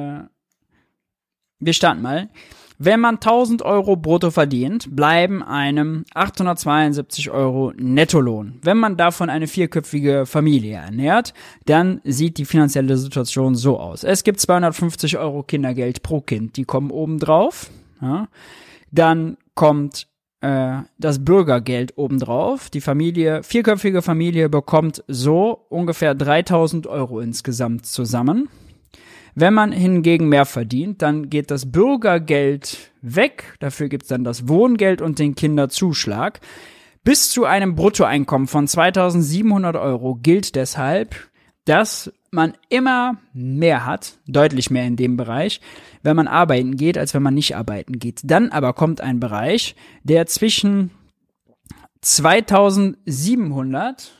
wir starten mal, wenn man 1.000 Euro brutto verdient, bleiben einem 872 Euro Nettolohn. Wenn man davon eine 4-köpfige Familie ernährt, dann sieht die finanzielle Situation so aus. Es gibt 250 Euro Kindergeld pro Kind, die kommen oben drauf. Ja. Dann kommt das Bürgergeld obendrauf. Die Familie, 4-köpfige Familie bekommt so ungefähr 3.000 Euro insgesamt zusammen. Wenn man hingegen mehr verdient, dann geht das Bürgergeld weg. Dafür gibt's dann das Wohngeld und den Kinderzuschlag. Bis zu einem Bruttoeinkommen von 2.700 Euro gilt deshalb, dass man immer mehr hat, deutlich mehr in dem Bereich, wenn man arbeiten geht, als wenn man nicht arbeiten geht. Dann aber kommt ein Bereich, der zwischen 2.700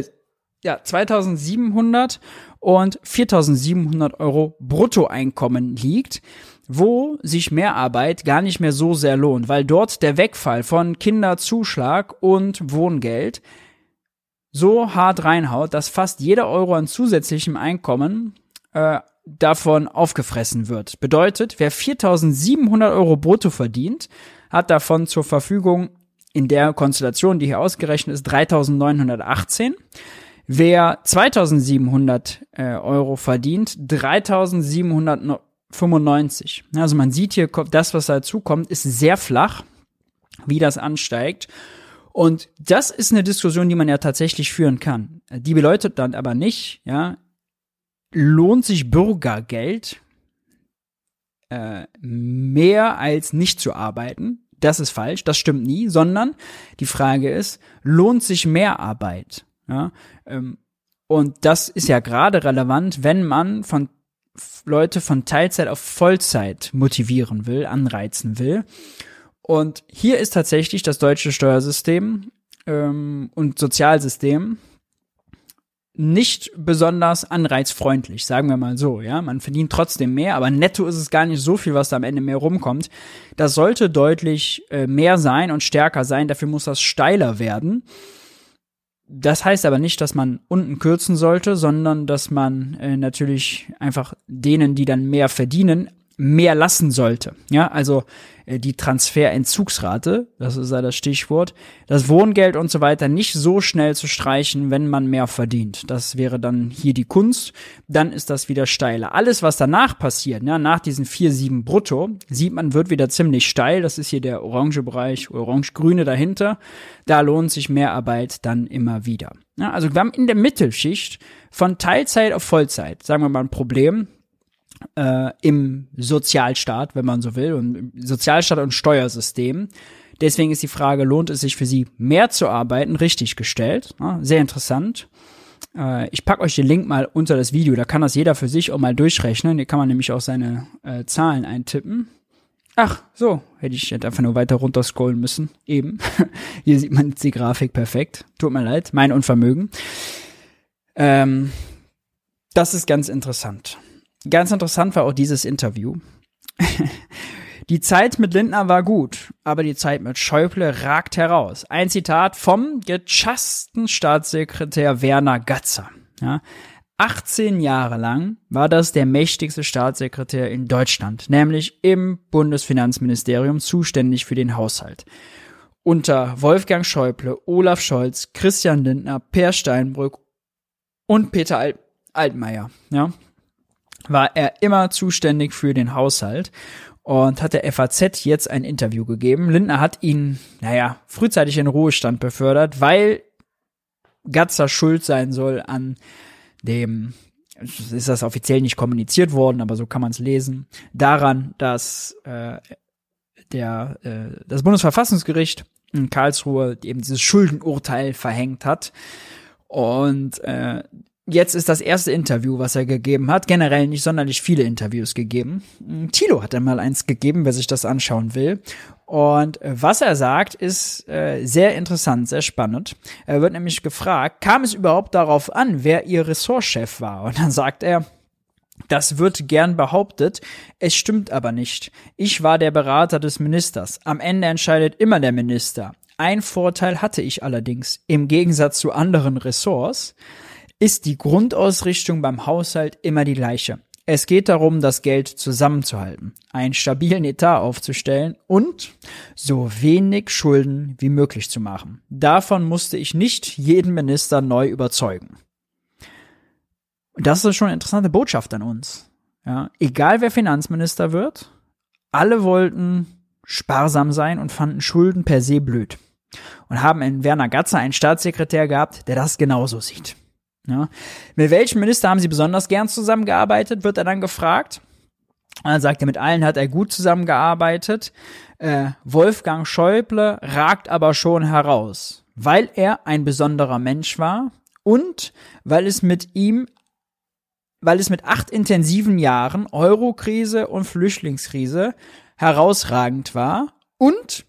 und 4.700 Euro Bruttoeinkommen liegt, wo sich Mehrarbeit gar nicht mehr so sehr lohnt, weil dort der Wegfall von Kinderzuschlag und Wohngeld so hart reinhaut, dass fast jeder Euro an zusätzlichem Einkommen davon aufgefressen wird. Bedeutet, wer 4.700 Euro brutto verdient, hat davon zur Verfügung in der Konstellation, die hier ausgerechnet ist, 3.918. Wer 2.700 Euro verdient, 3.795. Also man sieht hier, das, was dazu kommt, ist sehr flach, wie das ansteigt. Und das ist eine Diskussion, die man ja tatsächlich führen kann. Die bedeutet dann aber nicht, ja, lohnt sich Bürgergeld mehr als nicht zu arbeiten? Das ist falsch, das stimmt nie, sondern die Frage ist, lohnt sich Mehrarbeit? Ja, und das ist ja gerade relevant, wenn man Leute von Teilzeit auf Vollzeit motivieren will, anreizen will. Und hier ist tatsächlich das deutsche Steuersystem und Sozialsystem nicht besonders anreizfreundlich, sagen wir mal so, ja. Man verdient trotzdem mehr, aber netto ist es gar nicht so viel, was da am Ende mehr rumkommt. Das sollte deutlich mehr sein und stärker sein, dafür muss das steiler werden. Das heißt aber nicht, dass man unten kürzen sollte, sondern dass man natürlich einfach denen, die dann mehr verdienen, mehr lassen sollte. Ja, also die Transferentzugsrate, das ist ja das Stichwort, das Wohngeld und so weiter nicht so schnell zu streichen, wenn man mehr verdient. Das wäre dann hier die Kunst, dann ist das wieder steiler. Alles, was danach passiert, ja, nach diesen 4,7 brutto, sieht man, wird wieder ziemlich steil. Das ist hier der orange Bereich, orange-grüne dahinter. Da lohnt sich Mehrarbeit dann immer wieder. Ja, also wir haben in der Mittelschicht von Teilzeit auf Vollzeit, sagen wir mal, ein Problem, im Sozialstaat, wenn man so will, und Sozialstaat und Steuersystem. Deswegen ist die Frage, lohnt es sich für Sie mehr zu arbeiten, richtig gestellt. Ja, sehr interessant. Ich packe euch den Link mal unter das Video, da kann das jeder für sich auch mal durchrechnen. Hier kann man nämlich auch seine Zahlen eintippen. Ach, so, hätte ich jetzt einfach nur weiter runter scrollen müssen, eben. Hier sieht man jetzt die Grafik perfekt. Tut mir leid, mein Unvermögen. Das ist ganz interessant. Ganz interessant war auch dieses Interview. Die Zeit mit Lindner war gut, aber die Zeit mit Schäuble ragt heraus. Ein Zitat vom gechassten Staatssekretär Werner Gatzer. Ja, 18 Jahre lang war das der mächtigste Staatssekretär in Deutschland, nämlich im Bundesfinanzministerium zuständig für den Haushalt. Unter Wolfgang Schäuble, Olaf Scholz, Christian Lindner, Peer Steinbrück und Peter Altmaier, ja, war er immer zuständig für den Haushalt und hat der FAZ jetzt ein Interview gegeben. Lindner hat ihn, frühzeitig in den Ruhestand befördert, weil Gatzer schuld sein soll an dem, ist das offiziell nicht kommuniziert worden, aber so kann man es lesen, daran, dass das Bundesverfassungsgericht in Karlsruhe eben dieses Schuldenurteil verhängt hat. Und jetzt ist das erste Interview, was er gegeben hat. Generell nicht sonderlich viele Interviews gegeben. Thilo hat einmal eins gegeben, wer sich das anschauen will. Und was er sagt, ist sehr interessant, sehr spannend. Er wird nämlich gefragt, kam es überhaupt darauf an, wer ihr Ressortchef war? Und dann sagt er, das wird gern behauptet, es stimmt aber nicht. Ich war der Berater des Ministers. Am Ende entscheidet immer der Minister. Ein Vorteil hatte ich allerdings. Im Gegensatz zu anderen Ressorts ist die Grundausrichtung beim Haushalt immer die gleiche. Es geht darum, das Geld zusammenzuhalten, einen stabilen Etat aufzustellen und so wenig Schulden wie möglich zu machen. Davon musste ich nicht jeden Minister neu überzeugen. Und das ist schon eine interessante Botschaft an uns. Ja, egal wer Finanzminister wird, alle wollten sparsam sein und fanden Schulden per se blöd. Und haben in Werner Gatzer einen Staatssekretär gehabt, der das genauso sieht. Ja. Mit welchem Minister haben Sie besonders gern zusammengearbeitet, wird er dann gefragt. Und dann sagt er, mit allen hat er gut zusammengearbeitet. Wolfgang Schäuble ragt aber schon heraus, weil er ein besonderer Mensch war und weil es mit 8 intensiven Jahren Eurokrise und Flüchtlingskrise herausragend war und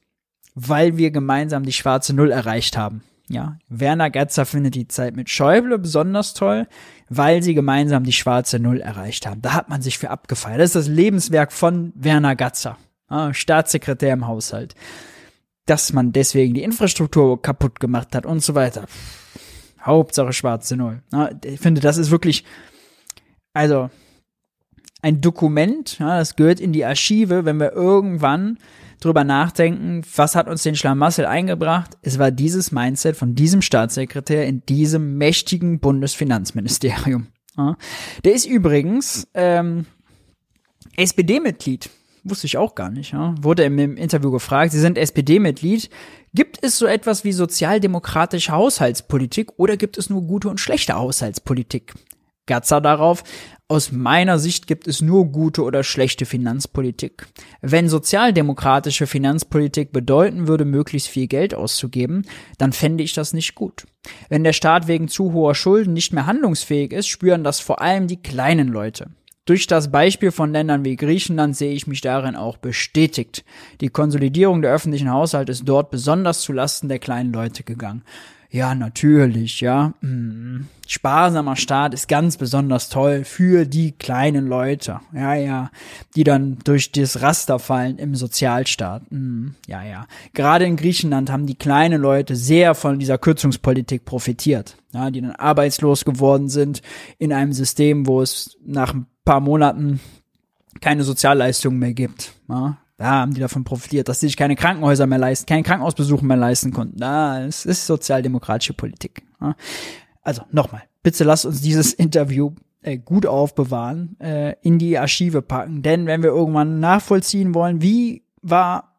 weil wir gemeinsam die schwarze Null erreicht haben. Ja, Werner Gatzer findet die Zeit mit Schäuble besonders toll, weil sie gemeinsam die schwarze Null erreicht haben. Da hat man sich für abgefeiert. Das ist das Lebenswerk von Werner Gatzer, Staatssekretär im Haushalt. Dass man deswegen die Infrastruktur kaputt gemacht hat und so weiter. Hauptsache schwarze Null. Ich finde, das ist wirklich, also ein Dokument, das gehört in die Archive, wenn wir irgendwann drüber nachdenken, was hat uns den Schlamassel eingebracht? Es war dieses Mindset von diesem Staatssekretär in diesem mächtigen Bundesfinanzministerium. Der ist übrigens SPD-Mitglied. Wusste ich auch gar nicht. Wurde im Interview gefragt, Sie sind SPD-Mitglied. Gibt es so etwas wie sozialdemokratische Haushaltspolitik oder gibt es nur gute und schlechte Haushaltspolitik? Gatzer darauf: Aus meiner Sicht gibt es nur gute oder schlechte Finanzpolitik. Wenn sozialdemokratische Finanzpolitik bedeuten würde, möglichst viel Geld auszugeben, dann fände ich das nicht gut. Wenn der Staat wegen zu hoher Schulden nicht mehr handlungsfähig ist, spüren das vor allem die kleinen Leute. Durch das Beispiel von Ländern wie Griechenland sehe ich mich darin auch bestätigt. Die Konsolidierung der öffentlichen Haushalte ist dort besonders zulasten der kleinen Leute gegangen. Ja, natürlich, ja. Sparsamer Staat ist ganz besonders toll für die kleinen Leute. Ja, die dann durch das Raster fallen im Sozialstaat. Ja. Gerade in Griechenland haben die kleinen Leute sehr von dieser Kürzungspolitik profitiert. Ja, die dann arbeitslos geworden sind in einem System, wo es nach ein paar Monaten keine Sozialleistungen mehr gibt. Ja. Da haben die davon profitiert, dass sie sich keine Krankenhäuser mehr leisten, keinen Krankenhausbesuch mehr leisten konnten. Es ist sozialdemokratische Politik. Also nochmal, bitte lasst uns dieses Interview gut aufbewahren, in die Archive packen. Denn wenn wir irgendwann nachvollziehen wollen, wie haben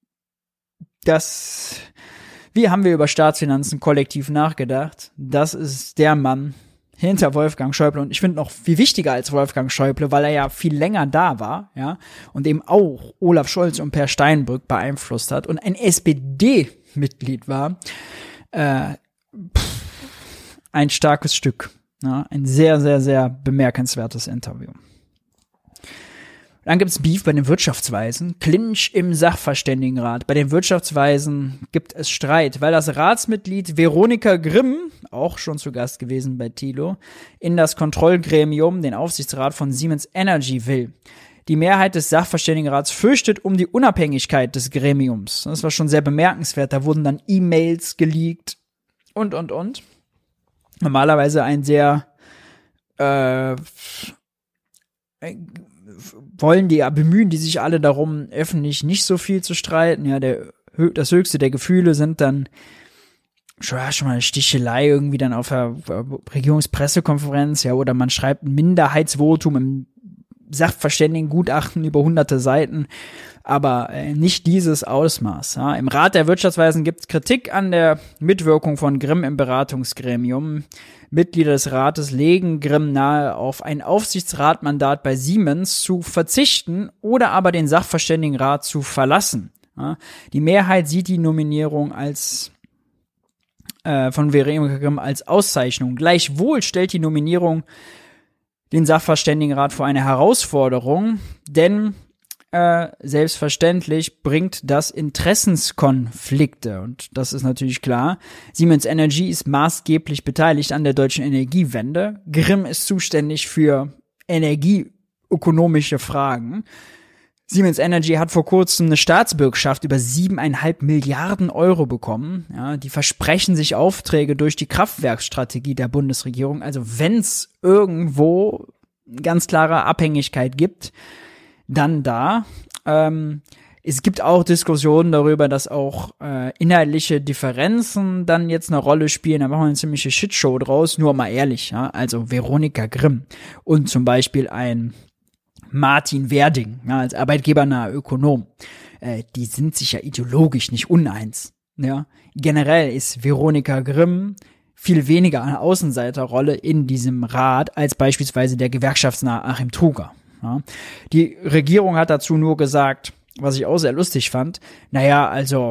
wir über Staatsfinanzen kollektiv nachgedacht, das ist der Mann hinter Wolfgang Schäuble, und ich finde noch viel wichtiger als Wolfgang Schäuble, weil er ja viel länger da war, ja, und eben auch Olaf Scholz und Per Steinbrück beeinflusst hat und ein SPD-Mitglied war, ein starkes Stück, ja, ein sehr, sehr, sehr bemerkenswertes Interview. Dann gibt's Beef bei den Wirtschaftsweisen, Clinch im Sachverständigenrat. Bei den Wirtschaftsweisen gibt es Streit, weil das Ratsmitglied Veronika Grimm, auch schon zu Gast gewesen bei Thilo, in das Kontrollgremium, den Aufsichtsrat von Siemens Energy will. Die Mehrheit des Sachverständigenrats fürchtet um die Unabhängigkeit des Gremiums. Das war schon sehr bemerkenswert. Da wurden dann E-Mails geleakt und. Normalerweise ein sehr bemühen die sich alle darum, öffentlich nicht so viel zu streiten. Ja, das höchste der Gefühle sind dann schon mal eine Stichelei irgendwie dann auf der Regierungspressekonferenz, ja, oder man schreibt ein Minderheitsvotum im Sachverständigengutachten über hunderte Seiten, aber nicht dieses Ausmaß. Ja. Im Rat der Wirtschaftsweisen gibt es Kritik an der Mitwirkung von Grimm im Beratungsgremium. Mitglieder des Rates legen Grimm nahe, auf ein Aufsichtsratmandat bei Siemens zu verzichten oder aber den Sachverständigenrat zu verlassen. Ja. Die Mehrheit sieht die Nominierung von Veronika Grimm als Auszeichnung. Gleichwohl stellt die Nominierung den Sachverständigenrat vor eine Herausforderung, denn selbstverständlich bringt das Interessenskonflikte, und das ist natürlich klar. Siemens Energy ist maßgeblich beteiligt an der deutschen Energiewende. Grimm ist zuständig für energieökonomische Fragen. Siemens Energy hat vor kurzem eine Staatsbürgschaft über 7,5 Milliarden Euro bekommen. Ja, die versprechen sich Aufträge durch die Kraftwerksstrategie der Bundesregierung. Also wenn es irgendwo eine ganz klare Abhängigkeit gibt, dann da. Es gibt auch Diskussionen darüber, dass auch inhaltliche Differenzen dann jetzt eine Rolle spielen. Da machen wir eine ziemliche Shitshow draus. Nur mal ehrlich, ja, also Veronika Grimm und zum Beispiel ein Martin Werding, ja, als arbeitgebernaher Ökonom, die sind sich ja ideologisch nicht uneins. Ja. Generell ist Veronika Grimm viel weniger eine Außenseiterrolle in diesem Rat als beispielsweise der gewerkschaftsnahe Achim Truger. Ja. Die Regierung hat dazu nur gesagt, was ich auch sehr lustig fand, wir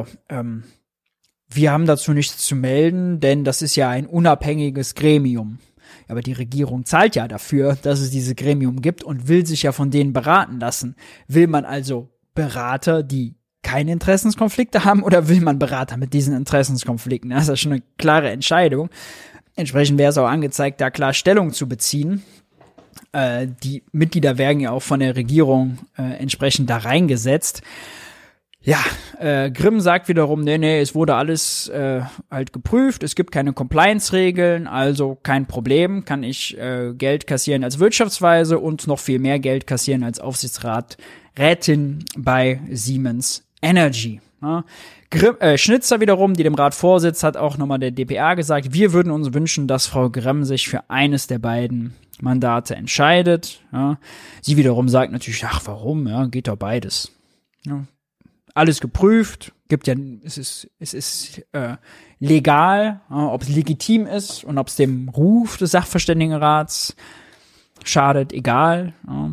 haben dazu nichts zu melden, denn das ist ja ein unabhängiges Gremium. Aber die Regierung zahlt ja dafür, dass es dieses Gremium gibt und will sich ja von denen beraten lassen. Will man also Berater, die keine Interessenskonflikte haben oder will man Berater mit diesen Interessenskonflikten? Das ist schon eine klare Entscheidung. Entsprechend wäre es auch angezeigt, da klar Stellung zu beziehen. Die Mitglieder werden ja auch von der Regierung entsprechend da reingesetzt. Ja, Grimm sagt wiederum, nee, es wurde alles halt geprüft, es gibt keine Compliance-Regeln, also kein Problem, kann ich Geld kassieren als Wirtschaftsweise und noch viel mehr Geld kassieren als Aufsichtsrätin bei Siemens Energy. Ja. Schnitzer wiederum, die dem Rat vorsitzt, hat auch nochmal der dpa gesagt, wir würden uns wünschen, dass Frau Grimm sich für eines der beiden Mandate entscheidet. Ja. Sie wiederum sagt natürlich, ach warum, ja, geht doch beides. Ja. Alles geprüft, gibt ja, es ist legal, ob es legitim ist und ob es dem Ruf des Sachverständigenrats schadet, egal. Ja.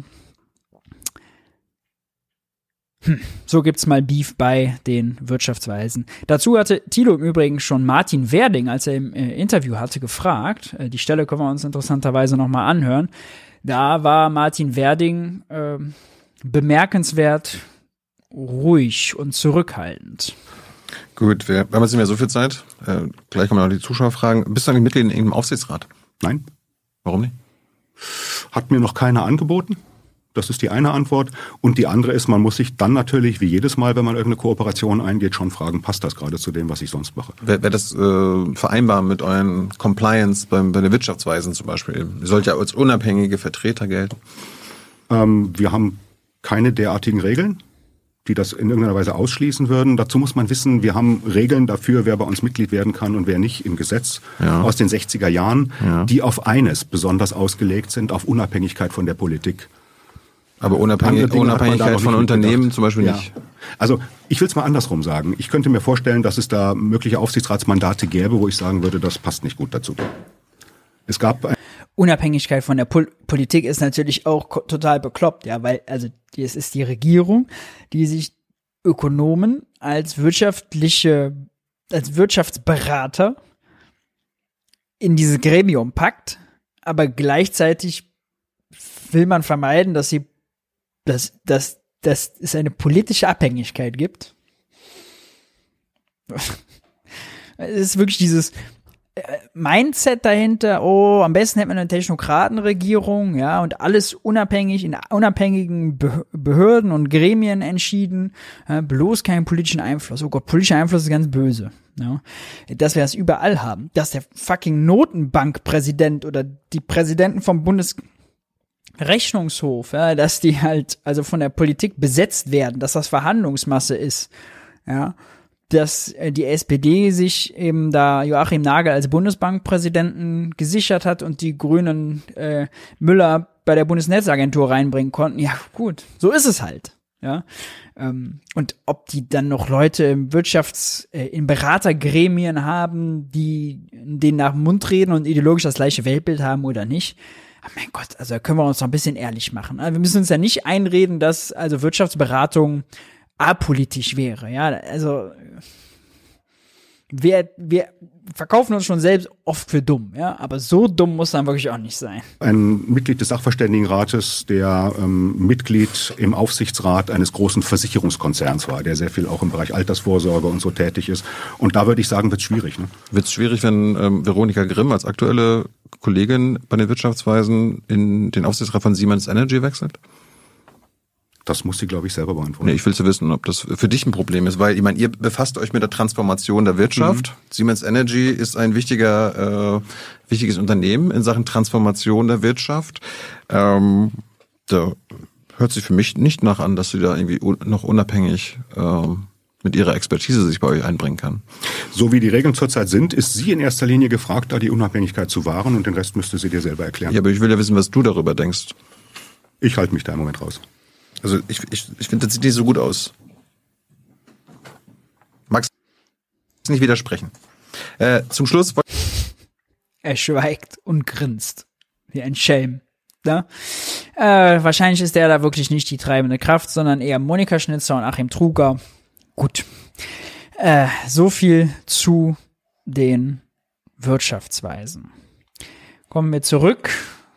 So gibt's mal Beef bei den Wirtschaftsweisen. Dazu hatte Thilo im Übrigen schon Martin Werding, als er im Interview hatte, gefragt. Die Stelle können wir uns interessanterweise nochmal anhören. Da war Martin Werding bemerkenswert ruhig und zurückhaltend. Gut, wir haben jetzt nicht mehr so viel Zeit. Gleich kommen noch die Zuschauer fragen. Bist du eigentlich Mitglied in irgendeinem Aufsichtsrat? Nein. Warum nicht? Hat mir noch keiner angeboten. Das ist die eine Antwort. Und die andere ist, man muss sich dann natürlich, wie jedes Mal, wenn man irgendeine Kooperation eingeht, schon fragen, passt das gerade zu dem, was ich sonst mache? Wäre das vereinbar mit euren Compliance bei den Wirtschaftsweisen zum Beispiel? Ihr sollt ja als unabhängige Vertreter gelten. Wir haben keine derartigen Regeln, die das in irgendeiner Weise ausschließen würden. Dazu muss man wissen, wir haben Regeln dafür, wer bei uns Mitglied werden kann und wer nicht im Gesetz aus den 60er Jahren, die auf eines besonders ausgelegt sind, auf Unabhängigkeit von der Politik. Aber Unabhängigkeit von Unternehmen zum Beispiel nicht? Also ich will es mal andersrum sagen. Ich könnte mir vorstellen, dass es da mögliche Aufsichtsratsmandate gäbe, wo ich sagen würde, das passt nicht gut dazu. Es gab Unabhängigkeit von der Politik ist natürlich auch total bekloppt, ja, weil also es ist die Regierung, die sich Ökonomen als Wirtschaftsberater in dieses Gremium packt, aber gleichzeitig will man vermeiden, dass es eine politische Abhängigkeit gibt. Es ist wirklich dieses Mindset dahinter, am besten hätte man eine Technokratenregierung, ja, und alles unabhängig in unabhängigen Behörden und Gremien entschieden, bloß keinen politischen Einfluss. Oh Gott, politischer Einfluss ist ganz böse, ja. Dass wir das überall haben, dass der fucking Notenbankpräsident oder die Präsidenten vom Bundesrechnungshof, ja, dass die halt also von der Politik besetzt werden, dass das Verhandlungsmasse ist, ja. Dass die SPD sich eben da Joachim Nagel als Bundesbankpräsidenten gesichert hat und die Grünen Müller bei der Bundesnetzagentur reinbringen konnten. Ja, gut, so ist es halt. Ja, und ob die dann noch Leute in Beratergremien haben, die denen nach dem Mund reden und ideologisch das gleiche Weltbild haben oder nicht. Oh mein Gott, also da können wir uns noch ein bisschen ehrlich machen. Wir müssen uns ja nicht einreden, dass also Wirtschaftsberatung apolitisch wäre, ja, also wir verkaufen uns schon selbst oft für dumm, ja, aber so dumm muss dann wirklich auch nicht sein. Ein Mitglied des Sachverständigenrates, der Mitglied im Aufsichtsrat eines großen Versicherungskonzerns war, der sehr viel auch im Bereich Altersvorsorge und so tätig ist. Und da würde ich sagen, wird es schwierig. Ne? Wird es schwierig, wenn Veronika Grimm als aktuelle Kollegin bei den Wirtschaftsweisen in den Aufsichtsrat von Siemens Energy wechselt? Das muss sie, glaube ich, selber beantworten. Nee, ich will zu wissen, ob das für dich ein Problem ist, weil, ich meine, ihr befasst euch mit der Transformation der Wirtschaft. Siemens Energy ist ein wichtiges Unternehmen in Sachen Transformation der Wirtschaft. Da hört sich für mich nicht nach an, dass sie da irgendwie noch unabhängig mit ihrer Expertise sich bei euch einbringen kann. So wie die Regeln zurzeit sind, ist sie in erster Linie gefragt, da die Unabhängigkeit zu wahren, und den Rest müsste sie dir selber erklären. Ja, aber ich will ja wissen, was du darüber denkst. Ich halte mich da im Moment raus. Also ich finde, das sieht nicht so gut aus. Magst du nicht widersprechen? Zum Schluss... Er schweigt und grinst. Wie ein Schelm. Ja? Wahrscheinlich ist der da wirklich nicht die treibende Kraft, sondern eher Monika Schnitzer und Achim Truger. Gut. So viel zu den Wirtschaftsweisen. Kommen wir zurück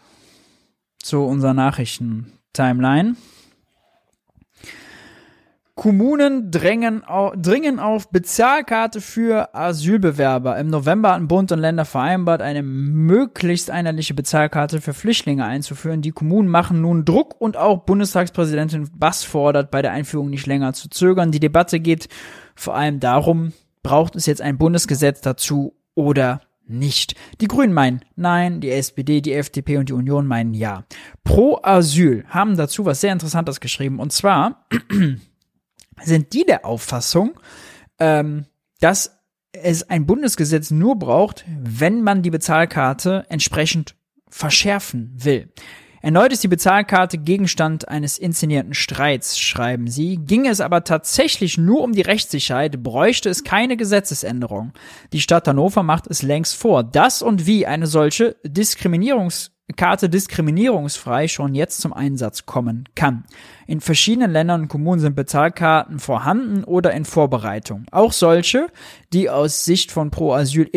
zu unserer Nachrichten-Timeline. Kommunen dringen auf Bezahlkarte für Asylbewerber. Im November hatten Bund und Länder vereinbart, eine möglichst einheitliche Bezahlkarte für Flüchtlinge einzuführen. Die Kommunen machen nun Druck und auch Bundestagspräsidentin Bass fordert, bei der Einführung nicht länger zu zögern. Die Debatte geht vor allem darum, braucht es jetzt ein Bundesgesetz dazu oder nicht. Die Grünen meinen nein, die SPD, die FDP und die Union meinen ja. Pro Asyl haben dazu was sehr Interessantes geschrieben, und zwar sind die der Auffassung, dass es ein Bundesgesetz nur braucht, wenn man die Bezahlkarte entsprechend verschärfen will. Erneut ist die Bezahlkarte Gegenstand eines inszenierten Streits, schreiben sie. Ginge es aber tatsächlich nur um die Rechtssicherheit, bräuchte es keine Gesetzesänderung. Die Stadt Hannover macht es längst vor, dass und wie eine solche Karte diskriminierungsfrei schon jetzt zum Einsatz kommen kann. In verschiedenen Ländern und Kommunen sind Bezahlkarten vorhanden oder in Vorbereitung. Auch solche, die aus Sicht von Pro Asyl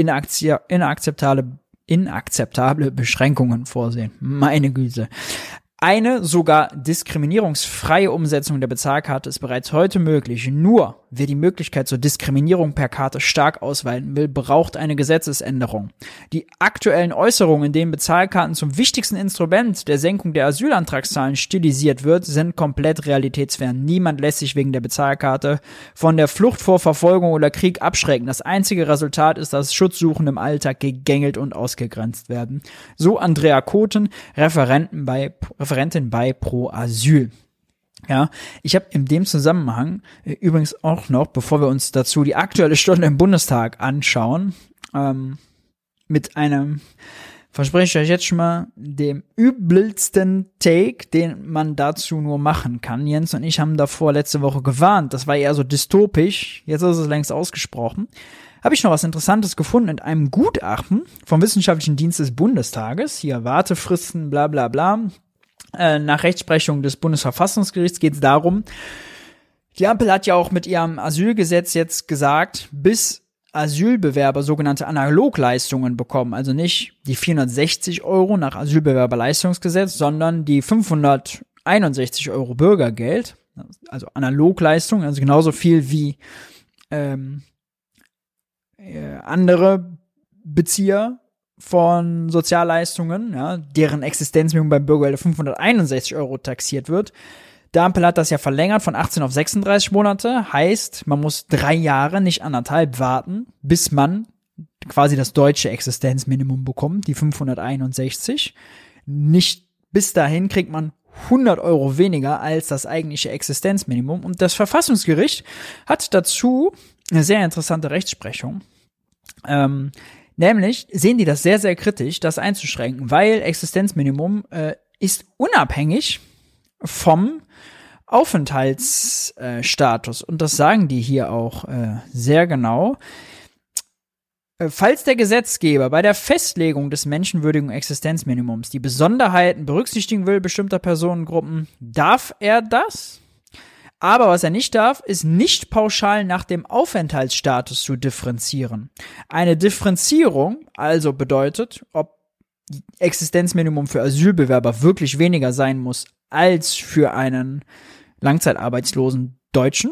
inakzeptable Beschränkungen vorsehen. Meine Güte. Eine sogar diskriminierungsfreie Umsetzung der Bezahlkarte ist bereits heute möglich. Nur, wer die Möglichkeit zur Diskriminierung per Karte stark ausweiten will, braucht eine Gesetzesänderung. Die aktuellen Äußerungen, in denen Bezahlkarten zum wichtigsten Instrument der Senkung der Asylantragszahlen stilisiert wird, sind komplett realitätsfern. Niemand lässt sich wegen der Bezahlkarte von der Flucht vor Verfolgung oder Krieg abschrecken. Das einzige Resultat ist, dass Schutzsuchende im Alltag gegängelt und ausgegrenzt werden. So Andrea Koten, Referentin bei Pro Asyl. Ja, ich habe in dem Zusammenhang übrigens auch noch, bevor wir uns dazu die Aktuelle Stunde im Bundestag anschauen, mit einem, verspreche ich euch jetzt schon mal, dem übelsten Take, den man dazu nur machen kann. Jens und ich haben davor letzte Woche gewarnt, das war eher so dystopisch, jetzt ist es längst ausgesprochen. Habe ich noch was Interessantes gefunden in einem Gutachten vom Wissenschaftlichen Dienst des Bundestages, hier Wartefristen, bla bla bla. Nach Rechtsprechung des Bundesverfassungsgerichts geht es darum, die Ampel hat ja auch mit ihrem Asylgesetz jetzt gesagt, bis Asylbewerber sogenannte Analogleistungen bekommen, also nicht die 460 € nach Asylbewerberleistungsgesetz, sondern die 561 € Bürgergeld, also Analogleistungen, also genauso viel wie andere Bezieher von Sozialleistungen, ja, deren Existenzminimum beim Bürgergeld 561 € taxiert wird. Der Ampel hat das ja verlängert von 18 auf 36 Monate. Heißt, man muss 3 Jahre, nicht 1,5 warten, bis man quasi das deutsche Existenzminimum bekommt, die 561. Nicht bis dahin kriegt man 100 € weniger als das eigentliche Existenzminimum. Und das Verfassungsgericht hat dazu eine sehr interessante Rechtsprechung. Nämlich sehen die das sehr, sehr kritisch, das einzuschränken, weil Existenzminimum ist unabhängig vom Aufenthaltsstatus. Und das sagen die hier auch sehr genau. Falls der Gesetzgeber bei der Festlegung des menschenwürdigen Existenzminimums die Besonderheiten berücksichtigen will bestimmter Personengruppen, darf er das. Aber was er nicht darf, ist nicht pauschal nach dem Aufenthaltsstatus zu differenzieren. Eine Differenzierung also bedeutet, ob Existenzminimum für Asylbewerber wirklich weniger sein muss als für einen langzeitarbeitslosen Deutschen,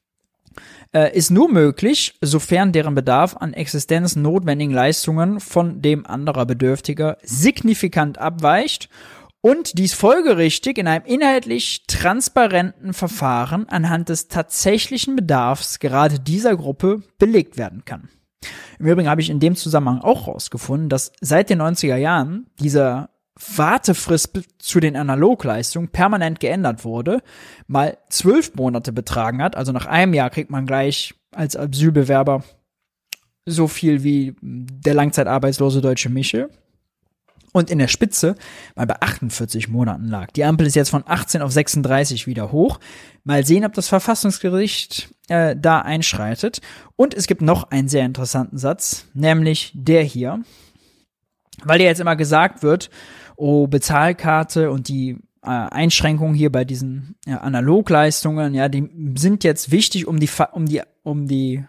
ist nur möglich, sofern deren Bedarf an existenznotwendigen Leistungen von dem anderer Bedürftiger signifikant abweicht und dies folgerichtig in einem inhaltlich transparenten Verfahren anhand des tatsächlichen Bedarfs gerade dieser Gruppe belegt werden kann. Im Übrigen habe ich in dem Zusammenhang auch herausgefunden, dass seit den 90er Jahren dieser Wartefrist zu den Analogleistungen permanent geändert wurde, mal 12 Monate betragen hat, also nach einem Jahr kriegt man gleich als Asylbewerber so viel wie der langzeitarbeitslose deutsche Michel, und in der Spitze mal bei 48 Monaten lag. Die Ampel ist jetzt von 18 auf 36 wieder hoch. Mal sehen, ob das Verfassungsgericht da einschreitet. Und es gibt noch einen sehr interessanten Satz, nämlich der hier, weil ja jetzt immer gesagt wird, oh, Bezahlkarte und die Einschränkungen hier bei diesen Analogleistungen, ja, die sind jetzt wichtig, um die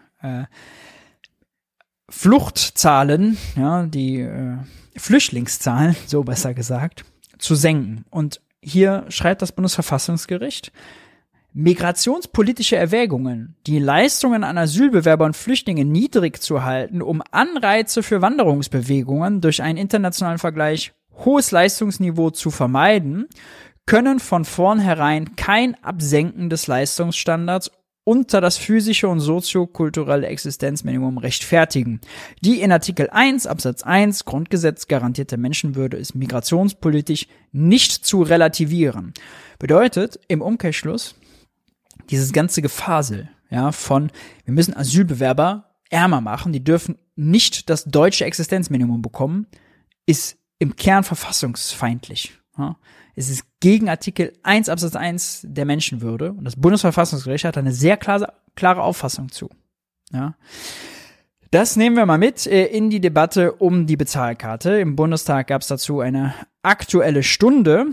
Fluchtzahlen, ja, die Flüchtlingszahlen, so besser gesagt, zu senken. Und hier schreibt das Bundesverfassungsgericht, Migrationspolitische Erwägungen, die Leistungen an Asylbewerber und Flüchtlinge niedrig zu halten, um Anreize für Wanderungsbewegungen durch einen internationalen Vergleich hohes Leistungsniveau zu vermeiden, können von vornherein kein Absenken des Leistungsstandards unter das physische und soziokulturelle Existenzminimum rechtfertigen. Die in Artikel 1 Absatz 1 Grundgesetz garantierte Menschenwürde ist migrationspolitisch nicht zu relativieren. Bedeutet im Umkehrschluss, dieses ganze Gefasel, ja, von wir müssen Asylbewerber ärmer machen, die dürfen nicht das deutsche Existenzminimum bekommen, ist im Kern verfassungsfeindlich. Ja. Es ist gegen Artikel 1 Absatz 1 der Menschenwürde und das Bundesverfassungsgericht hat eine sehr klare Auffassung zu. Ja. Das nehmen wir mal mit in die Debatte um die Bezahlkarte. Im Bundestag gab es dazu eine aktuelle Stunde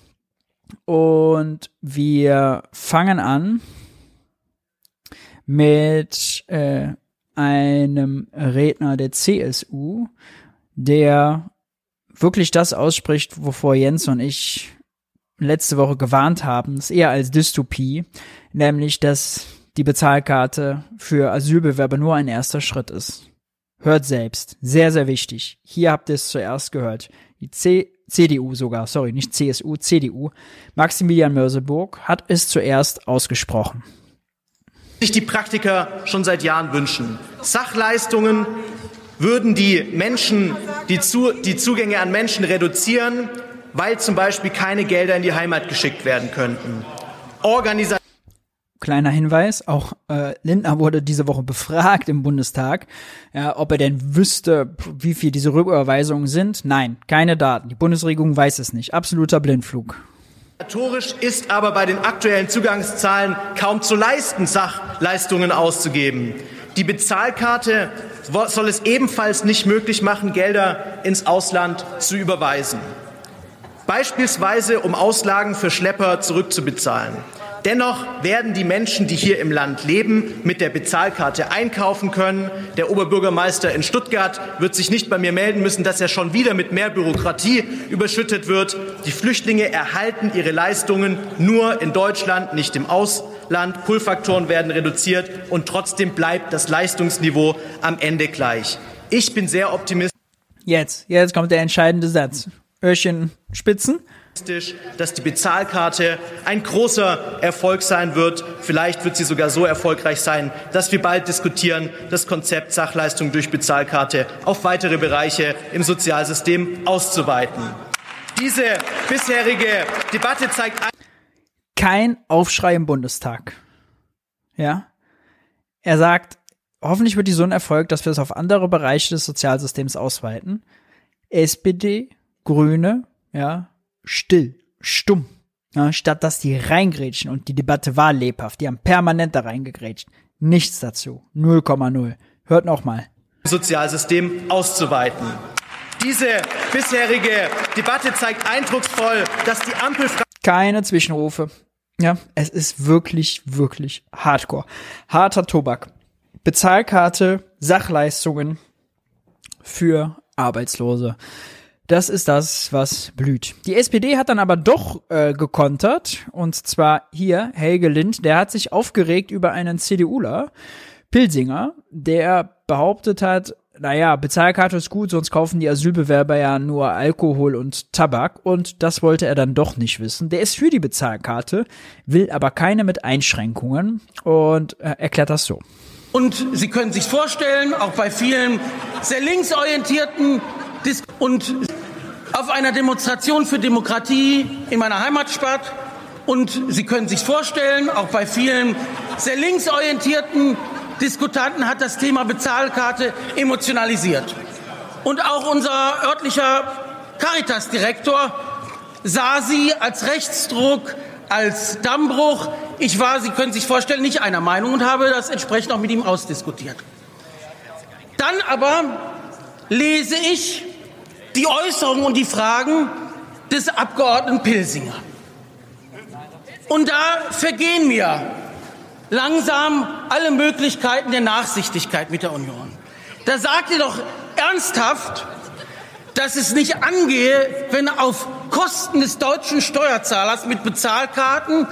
und wir fangen an mit einem Redner der CSU, der wirklich das ausspricht, wovor Jens und ich letzte Woche gewarnt haben, das eher als Dystopie, nämlich, dass die Bezahlkarte für Asylbewerber nur ein erster Schritt ist. Hört selbst. Sehr, sehr wichtig. Hier habt ihr es zuerst gehört. Die CDU sogar, sorry, nicht CSU, CDU. Maximilian Mörseburg hat es zuerst ausgesprochen. Sich die Praktiker schon seit Jahren wünschen. Sachleistungen würden die Menschen, die Zugänge an Menschen reduzieren, weil zum Beispiel keine Gelder in die Heimat geschickt werden könnten. Kleiner Hinweis, auch Lindner wurde diese Woche befragt im Bundestag, ob er denn wüsste, wie viel diese Rücküberweisungen sind. Nein, keine Daten. Die Bundesregierung weiß es nicht. Absoluter Blindflug. Organisatorisch ist aber bei den aktuellen Zugangszahlen kaum zu leisten, Sachleistungen auszugeben. Die Bezahlkarte soll es ebenfalls nicht möglich machen, Gelder ins Ausland zu überweisen. Beispielsweise, um Auslagen für Schlepper zurückzubezahlen. Dennoch werden die Menschen, die hier im Land leben, mit der Bezahlkarte einkaufen können. Der Oberbürgermeister in Stuttgart wird sich nicht bei mir melden müssen, dass er schon wieder mit mehr Bürokratie überschüttet wird. Die Flüchtlinge erhalten ihre Leistungen nur in Deutschland, nicht im Ausland. Pull-Faktoren werden reduziert und trotzdem bleibt das Leistungsniveau am Ende gleich. Ich bin sehr optimistisch. Jetzt kommt der entscheidende Satz. Öhrchen spitzen. Dass die Bezahlkarte ein großer Erfolg sein wird. Vielleicht wird sie sogar so erfolgreich sein, dass wir bald diskutieren, das Konzept Sachleistung durch Bezahlkarte auf weitere Bereiche im Sozialsystem auszuweiten. Diese bisherige Debatte zeigt kein Aufschrei im Bundestag. Ja? Er sagt, hoffentlich wird die so ein Erfolg, dass wir es auf andere Bereiche des Sozialsystems ausweiten. SPD, Grüne, ja, still, stumm, ja, statt dass die reingrätschen und die Debatte war lebhaft. Die haben permanent da reingegrätscht. Nichts dazu. 0,0. Hört noch mal. Sozialsystem auszuweiten. Diese bisherige Debatte zeigt eindrucksvoll, dass die Ampel... Keine Zwischenrufe. Ja, es ist wirklich, wirklich hardcore. Harter Tobak. Bezahlkarte, Sachleistungen für Arbeitslose. Das ist das, was blüht. Die SPD hat dann aber doch gekontert. Und zwar hier, Helge Lind, der hat sich aufgeregt über einen CDUler, Pilsinger, der behauptet hat, naja, Bezahlkarte ist gut, sonst kaufen die Asylbewerber ja nur Alkohol und Tabak. Und das wollte er dann doch nicht wissen. Der ist für die Bezahlkarte, will aber keine mit Einschränkungen und erklärt das so. Und Sie können sich vorstellen, auch bei vielen sehr linksorientierten und auf einer Demonstration für Demokratie in meiner Heimatstadt. Und Sie können sich vorstellen, auch bei vielen sehr linksorientierten Diskutanten hat das Thema Bezahlkarte emotionalisiert. Und auch unser örtlicher Caritas-Direktor sah sie als Rechtsdruck, als Dammbruch. Ich war, Sie können sich vorstellen, nicht einer Meinung und habe das entsprechend auch mit ihm ausdiskutiert. Dann aber lese ich die Äußerungen und die Fragen des Abgeordneten Pilsinger. Und da vergehen mir langsam alle Möglichkeiten der Nachsichtigkeit mit der Union. Da sagt ihr doch ernsthaft, dass es nicht angehe, wenn auf Kosten des deutschen Steuerzahlers mit Bezahlkarten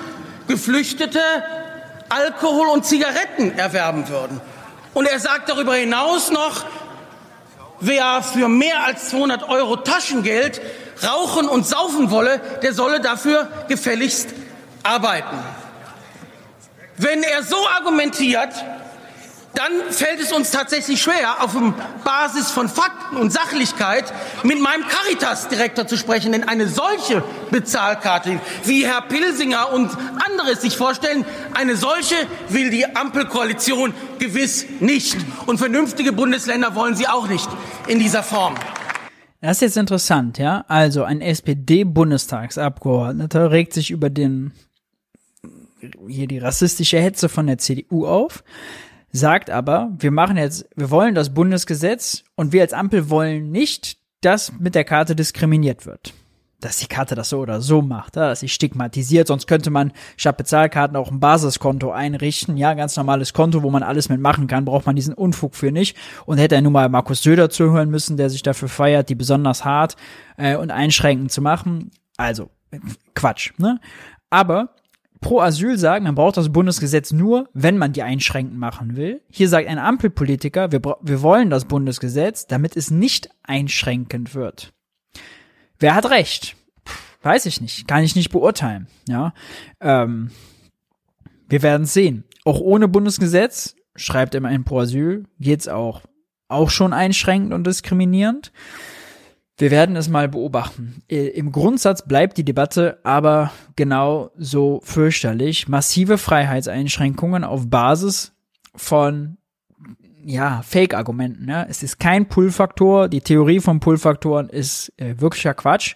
Geflüchtete Alkohol und Zigaretten erwerben würden. Und er sagt darüber hinaus noch, wer für mehr als 200 € Taschengeld rauchen und saufen wolle, der solle dafür gefälligst arbeiten. Wenn er so argumentiert, dann fällt es uns tatsächlich schwer, auf Basis von Fakten und Sachlichkeit mit meinem Caritas-Direktor zu sprechen. Denn eine solche Bezahlkarte, wie Herr Pilsinger und andere es sich vorstellen, eine solche will die Ampelkoalition gewiss nicht. Und vernünftige Bundesländer wollen sie auch nicht in dieser Form. Das ist jetzt interessant, ja. Also ein SPD-Bundestagsabgeordneter regt sich über die rassistische Hetze von der CDU auf, sagt aber, wir wollen das Bundesgesetz und wir als Ampel wollen nicht, dass mit der Karte diskriminiert wird. Dass die Karte das so oder so macht, dass sie stigmatisiert, sonst könnte man statt Bezahlkarten auch ein Basiskonto einrichten, ja, ganz normales Konto, wo man alles mitmachen kann, braucht man diesen Unfug für nicht und hätte er nun mal Markus Söder zuhören müssen, der sich dafür feiert, die besonders hart und einschränkend zu machen. Also, Quatsch, ne? Aber pro Asyl sagen, man braucht das Bundesgesetz nur, wenn man die einschränkend machen will. Hier sagt ein Ampelpolitiker, wir wollen das Bundesgesetz, damit es nicht einschränkend wird. Wer hat recht? Weiß ich nicht, kann ich nicht beurteilen. Ja, wir werden es sehen. Auch ohne Bundesgesetz, schreibt immerhin pro Asyl, geht's auch schon einschränkend und diskriminierend. Wir werden es mal beobachten. Im Grundsatz bleibt die Debatte aber genau so fürchterlich. Massive Freiheitseinschränkungen auf Basis von Fake-Argumenten. Ja. Es ist kein Pull-Faktor. Die Theorie von Pull-Faktoren ist wirklicher Quatsch.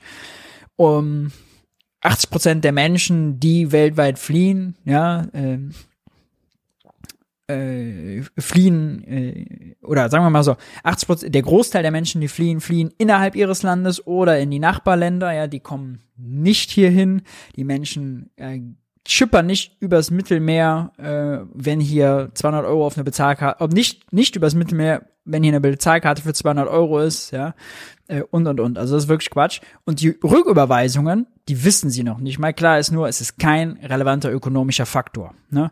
80% der Menschen, die weltweit fliehen, oder sagen wir mal so, 80%, der Großteil der Menschen, die fliehen innerhalb ihres Landes oder in die Nachbarländer, ja, die kommen nicht hierhin. Die Menschen schippern nicht übers Mittelmeer, wenn hier 200 € auf eine Bezahlkarte, nicht übers Mittelmeer, wenn hier eine Bezahlkarte für 200 € ist, ja, und. Also das ist wirklich Quatsch. Und die Rücküberweisungen, die wissen sie noch nicht mal. Klar ist nur, es ist kein relevanter ökonomischer Faktor, ne?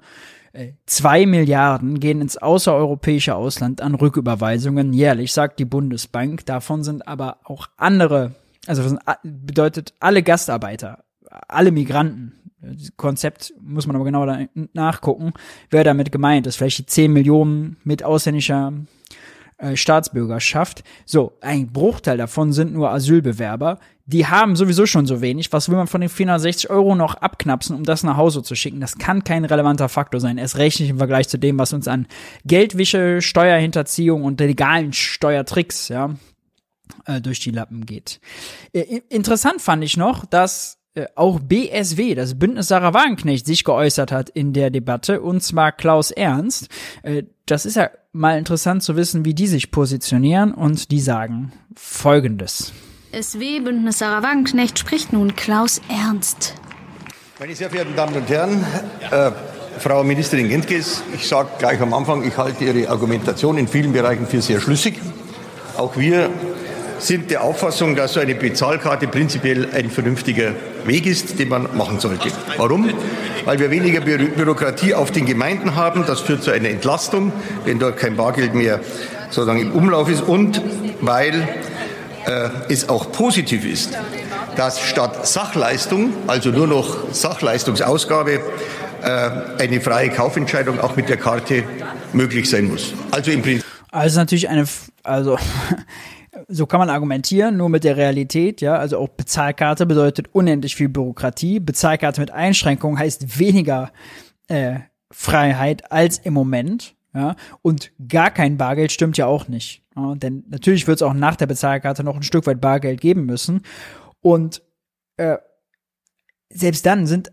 2 Milliarden gehen ins außereuropäische Ausland an Rücküberweisungen jährlich, sagt die Bundesbank. Davon sind aber auch andere, also bedeutet alle Gastarbeiter, alle Migranten. Das Konzept muss man aber genau nachgucken, wer damit gemeint ist. Vielleicht die 10 Millionen mit ausländischer Staatsbürgerschaft. So, ein Bruchteil davon sind nur Asylbewerber. Die haben sowieso schon so wenig. Was will man von den 460 € noch abknapsen, um das nach Hause zu schicken? Das kann kein relevanter Faktor sein. Erst recht nicht im Vergleich zu dem, was uns an Geldwische, Steuerhinterziehung und legalen Steuertricks, durch die Lappen geht. Interessant fand ich noch, dass auch BSW, das Bündnis Sarah Wagenknecht, sich geäußert hat in der Debatte, und zwar Klaus Ernst. Das ist ja mal interessant zu wissen, wie die sich positionieren, und die sagen Folgendes. BSW, Bündnis Sarah Wagenknecht, spricht nun Klaus Ernst. Meine sehr verehrten Damen und Herren, Frau Ministerin Gentges, ich sage gleich am Anfang, ich halte Ihre Argumentation in vielen Bereichen für sehr schlüssig. Auch wir sind der Auffassung, dass so eine Bezahlkarte prinzipiell ein vernünftiger Weg ist, den man machen sollte. Warum? Weil wir weniger Bürokratie auf den Gemeinden haben. Das führt zu einer Entlastung, wenn dort kein Bargeld mehr sozusagen im Umlauf ist. Und weil es auch positiv ist, dass statt Sachleistung, also nur noch Sachleistungsausgabe, eine freie Kaufentscheidung auch mit der Karte möglich sein muss. Also im Prinzip. Also natürlich so kann man argumentieren, nur mit der Realität, ja, also auch Bezahlkarte bedeutet unendlich viel Bürokratie. Bezahlkarte mit Einschränkungen heißt weniger Freiheit als im Moment, ja, und gar kein Bargeld stimmt ja auch nicht, ja, denn natürlich wird es auch nach der Bezahlkarte noch ein Stück weit Bargeld geben müssen, und selbst dann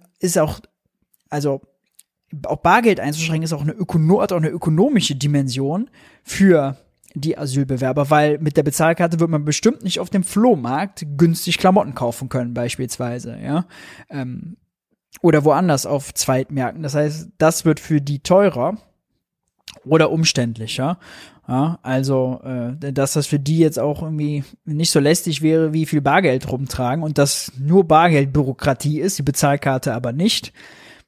auch Bargeld einzuschränken ist auch eine ökonomische Dimension für die Asylbewerber, weil mit der Bezahlkarte wird man bestimmt nicht auf dem Flohmarkt günstig Klamotten kaufen können, beispielsweise, ja, oder woanders auf Zweitmärkten. Das heißt, das wird für die teurer oder umständlicher, ja, also dass das für die jetzt auch irgendwie nicht so lästig wäre, wie viel Bargeld rumtragen, und dass nur Bargeldbürokratie ist, die Bezahlkarte aber nicht.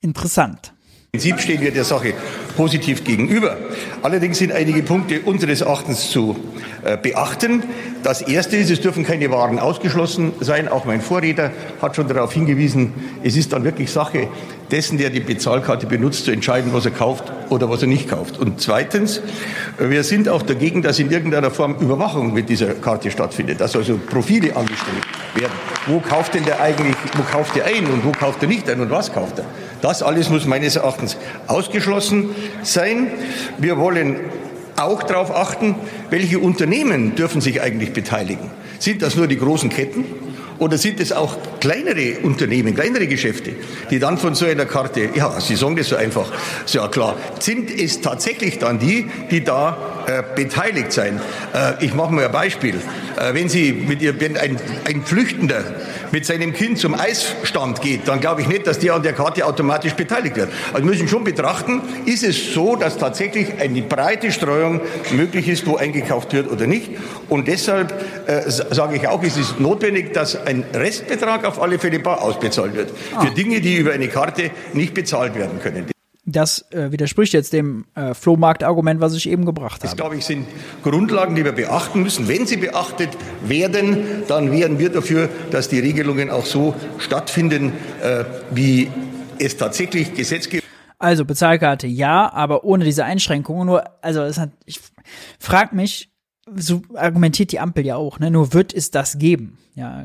interessant. Im Prinzip stehen wir der Sache positiv gegenüber. Allerdings sind einige Punkte unseres Erachtens zu beachten. Das erste ist, es dürfen keine Waren ausgeschlossen sein. Auch mein Vorredner hat schon darauf hingewiesen, es ist dann wirklich Sache dessen, der die Bezahlkarte benutzt, zu entscheiden, was er kauft oder was er nicht kauft. Und zweitens, wir sind auch dagegen, dass in irgendeiner Form Überwachung mit dieser Karte stattfindet, dass also Profile angestellt werden. Wo kauft denn der eigentlich, wo kauft er ein und wo kauft er nicht ein und was kauft er? Das alles muss meines Erachtens ausgeschlossen sein. Wir wollen auch darauf achten, welche Unternehmen dürfen sich eigentlich beteiligen. Sind das nur die großen Ketten oder sind es auch kleinere Unternehmen, kleinere Geschäfte, die dann von so einer Karte, ja, Sie sagen das so einfach, ist ja klar, sind es tatsächlich dann die da beteiligt sein? Ich mache mal ein Beispiel. Wenn ein Flüchtender mit seinem Kind zum Eisstand geht, dann glaube ich nicht, dass der an der Karte automatisch beteiligt wird. Also wir müssen schon betrachten, ist es so, dass tatsächlich eine breite Streuung möglich ist, wo eingekauft wird oder nicht. Und deshalb sage ich auch, es ist notwendig, dass ein Restbetrag auf alle Fälle bar ausbezahlt wird. Für Dinge, die über eine Karte nicht bezahlt werden können. Das widerspricht jetzt dem Flohmarkt-Argument, was ich eben gebracht habe. Das, glaube ich, sind Grundlagen, die wir beachten müssen. Wenn sie beachtet werden, dann wären wir dafür, dass die Regelungen auch so stattfinden, wie es tatsächlich Gesetzgeber. Also Bezahlkarte ja, aber ohne diese Einschränkungen. Ich frage mich, so argumentiert die Ampel ja auch, ne? Nur wird es das geben. Ja.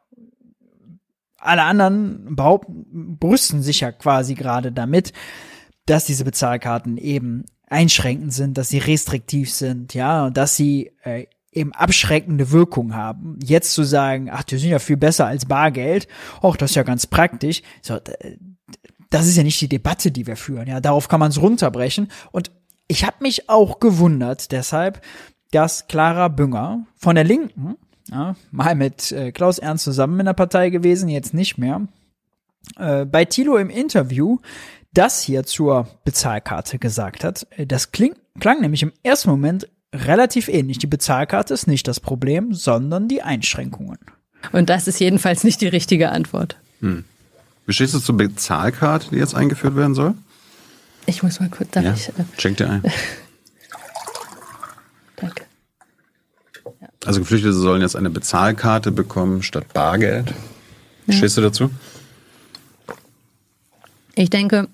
Alle anderen brüsten sich ja quasi gerade damit, dass diese Bezahlkarten eben einschränkend sind, dass sie restriktiv sind, ja, und dass sie eben abschreckende Wirkung haben. Jetzt zu sagen, ach, die sind ja viel besser als Bargeld, ach, das ist ja ganz praktisch. So, das ist ja nicht die Debatte, die wir führen, ja, darauf kann man es runterbrechen. Und ich habe mich auch gewundert deshalb, dass Clara Bünger von der Linken, ja, mal mit Klaus Ernst zusammen in der Partei gewesen, jetzt nicht mehr, bei Thilo im Interview das hier zur Bezahlkarte gesagt hat. Das klang nämlich im ersten Moment relativ ähnlich. Die Bezahlkarte ist nicht das Problem, sondern die Einschränkungen. Und das ist jedenfalls nicht die richtige Antwort. Wie stehst du zur Bezahlkarte, die jetzt eingeführt werden soll? Ich muss mal kurz, Schenk dir ein. Danke. Ja. Also Geflüchtete sollen jetzt eine Bezahlkarte bekommen statt Bargeld. Wie stehst du dazu? Ich denke,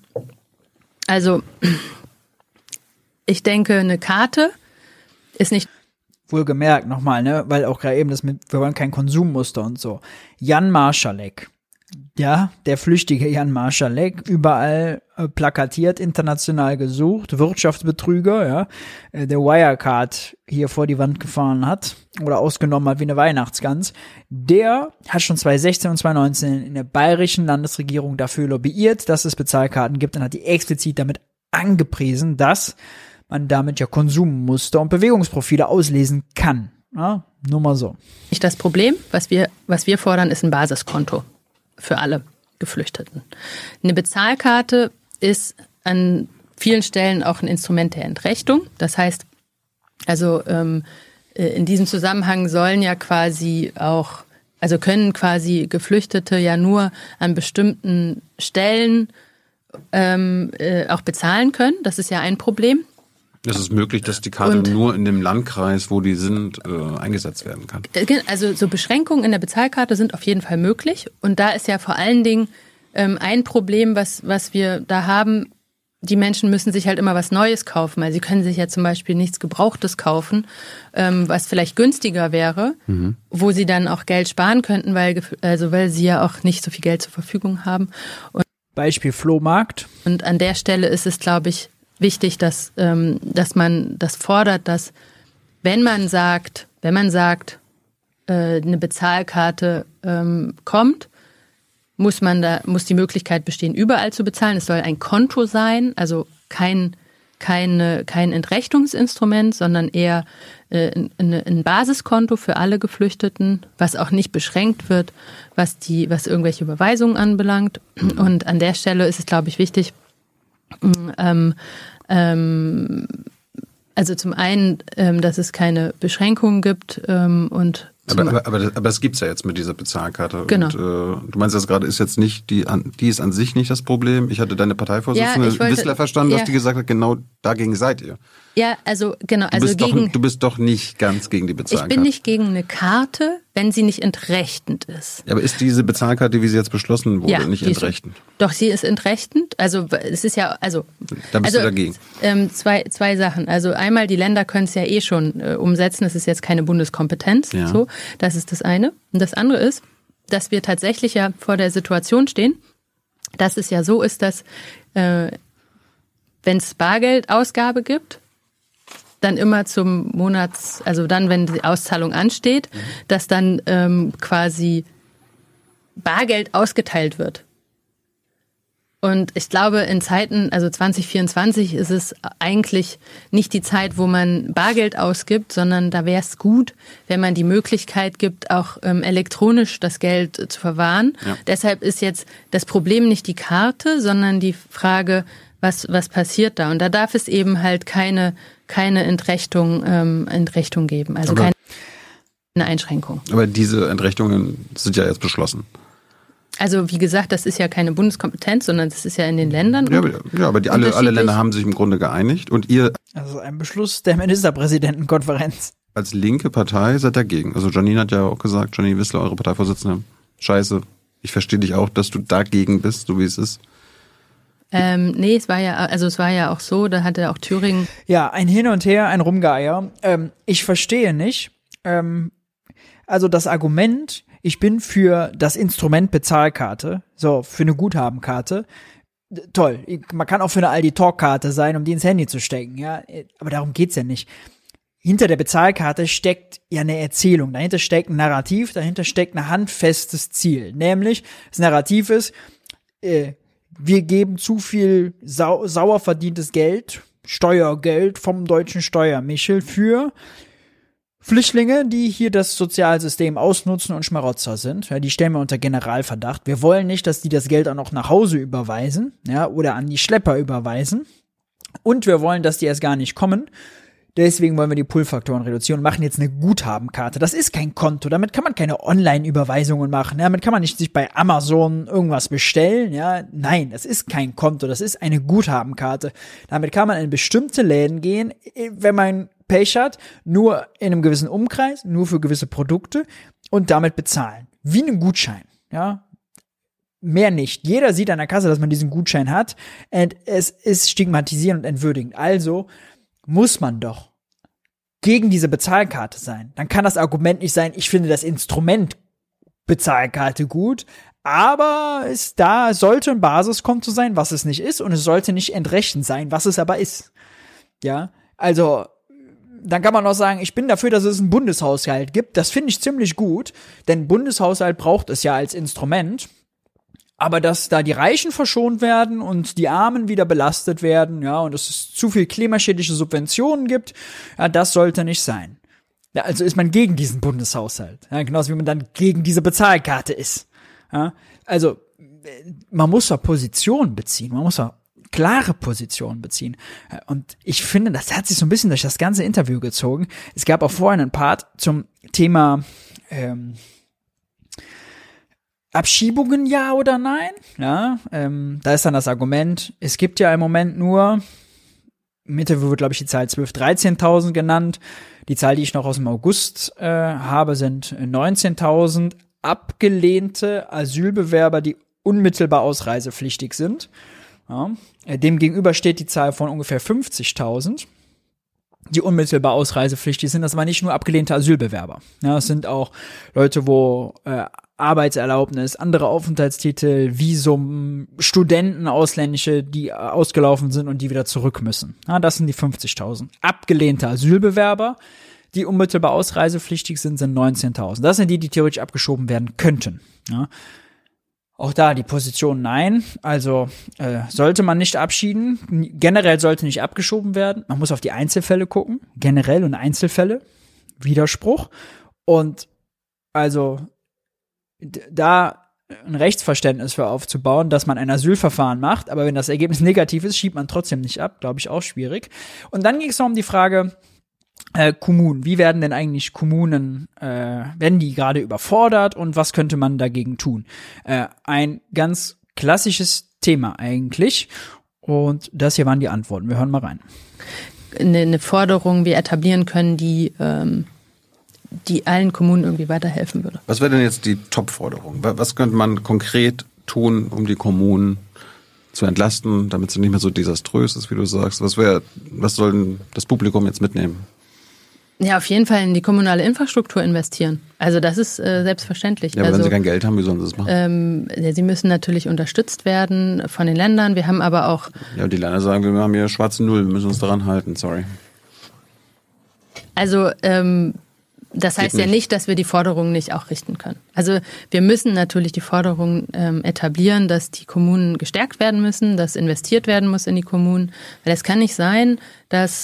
eine Karte ist nicht. Wohlgemerkt nochmal, ne, weil auch gerade eben wir wollen kein Konsummuster und so. Jan Marschalek. Ja, der flüchtige Jan Marschalek, überall plakatiert, international gesucht, Wirtschaftsbetrüger, ja, der Wirecard hier vor die Wand gefahren hat oder ausgenommen hat wie eine Weihnachtsgans, der hat schon 2016 und 2019 in der bayerischen Landesregierung dafür lobbyiert, dass es Bezahlkarten gibt und hat die explizit damit angepriesen, dass man damit ja Konsummuster und Bewegungsprofile auslesen kann. Ja, nur mal so. Nicht das Problem, was wir fordern, ist ein Basiskonto für alle Geflüchteten. Eine Bezahlkarte ist an vielen Stellen auch ein Instrument der Entrechtung. Das heißt, also in diesem Zusammenhang können quasi Geflüchtete ja nur an bestimmten Stellen auch bezahlen können. Das ist ja ein Problem. Es ist möglich, dass die Karte nur in dem Landkreis, wo die sind, eingesetzt werden kann. Also so Beschränkungen in der Bezahlkarte sind auf jeden Fall möglich. Und da ist ja vor allen Dingen ein Problem, was wir da haben. Die Menschen müssen sich halt immer was Neues kaufen. Also sie können sich ja zum Beispiel nichts Gebrauchtes kaufen, was vielleicht günstiger wäre, wo sie dann auch Geld sparen könnten, weil sie ja auch nicht so viel Geld zur Verfügung haben. Beispiel Flohmarkt. Und an der Stelle ist es, glaube ich, wichtig, dass man das fordert, dass wenn man sagt, eine Bezahlkarte kommt, muss die Möglichkeit bestehen, überall zu bezahlen. Es soll ein Konto sein, also kein Entrechtungsinstrument, sondern eher ein Basiskonto für alle Geflüchteten, was auch nicht beschränkt wird, was irgendwelche Überweisungen anbelangt. Und an der Stelle ist es, glaube ich, wichtig, also zum einen, dass es keine Beschränkungen gibt und Aber das gibt's ja jetzt mit dieser Bezahlkarte. Genau. Und, du meinst das gerade, ist jetzt nicht die ist an sich nicht das Problem. Ich hatte deine Parteivorsitzende Wissler verstanden, dass die gesagt hat, genau dagegen seid ihr. Ja, also genau. Du bist doch nicht ganz gegen die Bezahlkarte. Ich bin nicht gegen eine Karte, wenn sie nicht entrechtend ist. Ja, aber ist diese Bezahlkarte, wie sie jetzt beschlossen wurde, nicht entrechtend? Doch, sie ist entrechtend. Also es ist ja, da bist du dagegen. Zwei Sachen. Also einmal, die Länder können es ja eh schon umsetzen. Es ist jetzt keine Bundeskompetenz. Ja. So, das ist das eine. Und das andere ist, dass wir tatsächlich ja vor der Situation stehen, dass es ja so ist, dass wenn es Bargeldausgabe gibt, dann immer zum also dann, wenn die Auszahlung ansteht, dass dann quasi Bargeld ausgeteilt wird. Und ich glaube, in Zeiten, also 2024 ist es eigentlich nicht die Zeit, wo man Bargeld ausgibt, sondern da wäre es gut, wenn man die Möglichkeit gibt, auch elektronisch das Geld zu verwahren. Ja. Deshalb ist jetzt das Problem nicht die Karte, sondern die Frage, was passiert da? Und da darf es eben halt keine Entrechtung geben, also keine Einschränkung. Aber diese Entrechtungen sind ja jetzt beschlossen. Also wie gesagt, das ist ja keine Bundeskompetenz, sondern das ist ja in den Ländern. Ja, aber alle Länder haben sich im Grunde geeinigt und ihr... Also ein Beschluss der Ministerpräsidentenkonferenz. Als linke Partei seid dagegen. Also Janine hat ja auch gesagt, Janine Wissler, eure Parteivorsitzende, scheiße, ich verstehe dich auch, dass du dagegen bist, so wie es ist. Nee, es war ja auch so, da hatte auch Thüringen... Ja, ein Hin und Her, ein Rumgeier. Ich verstehe nicht, also das Argument... Ich bin für das Instrument Bezahlkarte, so, für eine Guthabenkarte. Toll, man kann auch für eine Aldi-Talk-Karte sein, um die ins Handy zu stecken, ja. Aber darum geht's ja nicht. Hinter der Bezahlkarte steckt ja eine Erzählung, dahinter steckt ein Narrativ, dahinter steckt ein handfestes Ziel. Nämlich, das Narrativ ist, wir geben zu viel sauer verdientes Geld, Steuergeld vom deutschen Steuermichel für Flüchtlinge, die hier das Sozialsystem ausnutzen und Schmarotzer sind, ja, die stellen wir unter Generalverdacht. Wir wollen nicht, dass die das Geld auch noch nach Hause überweisen, ja, oder an die Schlepper überweisen. Und wir wollen, dass die erst gar nicht kommen. Deswegen wollen wir die Pull-Faktoren reduzieren und machen jetzt eine Guthabenkarte. Das ist kein Konto, damit kann man keine Online-Überweisungen machen, ja, damit kann man nicht sich bei Amazon irgendwas bestellen, ja. Nein, das ist kein Konto, das ist eine Guthabenkarte. Damit kann man in bestimmte Läden gehen, wenn man Pech hat, nur in einem gewissen Umkreis, nur für gewisse Produkte und damit bezahlen. Wie einen Gutschein, ja. Mehr nicht. Jeder sieht an der Kasse, dass man diesen Gutschein hat und es ist stigmatisierend und entwürdigend. Also muss man doch gegen diese Bezahlkarte sein. Dann kann das Argument nicht sein, ich finde das Instrument Bezahlkarte gut, aber da sollte ein Basiskonto sein, was es nicht ist, und es sollte nicht entrechtend sein, was es aber ist. Ja, also dann kann man auch sagen, ich bin dafür, dass es einen Bundeshaushalt gibt. Das finde ich ziemlich gut, denn Bundeshaushalt braucht es ja als Instrument. Aber dass da die Reichen verschont werden und die Armen wieder belastet werden, ja, und dass es zu viel klimaschädliche Subventionen gibt, ja, das sollte nicht sein. Ja, also ist man gegen diesen Bundeshaushalt. Ja, genauso wie man dann gegen diese Bezahlkarte ist. Ja, also man muss da Position beziehen, man muss da klare Position beziehen. Und ich finde, das hat sich so ein bisschen durch das ganze Interview gezogen. Es gab auch vorhin einen Part zum Thema Abschiebungen, ja oder nein? Ja, da ist dann das Argument, es gibt ja im Moment nur, im Interview wird, glaube ich, die Zahl 12.000, 13.000 genannt. Die Zahl, die ich noch aus dem August habe, sind 19.000 abgelehnte Asylbewerber, die unmittelbar ausreisepflichtig sind. Ja. Demgegenüber steht die Zahl von ungefähr 50.000, die unmittelbar ausreisepflichtig sind. Das waren nicht nur abgelehnte Asylbewerber. Ja, es sind auch Leute, wo Arbeitserlaubnis, andere Aufenthaltstitel, Visum, Studenten, ausländische, die ausgelaufen sind und die wieder zurück müssen. Ja, das sind die 50.000. Abgelehnte Asylbewerber, die unmittelbar ausreisepflichtig sind, sind 19.000. Das sind die theoretisch abgeschoben werden könnten. Ja. Auch da die Position nein, also sollte man nicht abschieden, generell sollte nicht abgeschoben werden, man muss auf die Einzelfälle gucken, generell und Einzelfälle, Widerspruch, und also da ein Rechtsverständnis für aufzubauen, dass man ein Asylverfahren macht, aber wenn das Ergebnis negativ ist, schiebt man trotzdem nicht ab, glaube ich auch schwierig. Und dann ging es noch um die Frage, Kommunen. Wie werden denn eigentlich Kommunen, werden die gerade überfordert und was könnte man dagegen tun? Ein ganz klassisches Thema eigentlich und das hier waren die Antworten. Wir hören mal rein. Eine Forderung wir etablieren können, die allen Kommunen irgendwie weiterhelfen würde. Was wäre denn jetzt die Top-Forderung? Was könnte man konkret tun, um die Kommunen zu entlasten, damit sie nicht mehr so desaströs ist, wie du sagst? Was soll denn das Publikum jetzt mitnehmen? Ja, auf jeden Fall in die kommunale Infrastruktur investieren. Also das ist selbstverständlich. Ja, aber wenn sie kein Geld haben, wie sollen sie das machen? Sie müssen natürlich unterstützt werden von den Ländern. Wir haben aber auch... Ja, die Länder sagen, wir haben hier schwarze Null, wir müssen uns daran halten, sorry. Also das heißt ja nicht, dass wir die Forderungen nicht auch richten können. Also wir müssen natürlich die Forderungen etablieren, dass die Kommunen gestärkt werden müssen, dass investiert werden muss in die Kommunen. Weil es kann nicht sein, dass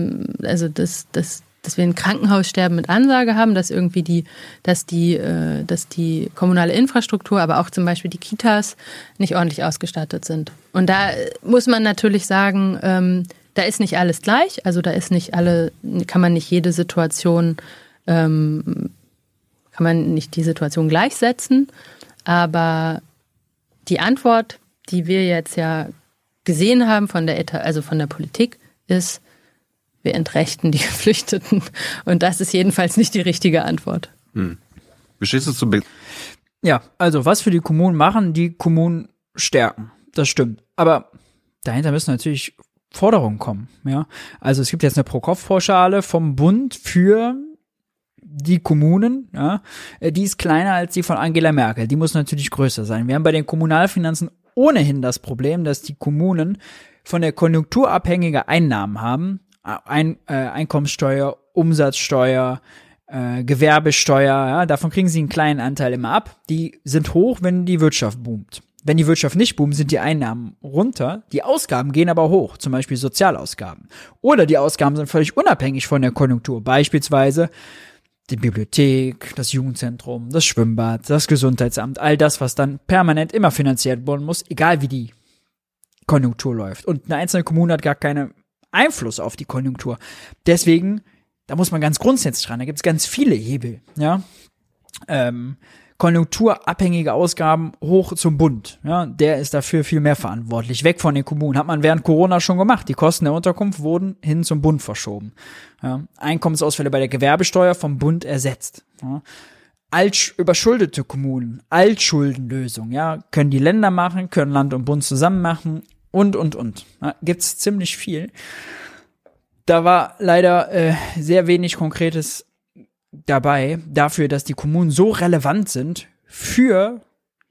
wir ein Krankenhaussterben mit Ansage haben, dass irgendwie dass die kommunale Infrastruktur, aber auch zum Beispiel die Kitas nicht ordentlich ausgestattet sind. Und da muss man natürlich sagen, da ist nicht alles gleich. Also da ist kann man nicht jede Situation kann man nicht die Situation gleichsetzen, aber die Antwort, die wir jetzt ja gesehen haben von der Politik, ist, wir entrechten die Geflüchteten und das ist jedenfalls nicht die richtige Antwort. Wie stehst du zu Ja, also was für die Kommunen machen, die Kommunen stärken, das stimmt, aber dahinter müssen natürlich Forderungen kommen, ja. Also es gibt jetzt eine Pro-Kopf-Pauschale vom Bund für die Kommunen, ja, die ist kleiner als die von Angela Merkel. Die muss natürlich größer sein. Wir haben bei den Kommunalfinanzen ohnehin das Problem, dass die Kommunen von der Konjunktur abhängige Einnahmen haben. Einkommenssteuer, Umsatzsteuer, Gewerbesteuer, ja, davon kriegen sie einen kleinen Anteil immer ab. Die sind hoch, wenn die Wirtschaft boomt. Wenn die Wirtschaft nicht boomt, sind die Einnahmen runter. Die Ausgaben gehen aber hoch, zum Beispiel Sozialausgaben. Oder die Ausgaben sind völlig unabhängig von der Konjunktur. Beispielsweise die Bibliothek, das Jugendzentrum, das Schwimmbad, das Gesundheitsamt, all das, was dann permanent immer finanziert werden muss, egal wie die Konjunktur läuft. Und eine einzelne Kommune hat gar keinen Einfluss auf die Konjunktur. Deswegen, da muss man ganz grundsätzlich ran, da gibt es ganz viele Hebel, ja. Konjunkturabhängige Ausgaben hoch zum Bund. Ja, der ist dafür viel mehr verantwortlich. Weg von den Kommunen. Hat man während Corona schon gemacht. Die Kosten der Unterkunft wurden hin zum Bund verschoben. Ja, Einkommensausfälle bei der Gewerbesteuer vom Bund ersetzt. Ja, überschuldete Kommunen, Altschuldenlösung, ja, können die Länder machen, können Land und Bund zusammen machen und. Ja, gibt's ziemlich viel. Da war leider sehr wenig Konkretes dabei, dafür, dass die Kommunen so relevant sind für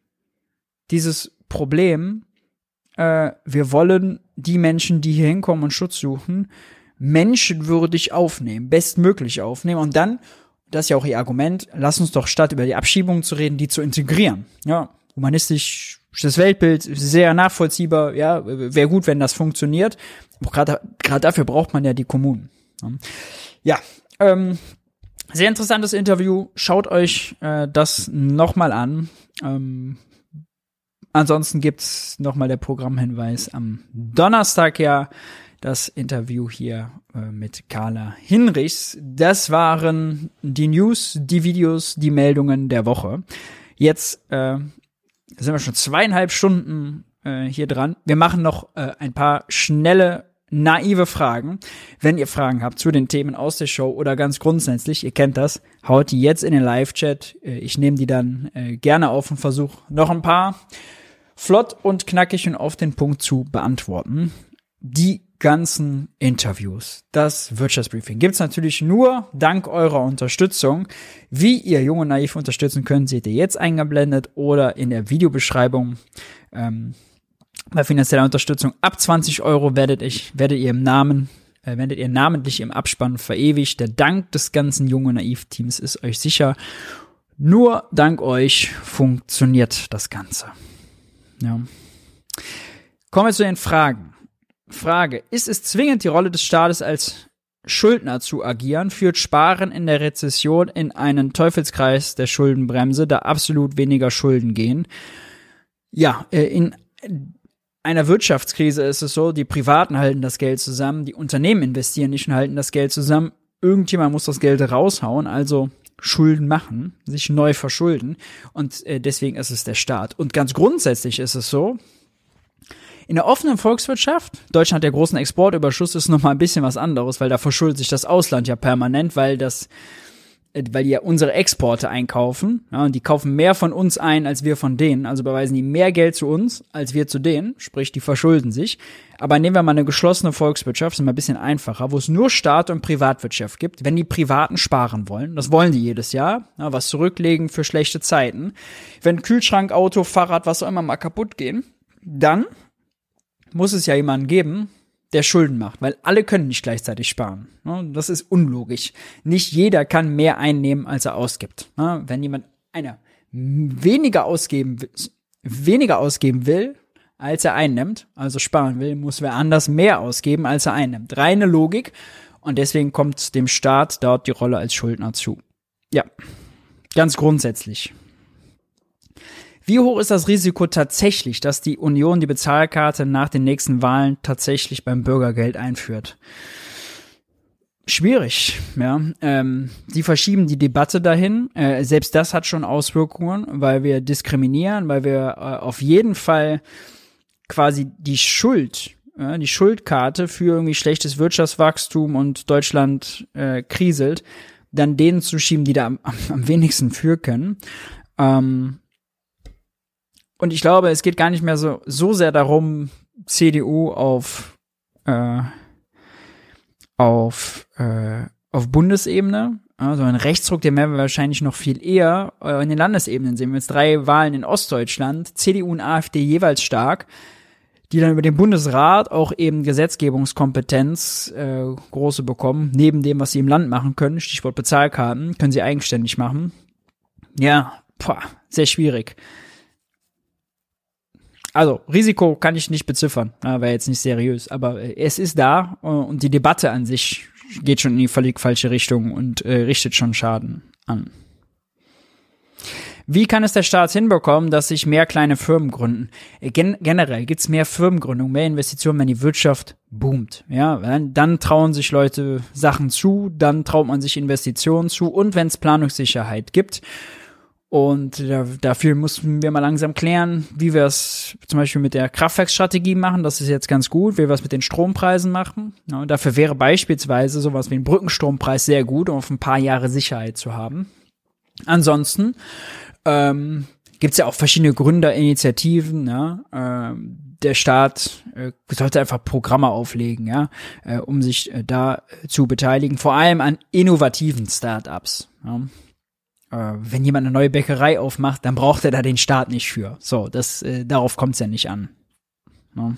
dieses Problem. Wir wollen die Menschen, die hier hinkommen und Schutz suchen, menschenwürdig aufnehmen, bestmöglich aufnehmen und dann, das ist ja auch ihr Argument, lass uns doch statt über die Abschiebungen zu reden, die zu integrieren. Ja, humanistisch, das Weltbild, sehr nachvollziehbar, ja, wäre gut, wenn das funktioniert. Gerade dafür braucht man ja die Kommunen. Ja, sehr interessantes Interview. Schaut euch das nochmal an. Ansonsten gibt's nochmal der Programmhinweis am Donnerstag ja das Interview hier mit Carla Hinrichs. Das waren die News, die Videos, die Meldungen der Woche. Jetzt sind wir schon 2,5 Stunden hier dran. Wir machen noch ein paar schnelle naive Fragen. Wenn ihr Fragen habt zu den Themen aus der Show oder ganz grundsätzlich, ihr kennt das, haut die jetzt in den Live-Chat. Ich nehme die dann gerne auf und versuche noch ein paar flott und knackig und auf den Punkt zu beantworten. Die ganzen Interviews, das Wirtschaftsbriefing gibt's natürlich nur dank eurer Unterstützung. Wie ihr Jung und Naiv unterstützen könnt, seht ihr jetzt eingeblendet oder in der Videobeschreibung. Bei finanzieller Unterstützung ab 20 € werdet ihr namentlich im Abspann verewigt. Der Dank des ganzen Jung und Naiv-Teams ist euch sicher. Nur dank euch funktioniert das Ganze. Ja. Kommen wir zu den Fragen. Frage: Ist es zwingend die Rolle des Staates als Schuldner zu agieren? Führt Sparen in der Rezession in einen Teufelskreis der Schuldenbremse, da absolut weniger Schulden gehen? Ja, in einer Wirtschaftskrise ist es so, die Privaten halten das Geld zusammen, die Unternehmen investieren nicht und halten das Geld zusammen. irgendjemand muss das Geld raushauen, also Schulden machen, sich neu verschulden und deswegen ist es der Staat. Und ganz grundsätzlich ist es so, in der offenen Volkswirtschaft, Deutschland hat ja großen Exportüberschuss, ist noch mal ein bisschen was anderes, weil da verschuldet sich das Ausland ja permanent, weil die ja unsere Exporte einkaufen, ja, und die kaufen mehr von uns ein, als wir von denen, also beweisen die mehr Geld zu uns, als wir zu denen, sprich, die verschulden sich. Aber nehmen wir mal eine geschlossene Volkswirtschaft, ist immer ein bisschen einfacher, wo es nur Staat und Privatwirtschaft gibt, wenn die Privaten sparen wollen, das wollen die jedes Jahr, ja, was zurücklegen für schlechte Zeiten, wenn Kühlschrank, Auto, Fahrrad, was auch immer mal kaputt gehen, dann muss es ja jemanden geben, der Schulden macht, weil alle können nicht gleichzeitig sparen. Das ist unlogisch. Nicht jeder kann mehr einnehmen, als er ausgibt. Wenn jemand weniger ausgeben will, als er einnimmt, also sparen will, muss wer anders mehr ausgeben, als er einnimmt. Reine Logik. Und deswegen kommt dem Staat dort die Rolle als Schuldner zu. Ja, ganz grundsätzlich. Wie hoch ist das Risiko tatsächlich, dass die Union die Bezahlkarte nach den nächsten Wahlen tatsächlich beim Bürgergeld einführt? Schwierig, ja. Sie verschieben die Debatte dahin. Selbst das hat schon Auswirkungen, weil wir diskriminieren, weil wir auf jeden Fall quasi die Schuldkarte für irgendwie schlechtes Wirtschaftswachstum und Deutschland kriselt, dann denen zu schieben, die da am wenigsten für können. Und ich glaube, es geht gar nicht mehr so sehr darum, CDU auf Bundesebene. Also ein Rechtsruck, den werden wir wahrscheinlich noch viel eher in den Landesebenen sehen. Wir haben jetzt 3 Wahlen in Ostdeutschland, CDU und AfD jeweils stark, die dann über den Bundesrat auch eben Gesetzgebungskompetenz große bekommen. Neben dem, was sie im Land machen können, Stichwort Bezahlkarten, können sie eigenständig machen. Ja, sehr schwierig. Also, Risiko kann ich nicht beziffern, wäre jetzt nicht seriös, aber es ist da und die Debatte an sich geht schon in die völlig falsche Richtung und richtet schon Schaden an. Wie kann es der Staat hinbekommen, dass sich mehr kleine Firmen gründen? Generell gibt es mehr Firmengründung, mehr Investitionen, wenn die Wirtschaft boomt. Ja, dann trauen sich Leute Sachen zu, dann traut man sich Investitionen zu und wenn es Planungssicherheit gibt. Und dafür müssen wir mal langsam klären, wie wir es zum Beispiel mit der Kraftwerksstrategie machen. Das ist jetzt ganz gut, wie wir es mit den Strompreisen machen. Ja, und dafür wäre beispielsweise sowas wie ein Brückenstrompreis sehr gut, um auf ein paar Jahre Sicherheit zu haben. Ansonsten gibt es ja auch verschiedene Gründerinitiativen. Ja? Der Staat sollte einfach Programme auflegen, ja, um sich da zu beteiligen, vor allem an innovativen Start-ups. Ja? Wenn jemand eine neue Bäckerei aufmacht, dann braucht er da den Staat nicht für. So, darauf kommt es ja nicht an. Ja.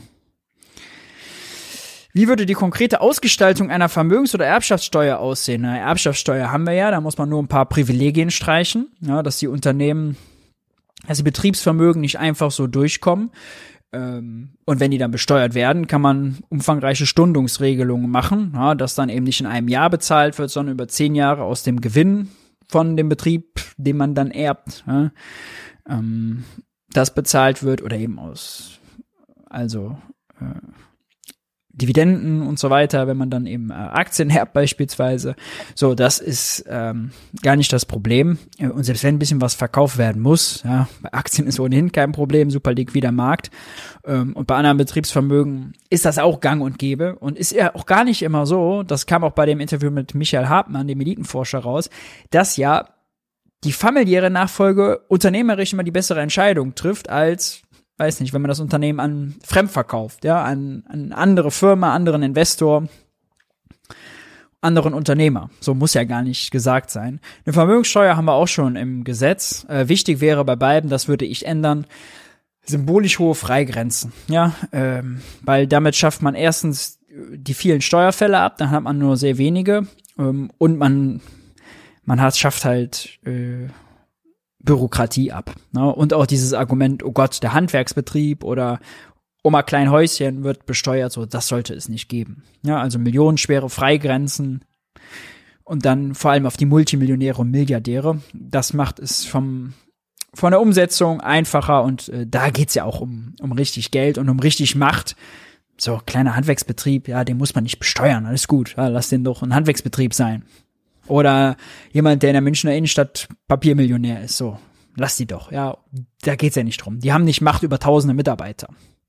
Wie würde die konkrete Ausgestaltung einer Vermögens- oder Erbschaftssteuer aussehen? Eine Erbschaftssteuer haben wir ja, da muss man nur ein paar Privilegien streichen, ja, dass die Unternehmen, dass die Betriebsvermögen nicht einfach so durchkommen. Und wenn die dann besteuert werden, kann man umfangreiche Stundungsregelungen machen, ja, dass dann eben nicht in einem Jahr bezahlt wird, sondern über 10 Jahre aus dem Gewinn von dem Betrieb, den man dann erbt, ja, das bezahlt wird oder eben Dividenden und so weiter, wenn man dann eben Aktien erbt beispielsweise. So, das ist gar nicht das Problem. Und selbst wenn ein bisschen was verkauft werden muss, ja, bei Aktien ist ohnehin kein Problem, super liquider Markt. Und bei anderen Betriebsvermögen ist das auch gang und gäbe und ist ja auch gar nicht immer so, das kam auch bei dem Interview mit Michael Hartmann, dem Elitenforscher, raus, dass ja die familiäre Nachfolge unternehmerisch immer die bessere Entscheidung trifft als, weiß nicht, wenn man das Unternehmen an Fremd verkauft, ja, an andere Firma, anderen Investor, anderen Unternehmer. So muss ja gar nicht gesagt sein. Eine Vermögenssteuer haben wir auch schon im Gesetz. Wichtig wäre bei beiden, das würde ich ändern, symbolisch hohe Freigrenzen, ja, weil damit schafft man erstens die vielen Steuerfälle ab, dann hat man nur sehr wenige und man schafft halt Bürokratie ab, ne? Und auch dieses Argument, oh Gott, der Handwerksbetrieb oder Oma Kleinhäuschen wird besteuert, so, das sollte es nicht geben. Ja, also millionenschwere Freigrenzen und dann vor allem auf die Multimillionäre und Milliardäre. Das macht es von der Umsetzung einfacher und da geht's ja auch um richtig Geld und um richtig Macht. So, kleiner Handwerksbetrieb, ja, den muss man nicht besteuern, alles gut, ja, lass den doch ein Handwerksbetrieb sein. Oder jemand, der in der Münchner Innenstadt Papiermillionär ist, so, lass die doch, ja, da geht's ja nicht drum. Die haben nicht Macht über tausende Mitarbeiter.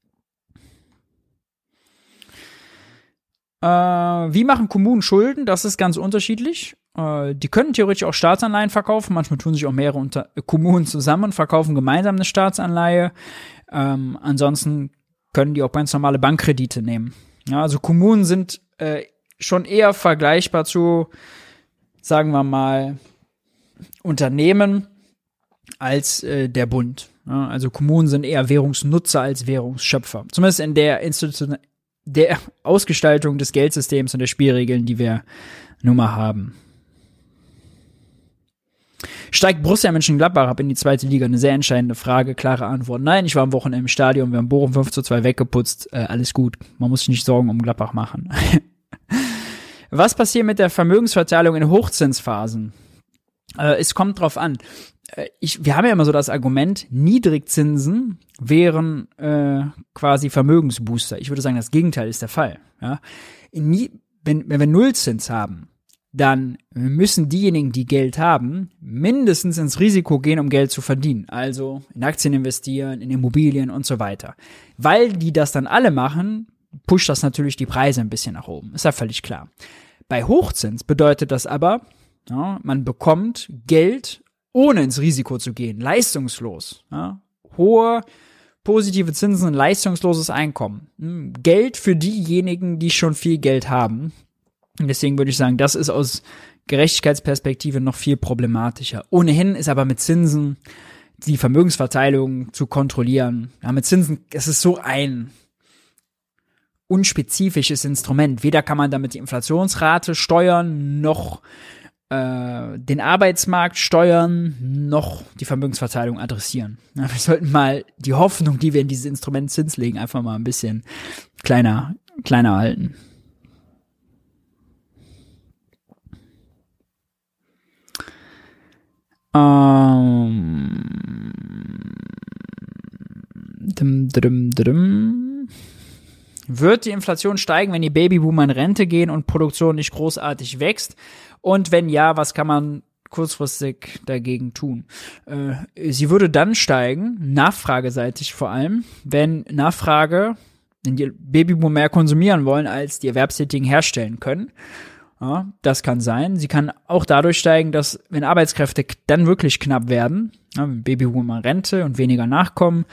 Wie machen Kommunen Schulden? Das ist ganz unterschiedlich. Die können theoretisch auch Staatsanleihen verkaufen. Manchmal tun sich auch mehrere Kommunen zusammen und verkaufen gemeinsam eine Staatsanleihe. Ansonsten können die auch ganz normale Bankkredite nehmen. Ja, also Kommunen sind schon eher vergleichbar zu, sagen wir mal, Unternehmen als der Bund. Ja, also Kommunen sind eher Währungsnutzer als Währungsschöpfer. Zumindest in der Ausgestaltung des Geldsystems und der Spielregeln, die wir nun mal haben. Steigt Borussia Mönchengladbach ab in die zweite Liga? Eine sehr entscheidende Frage, klare Antwort. Nein, ich war am Wochenende im Stadion, wir haben Bochum 5:2 weggeputzt, alles gut. Man muss sich nicht Sorgen um Gladbach machen. Was passiert mit der Vermögensverteilung in Hochzinsphasen? Es kommt drauf an. Wir haben ja immer so das Argument, Niedrigzinsen wären quasi Vermögensbooster. Ich würde sagen, das Gegenteil ist der Fall. Ja? Wenn wir Nullzins haben, dann müssen diejenigen, die Geld haben, mindestens ins Risiko gehen, um Geld zu verdienen. Also in Aktien investieren, in Immobilien und so weiter. Weil die das dann alle machen, pusht das natürlich die Preise ein bisschen nach oben. Ist ja völlig klar. Bei Hochzins bedeutet das aber, ja, man bekommt Geld, ohne ins Risiko zu gehen, leistungslos. Ja? Hohe positive Zinsen, leistungsloses Einkommen. Geld für diejenigen, die schon viel Geld haben. Und deswegen würde ich sagen, das ist aus Gerechtigkeitsperspektive noch viel problematischer. Ohnehin ist aber mit Zinsen die Vermögensverteilung zu kontrollieren. Ja, mit Zinsen, es ist so ein unspezifisches Instrument. Weder kann man damit die Inflationsrate steuern, noch den Arbeitsmarkt steuern, noch die Vermögensverteilung adressieren. Ja, wir sollten mal die Hoffnung, die wir in dieses Instrument Zins legen, einfach mal ein bisschen kleiner halten. Wird die Inflation steigen, wenn die Babyboomer in Rente gehen und Produktion nicht großartig wächst? Und wenn ja, was kann man kurzfristig dagegen tun? Sie würde dann steigen, nachfrageseitig vor allem, wenn die Babyboomer mehr konsumieren wollen, als die Erwerbstätigen herstellen können. Ja, das kann sein. Sie kann auch dadurch steigen, dass, wenn Arbeitskräfte dann wirklich knapp werden, ja, wenn Babyboomer Rente und weniger Nachkommen,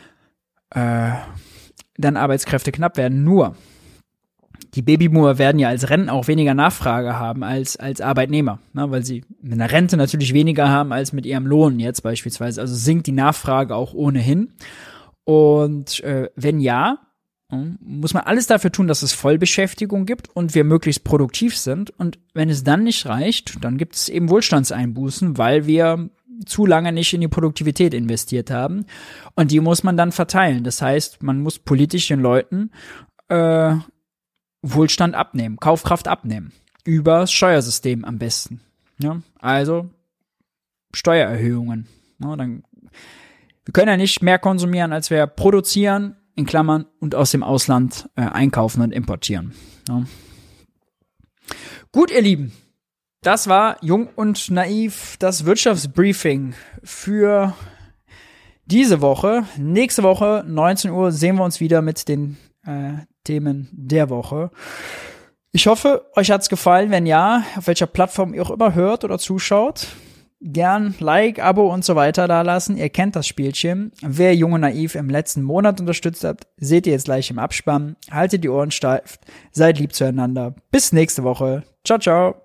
dann Arbeitskräfte knapp werden. Nur, die Babyboomer werden ja als Renten auch weniger Nachfrage haben als Arbeitnehmer, ne, weil sie mit einer Rente natürlich weniger haben als mit ihrem Lohn jetzt beispielsweise. Also sinkt die Nachfrage auch ohnehin. Und wenn ja, muss man alles dafür tun, dass es Vollbeschäftigung gibt und wir möglichst produktiv sind. Und wenn es dann nicht reicht, dann gibt es eben Wohlstandseinbußen, weil wir zu lange nicht in die Produktivität investiert haben. Und die muss man dann verteilen. Das heißt, man muss politisch den Leuten Wohlstand abnehmen, Kaufkraft abnehmen. Übers Steuersystem am besten. Ja? Also Steuererhöhungen. Ja, wir können ja nicht mehr konsumieren, als wir produzieren, in Klammern, und aus dem Ausland einkaufen und importieren. Ja. Gut, ihr Lieben, das war Jung und Naiv, das Wirtschaftsbriefing für diese Woche. Nächste Woche, 19 Uhr, sehen wir uns wieder mit den Themen der Woche. Ich hoffe, euch hat's gefallen. Wenn ja, auf welcher Plattform ihr auch immer hört oder zuschaut, gern Like, Abo und so weiter da lassen. Ihr kennt das Spielchen. Wer Jung und Naiv im letzten Monat unterstützt hat, seht ihr jetzt gleich im Abspann. Haltet die Ohren steif, seid lieb zueinander. Bis nächste Woche. Ciao, ciao.